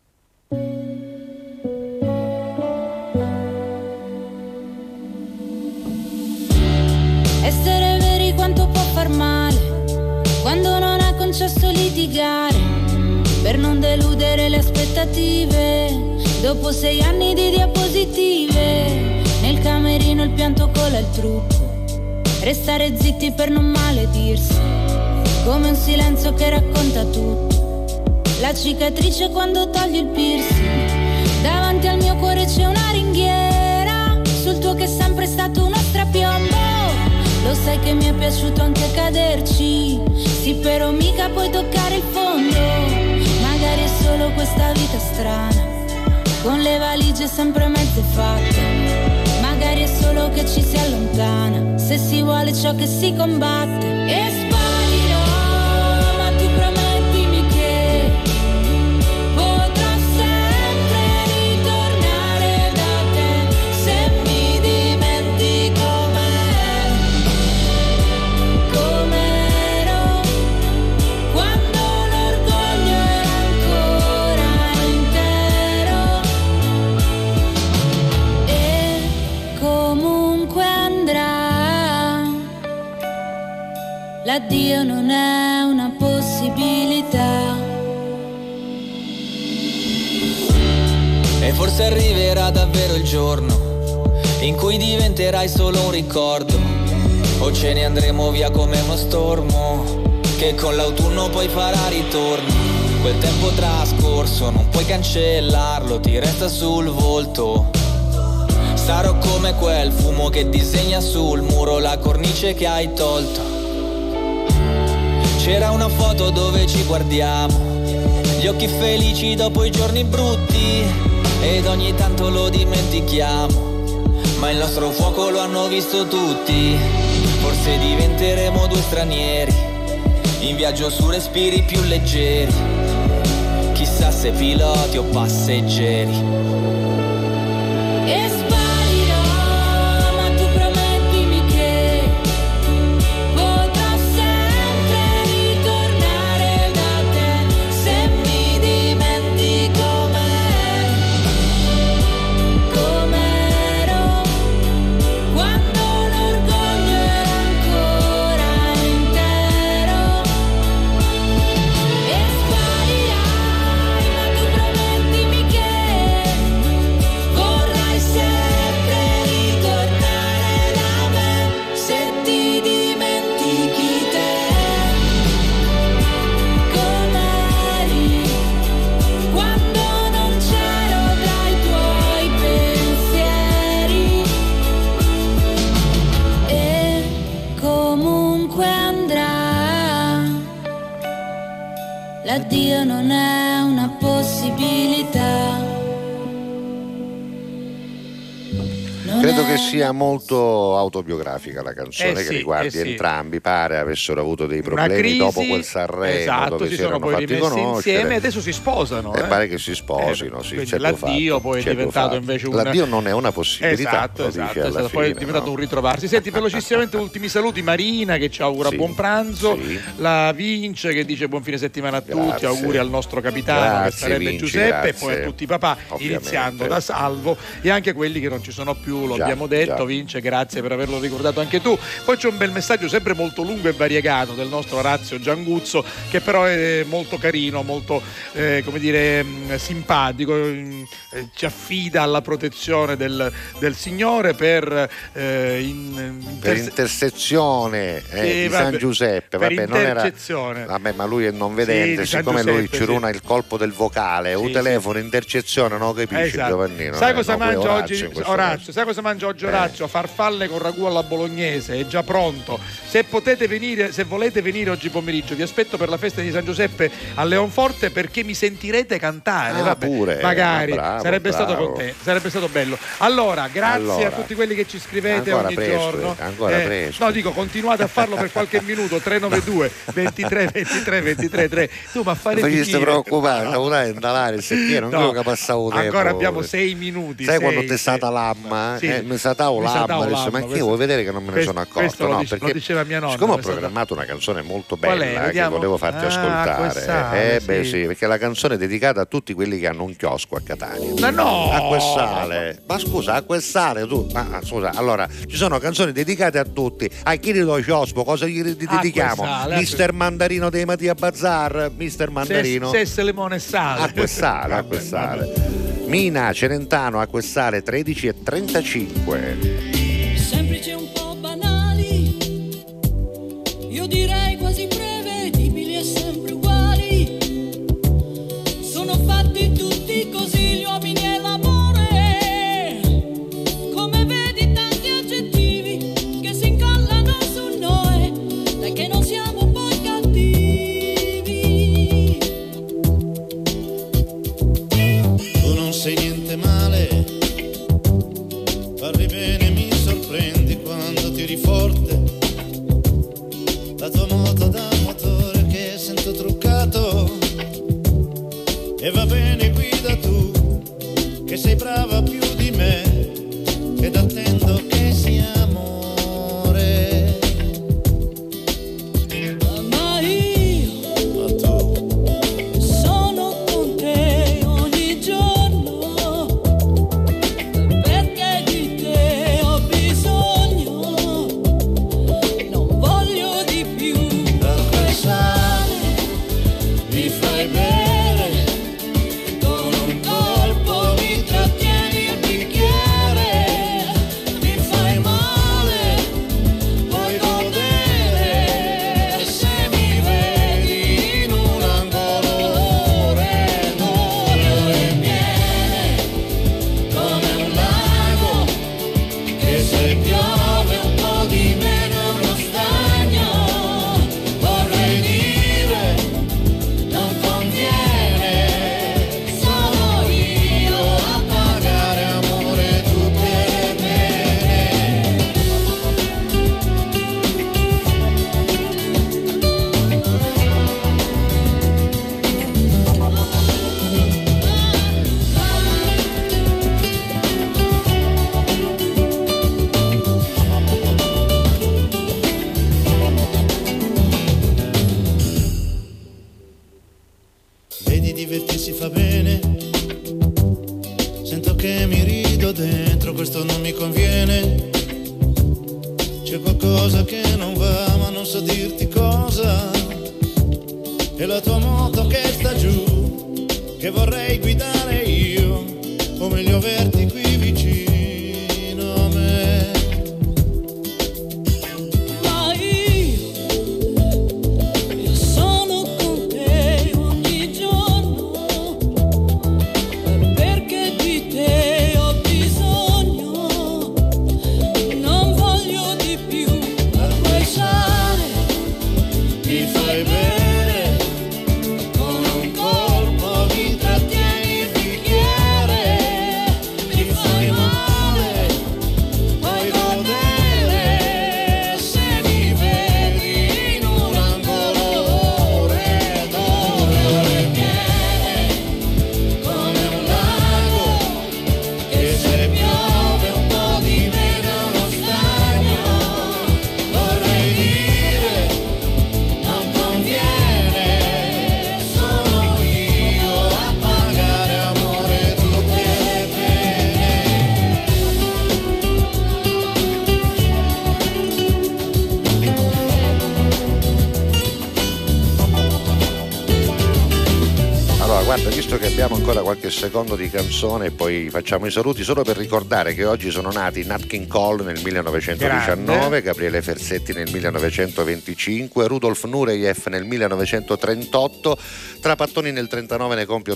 Essere veri quanto può far male quando non è concesso litigare per non deludere le aspettative. Dopo 6 anni di diapositive nel camerino il pianto cola il trucco, restare zitti per non maledirsi come un silenzio che racconta tutto. La cicatrice quando togli il piercing, davanti al mio cuore c'è una ringhiera, sul tuo che è sempre stato uno strapiombo. Lo sai che mi è piaciuto anche caderci, sì però mica puoi toccare il fondo. Magari è solo questa vita strana, con le valigie sempre mezze fatte. Magari è solo che ci si allontana, se si vuole ciò che si combatte. E sparirò, ma tu promettimi che potrò sempre ritornare da te, se mi dimentico com'ero, quando l'orgoglio era ancora intero. E comunque Forse arriverà davvero il giorno in cui diventerai solo un ricordo, o ce ne andremo via come uno stormo che con l'autunno poi farà ritorno. Quel tempo trascorso non puoi cancellarlo, ti resta sul volto. Sarò come quel fumo che disegna sul muro la cornice che hai tolto. C'era una foto dove ci guardiamo, gli occhi felici dopo i giorni brutti, ed ogni tanto lo dimentichiamo, ma il nostro fuoco lo hanno visto tutti. Forse diventeremo due stranieri in viaggio su respiri più leggeri, chissà se piloti o passeggeri. E sparirò, ma tu promettimi che potrò sempre ritornare da te, se mi dimentico com'ero, quando l'orgoglio era ancora intero. E sparirai, ma tu promettimi che vorrai sempre ritornare da me, se ti dimentichi te com'eri, quando non c'ero tra i tuoi pensieri. E comunque andrà, l'addio non è una possibilità. Credo che sia molto autobiografica la canzone, che riguardi entrambi. Pare avessero avuto dei problemi crisi, dopo quel Sanremo, dove si erano fatti conoscere insieme e adesso si sposano. E pare che si sposino, sì, c'è l'addio poi è diventato invece l'addio non è una possibilità, esatto, poi è diventato un ritrovarsi. Senti, velocissimamente ultimi saluti. Marina che ci augura buon pranzo, la Vince che dice buon fine settimana a tutti, auguri al nostro capitano che sarebbe Vinci, Giuseppe, e poi a tutti i papà, iniziando da Salvo e anche quelli che non ci sono più, lo abbiamo detto. Vince, grazie per averlo ricordato anche tu. Poi c'è un bel messaggio sempre molto lungo e variegato del nostro Orazio Gianguzzo, che però è molto carino, molto simpatico, ci affida alla protezione del Signore per intersezione di San Giuseppe, non era, ma lui è non vedente, siccome lui ci runa il colpo del vocale, un telefono intercezione, non capisce Giovannino. Sai cosa mangia oggi Orazio? Sai cosa mangia oggi Orazio? Farfalle con ragù alla bolognese, è già pronto. Se volete venire oggi pomeriggio, vi aspetto per la festa di San Giuseppe a Leonforte, perché mi sentirete cantare. Pure, magari sarebbe stato con te, sarebbe stato bello. Allora, grazie a tutti quelli che ci scrivete ogni giorno. Ancora presto. No, dico, continuate a farlo per qualche minuto. 392 23 23 23 3. Tu ma fare non ti preoccupare, non credo che passavo tempo. Ancora abbiamo 6 minuti. Sai quando ti è stata l'amma? Mi satavo l'amma, ma che vuoi vedere che non me ne sono accorto? No, perché diceva mia nonna. Siccome ho programmato una canzone molto bella che volevo farti ascoltare, perché la canzone è dedicata a tutti quelli che hanno un chiosco a Catania. Ma no! Acquessale. Ma scusa, Acquessale tu? Ma scusa, allora ci sono canzoni dedicate a tutti. A chi do chiosco? Cosa gli dedichiamo? Mister Mandarino dei Mattia Bazar, Mister Mandarino. Sesse, limone e sale. Acquessale. Mina Celentano, Acquessale 13:35. Semplici e un po' banali, io direi quasi prevedibili e sempre uguali. Sono fatti tutti così gli uomini e l'amore. Come vedi tanti aggettivi che si incollano su noi, dai che non siamo poi cattivi. Tu non sei niente male, parli bene, mi sorprendi quando tiri forte. La tua moto da motore che sento truccato. E va bene, guida tu, che sei brava più di me, ed attendo che sia amore. Ma io, tu sono con te ogni giorno, perché di te ho bisogno, non voglio di più. Acquessale, mi fai bene, con un colpo mi trattieni. Vedi, divertirsi fa bene. Sento che mi rido dentro, questo non mi conviene. C'è qualcosa che non va, ma non so dirti cosa. È la tua moto che sta giù, che vorrei guidare io, o meglio averti qui vicino a me. Ma io sono con te ogni giorno, perché di te ho bisogno. Non voglio di più lasciare, Mi fai bene. Guarda, visto che abbiamo ancora qualche secondo di canzone e poi facciamo i saluti, solo per ricordare che oggi sono nati Nat King Cole nel 1919, grande. Gabriele Ferzetti nel 1925, Rudolf Nureyev nel 1938, Trapattoni nel 39 ne compie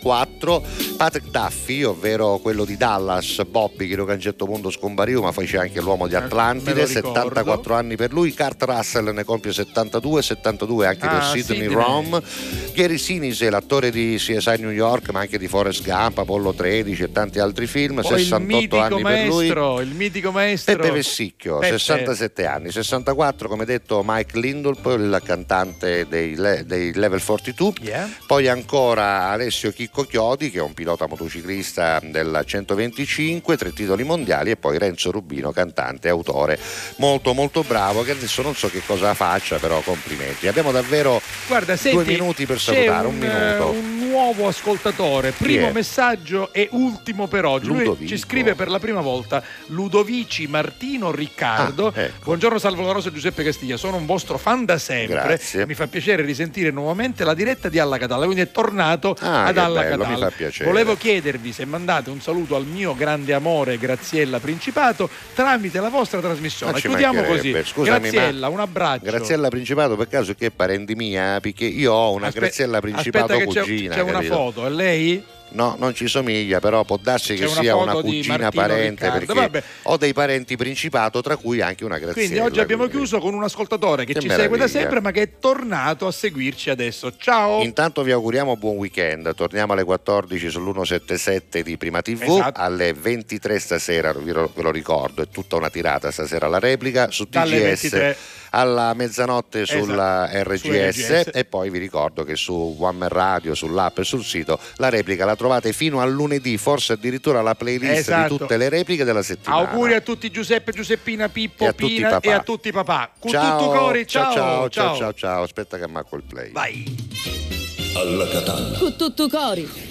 84, Patrick Duffy, ovvero quello di Dallas, Bobby, Chiro Cangetto Mondo Scombariu, ma poi c'è anche l'uomo di Atlantide, 74 anni per lui, Kurt Russell ne compie 72 anche per Sidney Rom, Gary Sinise, l'attore di CSI New York ma anche di Forrest Gump, Apollo 13 e tanti altri film, poi 68 anni maestro, per lui, il mitico maestro Peppe Vessicchio, 67 anni, 64 come detto Mike Lindolf, il cantante dei Level 42, poi ancora Alessio Chicco Chiodi che è un pilota motociclista del 125, 3 titoli mondiali, e poi Renzo Rubino, cantante e autore molto molto bravo, che adesso non so che cosa faccia, però complimenti. Abbiamo davvero 2 minuti per salutare, un minuto. Un nuovo ascoltatore, primo messaggio e ultimo per oggi. Lui ci scrive per la prima volta: Ludovici Martino Riccardo. Ecco. Buongiorno Salvo La Rosa e Giuseppe Castiglia, sono un vostro fan da sempre. Grazie. Mi fa piacere risentire nuovamente la diretta di Alla Catalla, quindi è tornato ad Alla Catalla. Mi fa piacere. Volevo chiedervi se mandate un saluto al mio grande amore Graziella Principato tramite la vostra trasmissione. Chiudiamo così. Scusami, Graziella, un abbraccio. Graziella Principato per caso che è parente mia? Perché io ho una Graziella Principato cugina. C'è una foto, è lei? No, non ci somiglia, però può darsi che sia una cugina parente, Riccardo, perché ho dei parenti Principato, tra cui anche una Graziella. Quindi oggi abbiamo chiuso con un ascoltatore che ci segue da sempre, ma che è tornato a seguirci adesso. Ciao! Intanto vi auguriamo buon weekend. Torniamo alle 14 sull'177 di Prima TV, esatto. Alle 23 stasera, ve lo ricordo, è tutta una tirata stasera la replica su Dalle TGS. 23. Alla mezzanotte sulla RGS, RGS, e poi vi ricordo che su One Man Radio, sull'app e sul sito la replica la trovate fino a lunedì, forse addirittura la playlist di tutte le repliche della settimana. Auguri a tutti Giuseppe, Giuseppina, Pippo, e Pina e a tutti i papà. Ciao, ciao. Ciao. Aspetta che ammacco il play. Vai. Alla Catalla. Con tutto cori.